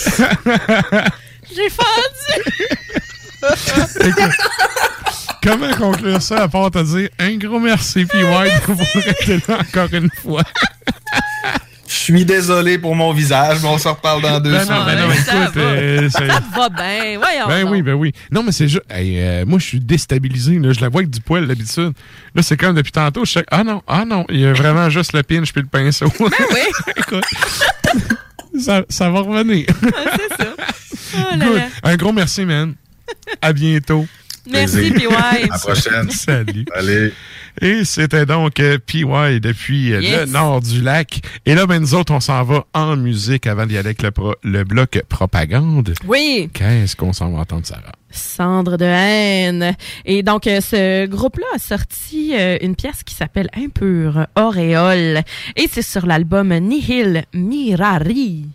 J'ai fendu. Écoute, comment conclure ça à part te dire un gros merci, P Y, pour rester là encore une fois? Je suis désolé pour mon visage, mais on s'en reparle dans deux ben semaines. Non, ben non, ça écoute, va. euh, ça va bien. Voyons. Ben donc. oui, ben oui. Non, mais c'est juste. Hey, euh, moi, je suis déstabilisé. Là. Je la vois avec du poil d'habitude. Là, c'est comme depuis tantôt. Je sais. Ah non, ah non. Il y a vraiment juste le pinch puis le pinceau. Ben oui. Écoute, ça, ça va revenir. Ah, c'est ça. Oh là Good. là. Un gros merci, man. À bientôt. Merci, P Y. À la prochaine. Salut. Allez. Et c'était donc euh, P Y depuis euh, yes. le nord du lac. Et là, ben nous autres, on s'en va en musique avant d'y aller avec le, pro- le bloc propagande. Oui. Qu'est-ce qu'on s'en va entendre, Sarah? Cendre de haine. Et donc, euh, ce groupe-là a sorti euh, une pièce qui s'appelle Impure Auréole. Et c'est sur l'album Nihil Mirari.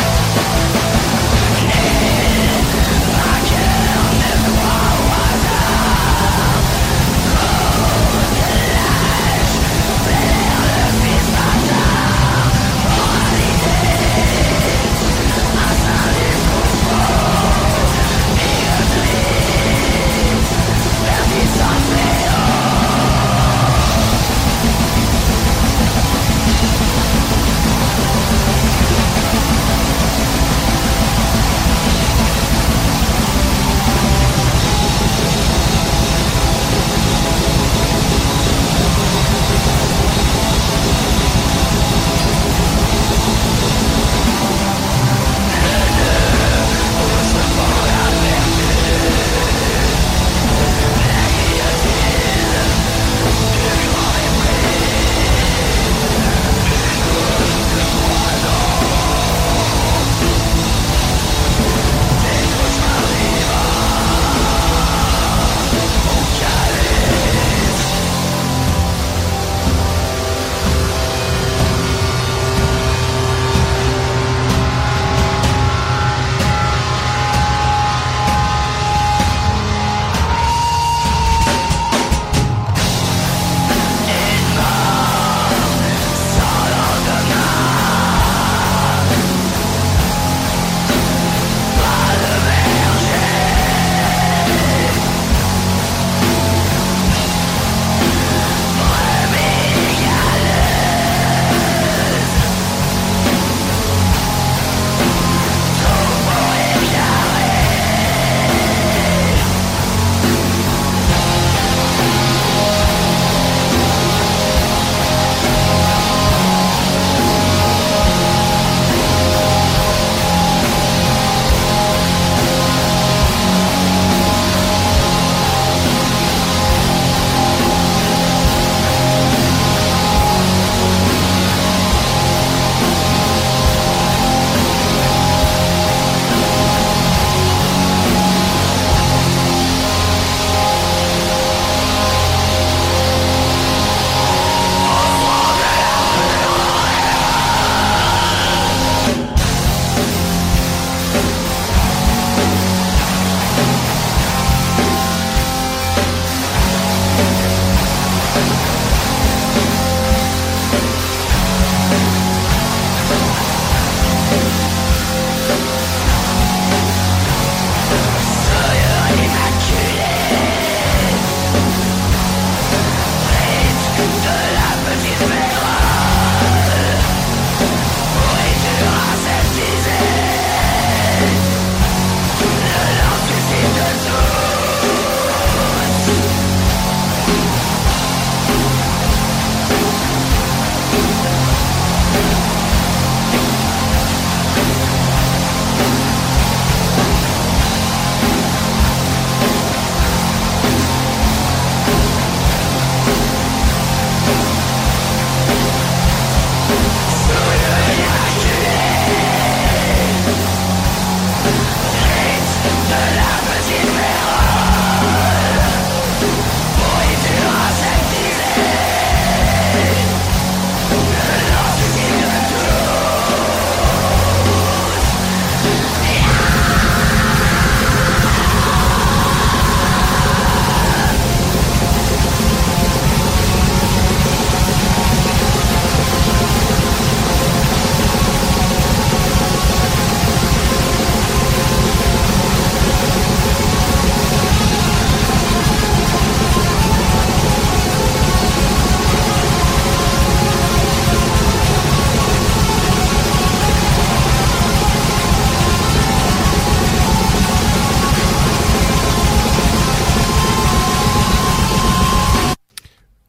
Wow.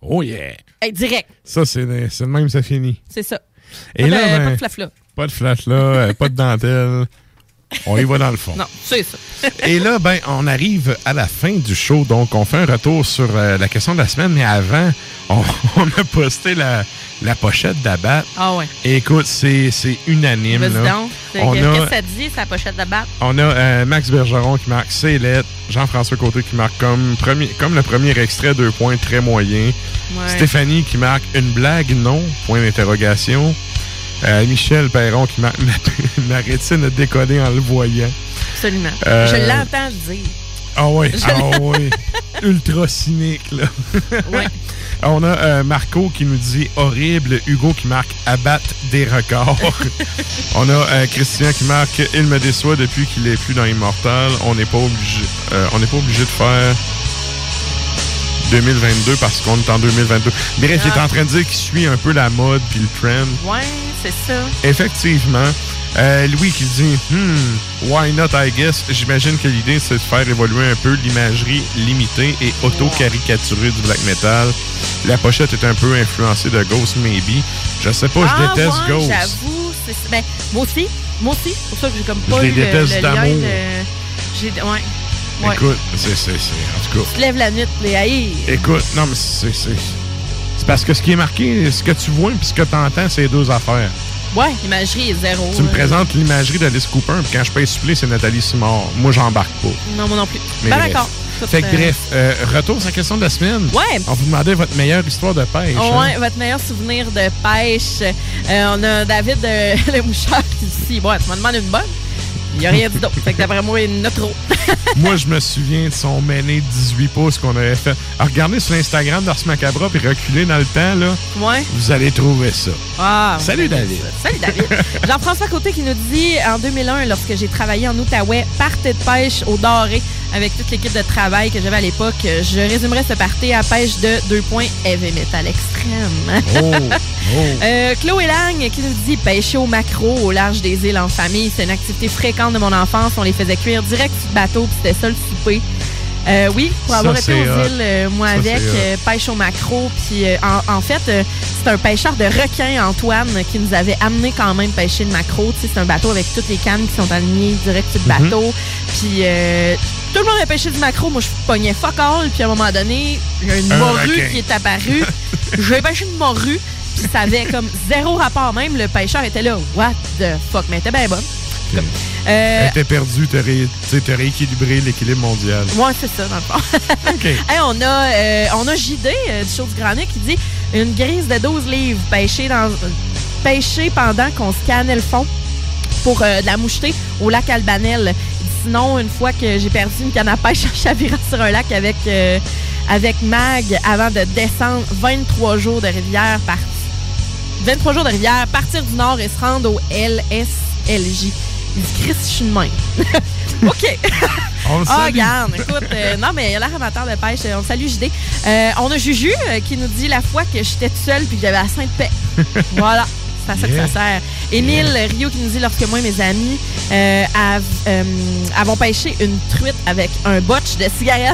Oh yeah! Hey, direct. Ça, c'est le même, ça finit. C'est ça. Et pas, là, de, ben, pas de flafla. Pas de flafla, euh, pas de dentelle. On y va dans le fond. Non, c'est ça. Et là, ben, on arrive à la fin du show. Donc, on fait un retour sur euh, la question de la semaine. Mais avant, on, on a posté la, la pochette d'Abat. Ah ouais. Et écoute, c'est, c'est unanime. Vas-y là. donc. On Qu'est-ce a, que ça dit, sa pochette d'Abat? on a euh, Max Bergeron qui marque c'est lettre. Jean-François Côté qui marque comme, premier, comme le premier extrait, deux points très moyens. Ouais. Stéphanie qui marque une blague, non? Point d'interrogation. Euh, Michel Perron qui marque ma, ma rétine a décollé en le voyant. Absolument. Euh, Je l'entends dire. Ah oui, Je ah oui. Ultra cynique, là. Ouais. On a euh, Marco qui nous dit horrible. Hugo qui marque abattre des records. On a euh, Christian qui marque il me déçoit depuis qu'il est plus dans Immortal. On n'est pas obligé, euh, on n'est pas obligé de faire deux mille vingt-deux parce qu'on est en deux mille vingt-deux. Bref, il est en train de dire qu'il suit un peu la mode puis le trend. Ouais, c'est ça. Effectivement. Euh, Louis qui dit hmm, why not, I guess. J'imagine que l'idée, c'est de faire évoluer un peu l'imagerie limitée et auto-caricaturée du black metal. La pochette est un peu influencée de Ghost, maybe. Je sais pas, ah, je déteste ouais, Ghost. J'avoue, c'est ben, moi aussi, moi aussi. C'est pour ça que j'ai comme pas Je les eu le, déteste le d'amour. lien de... J'ai... Ouais. Ouais. Écoute, c'est, c'est, c'est, en tout cas. Tu te lèves la nuit, les haïrs. Écoute, non, mais c'est, c'est, c'est parce que ce qui est marqué, ce que tu vois et ce que tu entends, c'est deux affaires. Ouais, l'imagerie est zéro. Tu me euh... présentes l'imagerie d'Alice Cooper, puis quand je paye supplé, c'est Nathalie Simard. Moi, j'embarque pas. Non, moi non plus. Mais ben bref. d'accord. Fait que euh... bref, euh, retour sur la question de la semaine. Ouais. On vous demandait votre meilleure histoire de pêche. Ouais, hein? votre meilleur souvenir de pêche. Euh, on a David euh, le mouchard qui dit ouais, tu m'en demandes une bonne. Il n'y a rien dit d'autre. Fait que d'après moi, il y en a trop. Moi, je me souviens de son méné de dix-huit pouces qu'on avait fait. Alors, regardez sur l'Instagram d'Ars Macabra puis reculez dans le temps, là. Ouais. Vous allez trouver ça. Ah, Salut, David. Ça. Salut, David. Jean-François Côté qui nous dit en deux mille un, lorsque j'ai travaillé en Outaouais, party de pêche au Doré avec toute l'équipe de travail que j'avais à l'époque. Je résumerais ce party à pêche de deux points heavy metal extrême. Oh, oh. euh, Chloé Lang qui nous dit pêcher au maquereau au large des îles en famille. C'est une activité fréquente de mon enfance. On les faisait cuire direct sur le bateau puis c'était ça le souper. Euh, oui, pour avoir ça, été aux hot. îles, euh, moi ça, avec, euh, pêche au maquereau. Puis euh, en, en fait, euh, c'est un pêcheur de requins, Antoine, qui nous avait amené quand même pêcher le maquereau. Tu sais, c'est un bateau avec toutes les cannes qui sont alignées direct sur le Mm-hmm. bateau. Puis euh, tout le monde a pêché du maquereau. Moi, je pognais fuck all. Puis à un moment donné, il y a une Un morue requin. qui est apparue. Je vais pêcher une morue. Puis ça avait comme zéro rapport même. Le pêcheur était là, what the fuck? Mais elle était bien bonne. Comme, euh, Elle était perdue, t'as, ré, t'as rééquilibré l'équilibre mondial. Ouais, c'est ça, dans le fond. OK. Hey, on, a, euh, on a J D euh, du show du Granit qui dit une grise de douze livres pêchée, dans, pêchée pendant qu'on scannait le fond pour euh, de la moucheter au lac Albanel. Sinon, une fois que j'ai perdu une canne à pêche en chavirant sur un lac avec, euh, avec Mag avant de descendre vingt-trois jours de rivière, par... vingt-trois jours de rivière, partir du nord et se rendre au L S L J. Il dit Chris, je suis de même. OK. On le Ah, salue. regarde, écoute, euh, non, mais il a l'air amateur de pêche. On salue J D. Euh, on a Juju euh, qui nous dit la fois que j'étais toute seule puis que j'avais la Sainte-Paix. Voilà. C'est à ça Yeah. que ça sert. Émile yeah. Rio qui nous dit lorsque moi et mes amis euh, av, euh, avons pêché une truite avec un botch de cigarettes.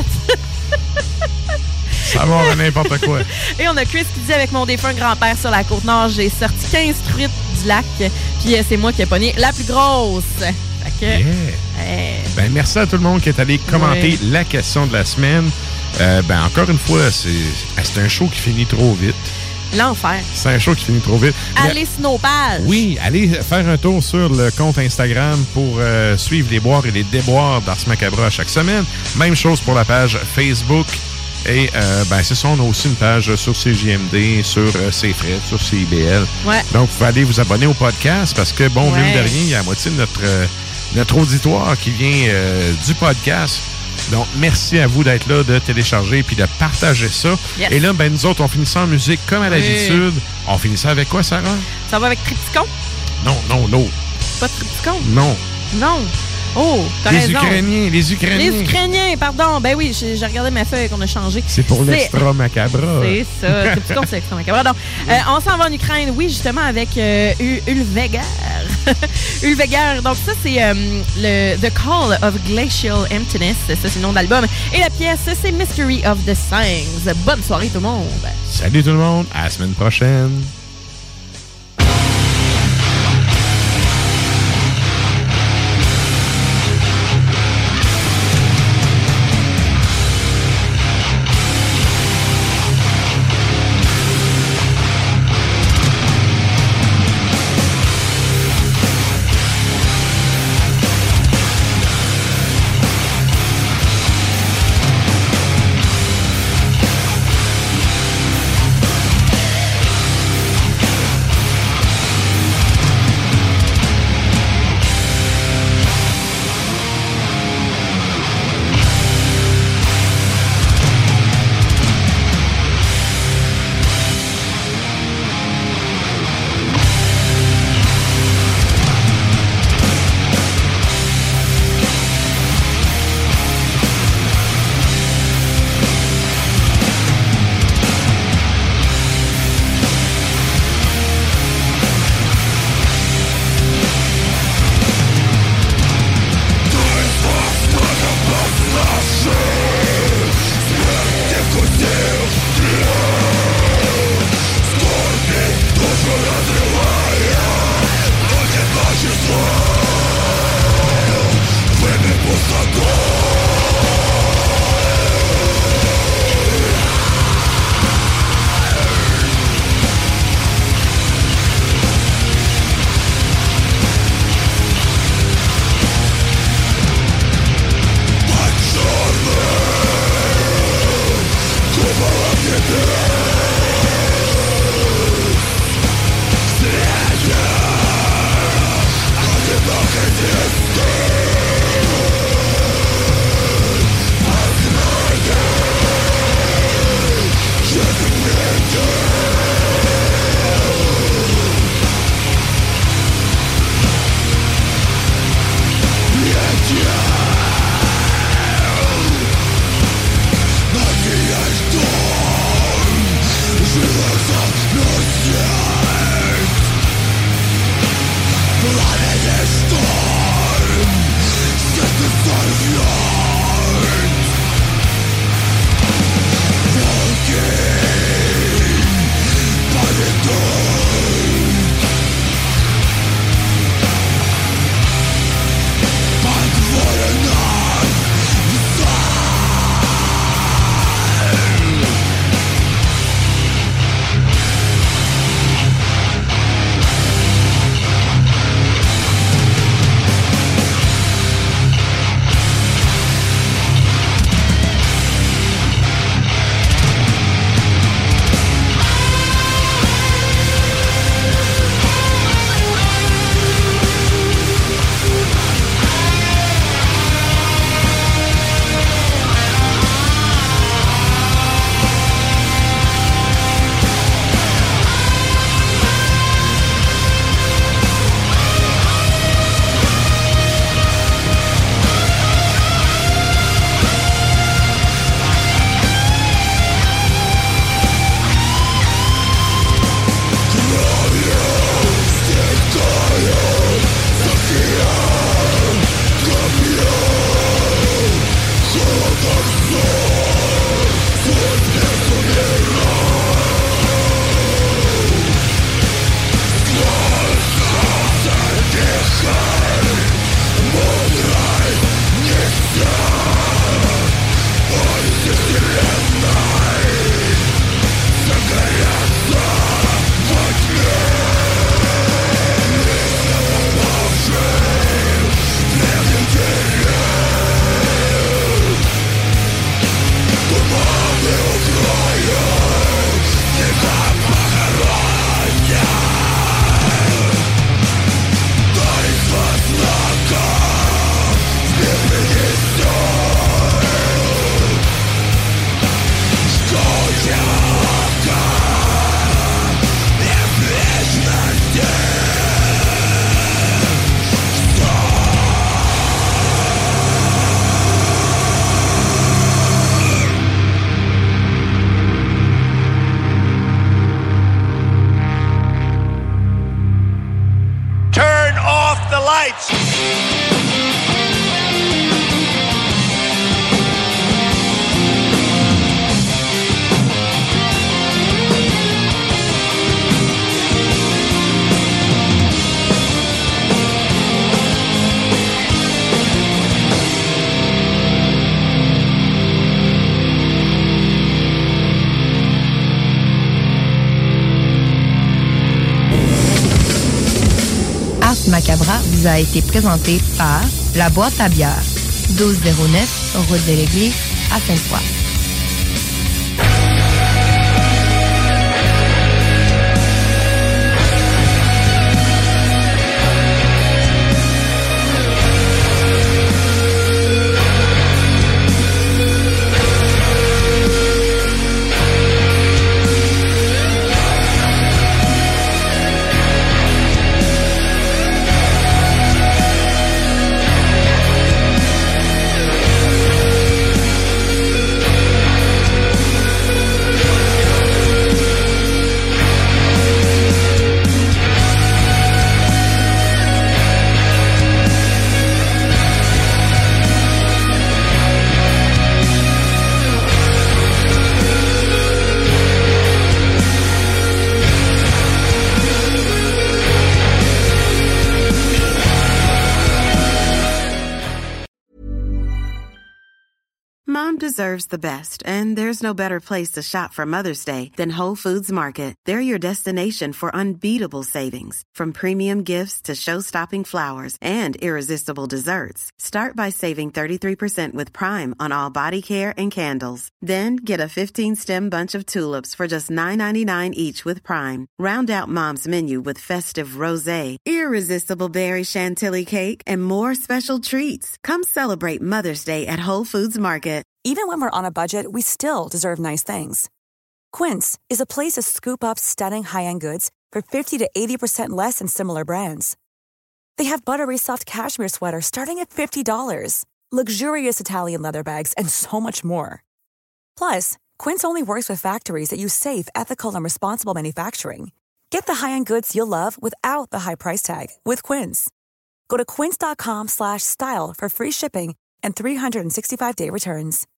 Ça va à n'importe quoi. Et on a Chris qui dit avec mon défunt grand-père sur la Côte-Nord, j'ai sorti quinze truites du lac. Puis euh, c'est moi qui ai pogné la plus grosse. Fait que, Yeah. euh, Ben, merci à tout le monde qui est allé commenter Oui. la question de la semaine. Euh, ben, encore une fois, c'est, c'est un show qui finit trop vite. l'enfer. C'est un show qui finit trop vite. Allez sur nos pages. Oui, allez faire un tour sur le compte Instagram pour euh, suivre les boires et les déboires d'Ars Macabra chaque semaine. Même chose pour la page Facebook. Et euh, ben c'est ça, on a aussi une page sur C J M D, sur euh, C F R E D, sur C I B L. Ouais. Donc, vous pouvez aller vous abonner au podcast parce que, bon, Ouais. mine de rien, il y a la moitié de notre, euh, notre auditoire qui vient euh, du podcast. Donc, merci à vous d'être là, de télécharger puis de partager ça. Yes. Et là, ben nous autres, on finit ça en musique comme à Oui. l'habitude. On finit ça avec quoi, Sarah? Ça va avec Tripticon? Non, non, non. Pas de Tripticon? Non. Non. Oh, t'as Les raison. Ukrainiens, les Ukrainiens. Les Ukrainiens, pardon. Ben oui, j'ai j'ai regardé ma feuille qu'on a changée. C'est pour l'extra macabre. C'est ça. Tripticon, c'est extra macabre. Donc, euh, on s'en va en Ukraine, oui, justement, avec euh, U- Ulvegar. Ulvegar. Donc ça, c'est euh, le The Call of Glacial Emptiness. Ça, c'est le nom de l'album. Et la pièce, c'est Mystery of the Signs. Bonne soirée tout le monde. Salut tout le monde. À la semaine prochaine. lights. Ars Macabra vous a été présenté par La Boîte à bière, douze zéro neuf, route de l'Église, à Sainte-Foy. Mom deserves the best, and there's no better place to shop for Mother's Day than Whole Foods Market. They're your destination for unbeatable savings, from premium gifts to show-stopping flowers and irresistible desserts. Start by saving thirty-three percent with Prime on all body care and candles. Then get a fifteen-stem bunch of tulips for just nine ninety-nine each with Prime. Round out Mom's menu with festive rosé, irresistible berry chantilly cake, and more special treats. Come celebrate Mother's Day at Whole Foods Market. Even when we're on a budget, we still deserve nice things. Quince is a place to scoop up stunning high-end goods for fifty to eighty percent less than similar brands. They have buttery soft cashmere sweaters starting at fifty dollars, luxurious Italian leather bags, and so much more. Plus, Quince only works with factories that use safe, ethical, and responsible manufacturing. Get the high-end goods you'll love without the high price tag with Quince. Go to quince.com slash style for free shipping and three sixty-five day returns.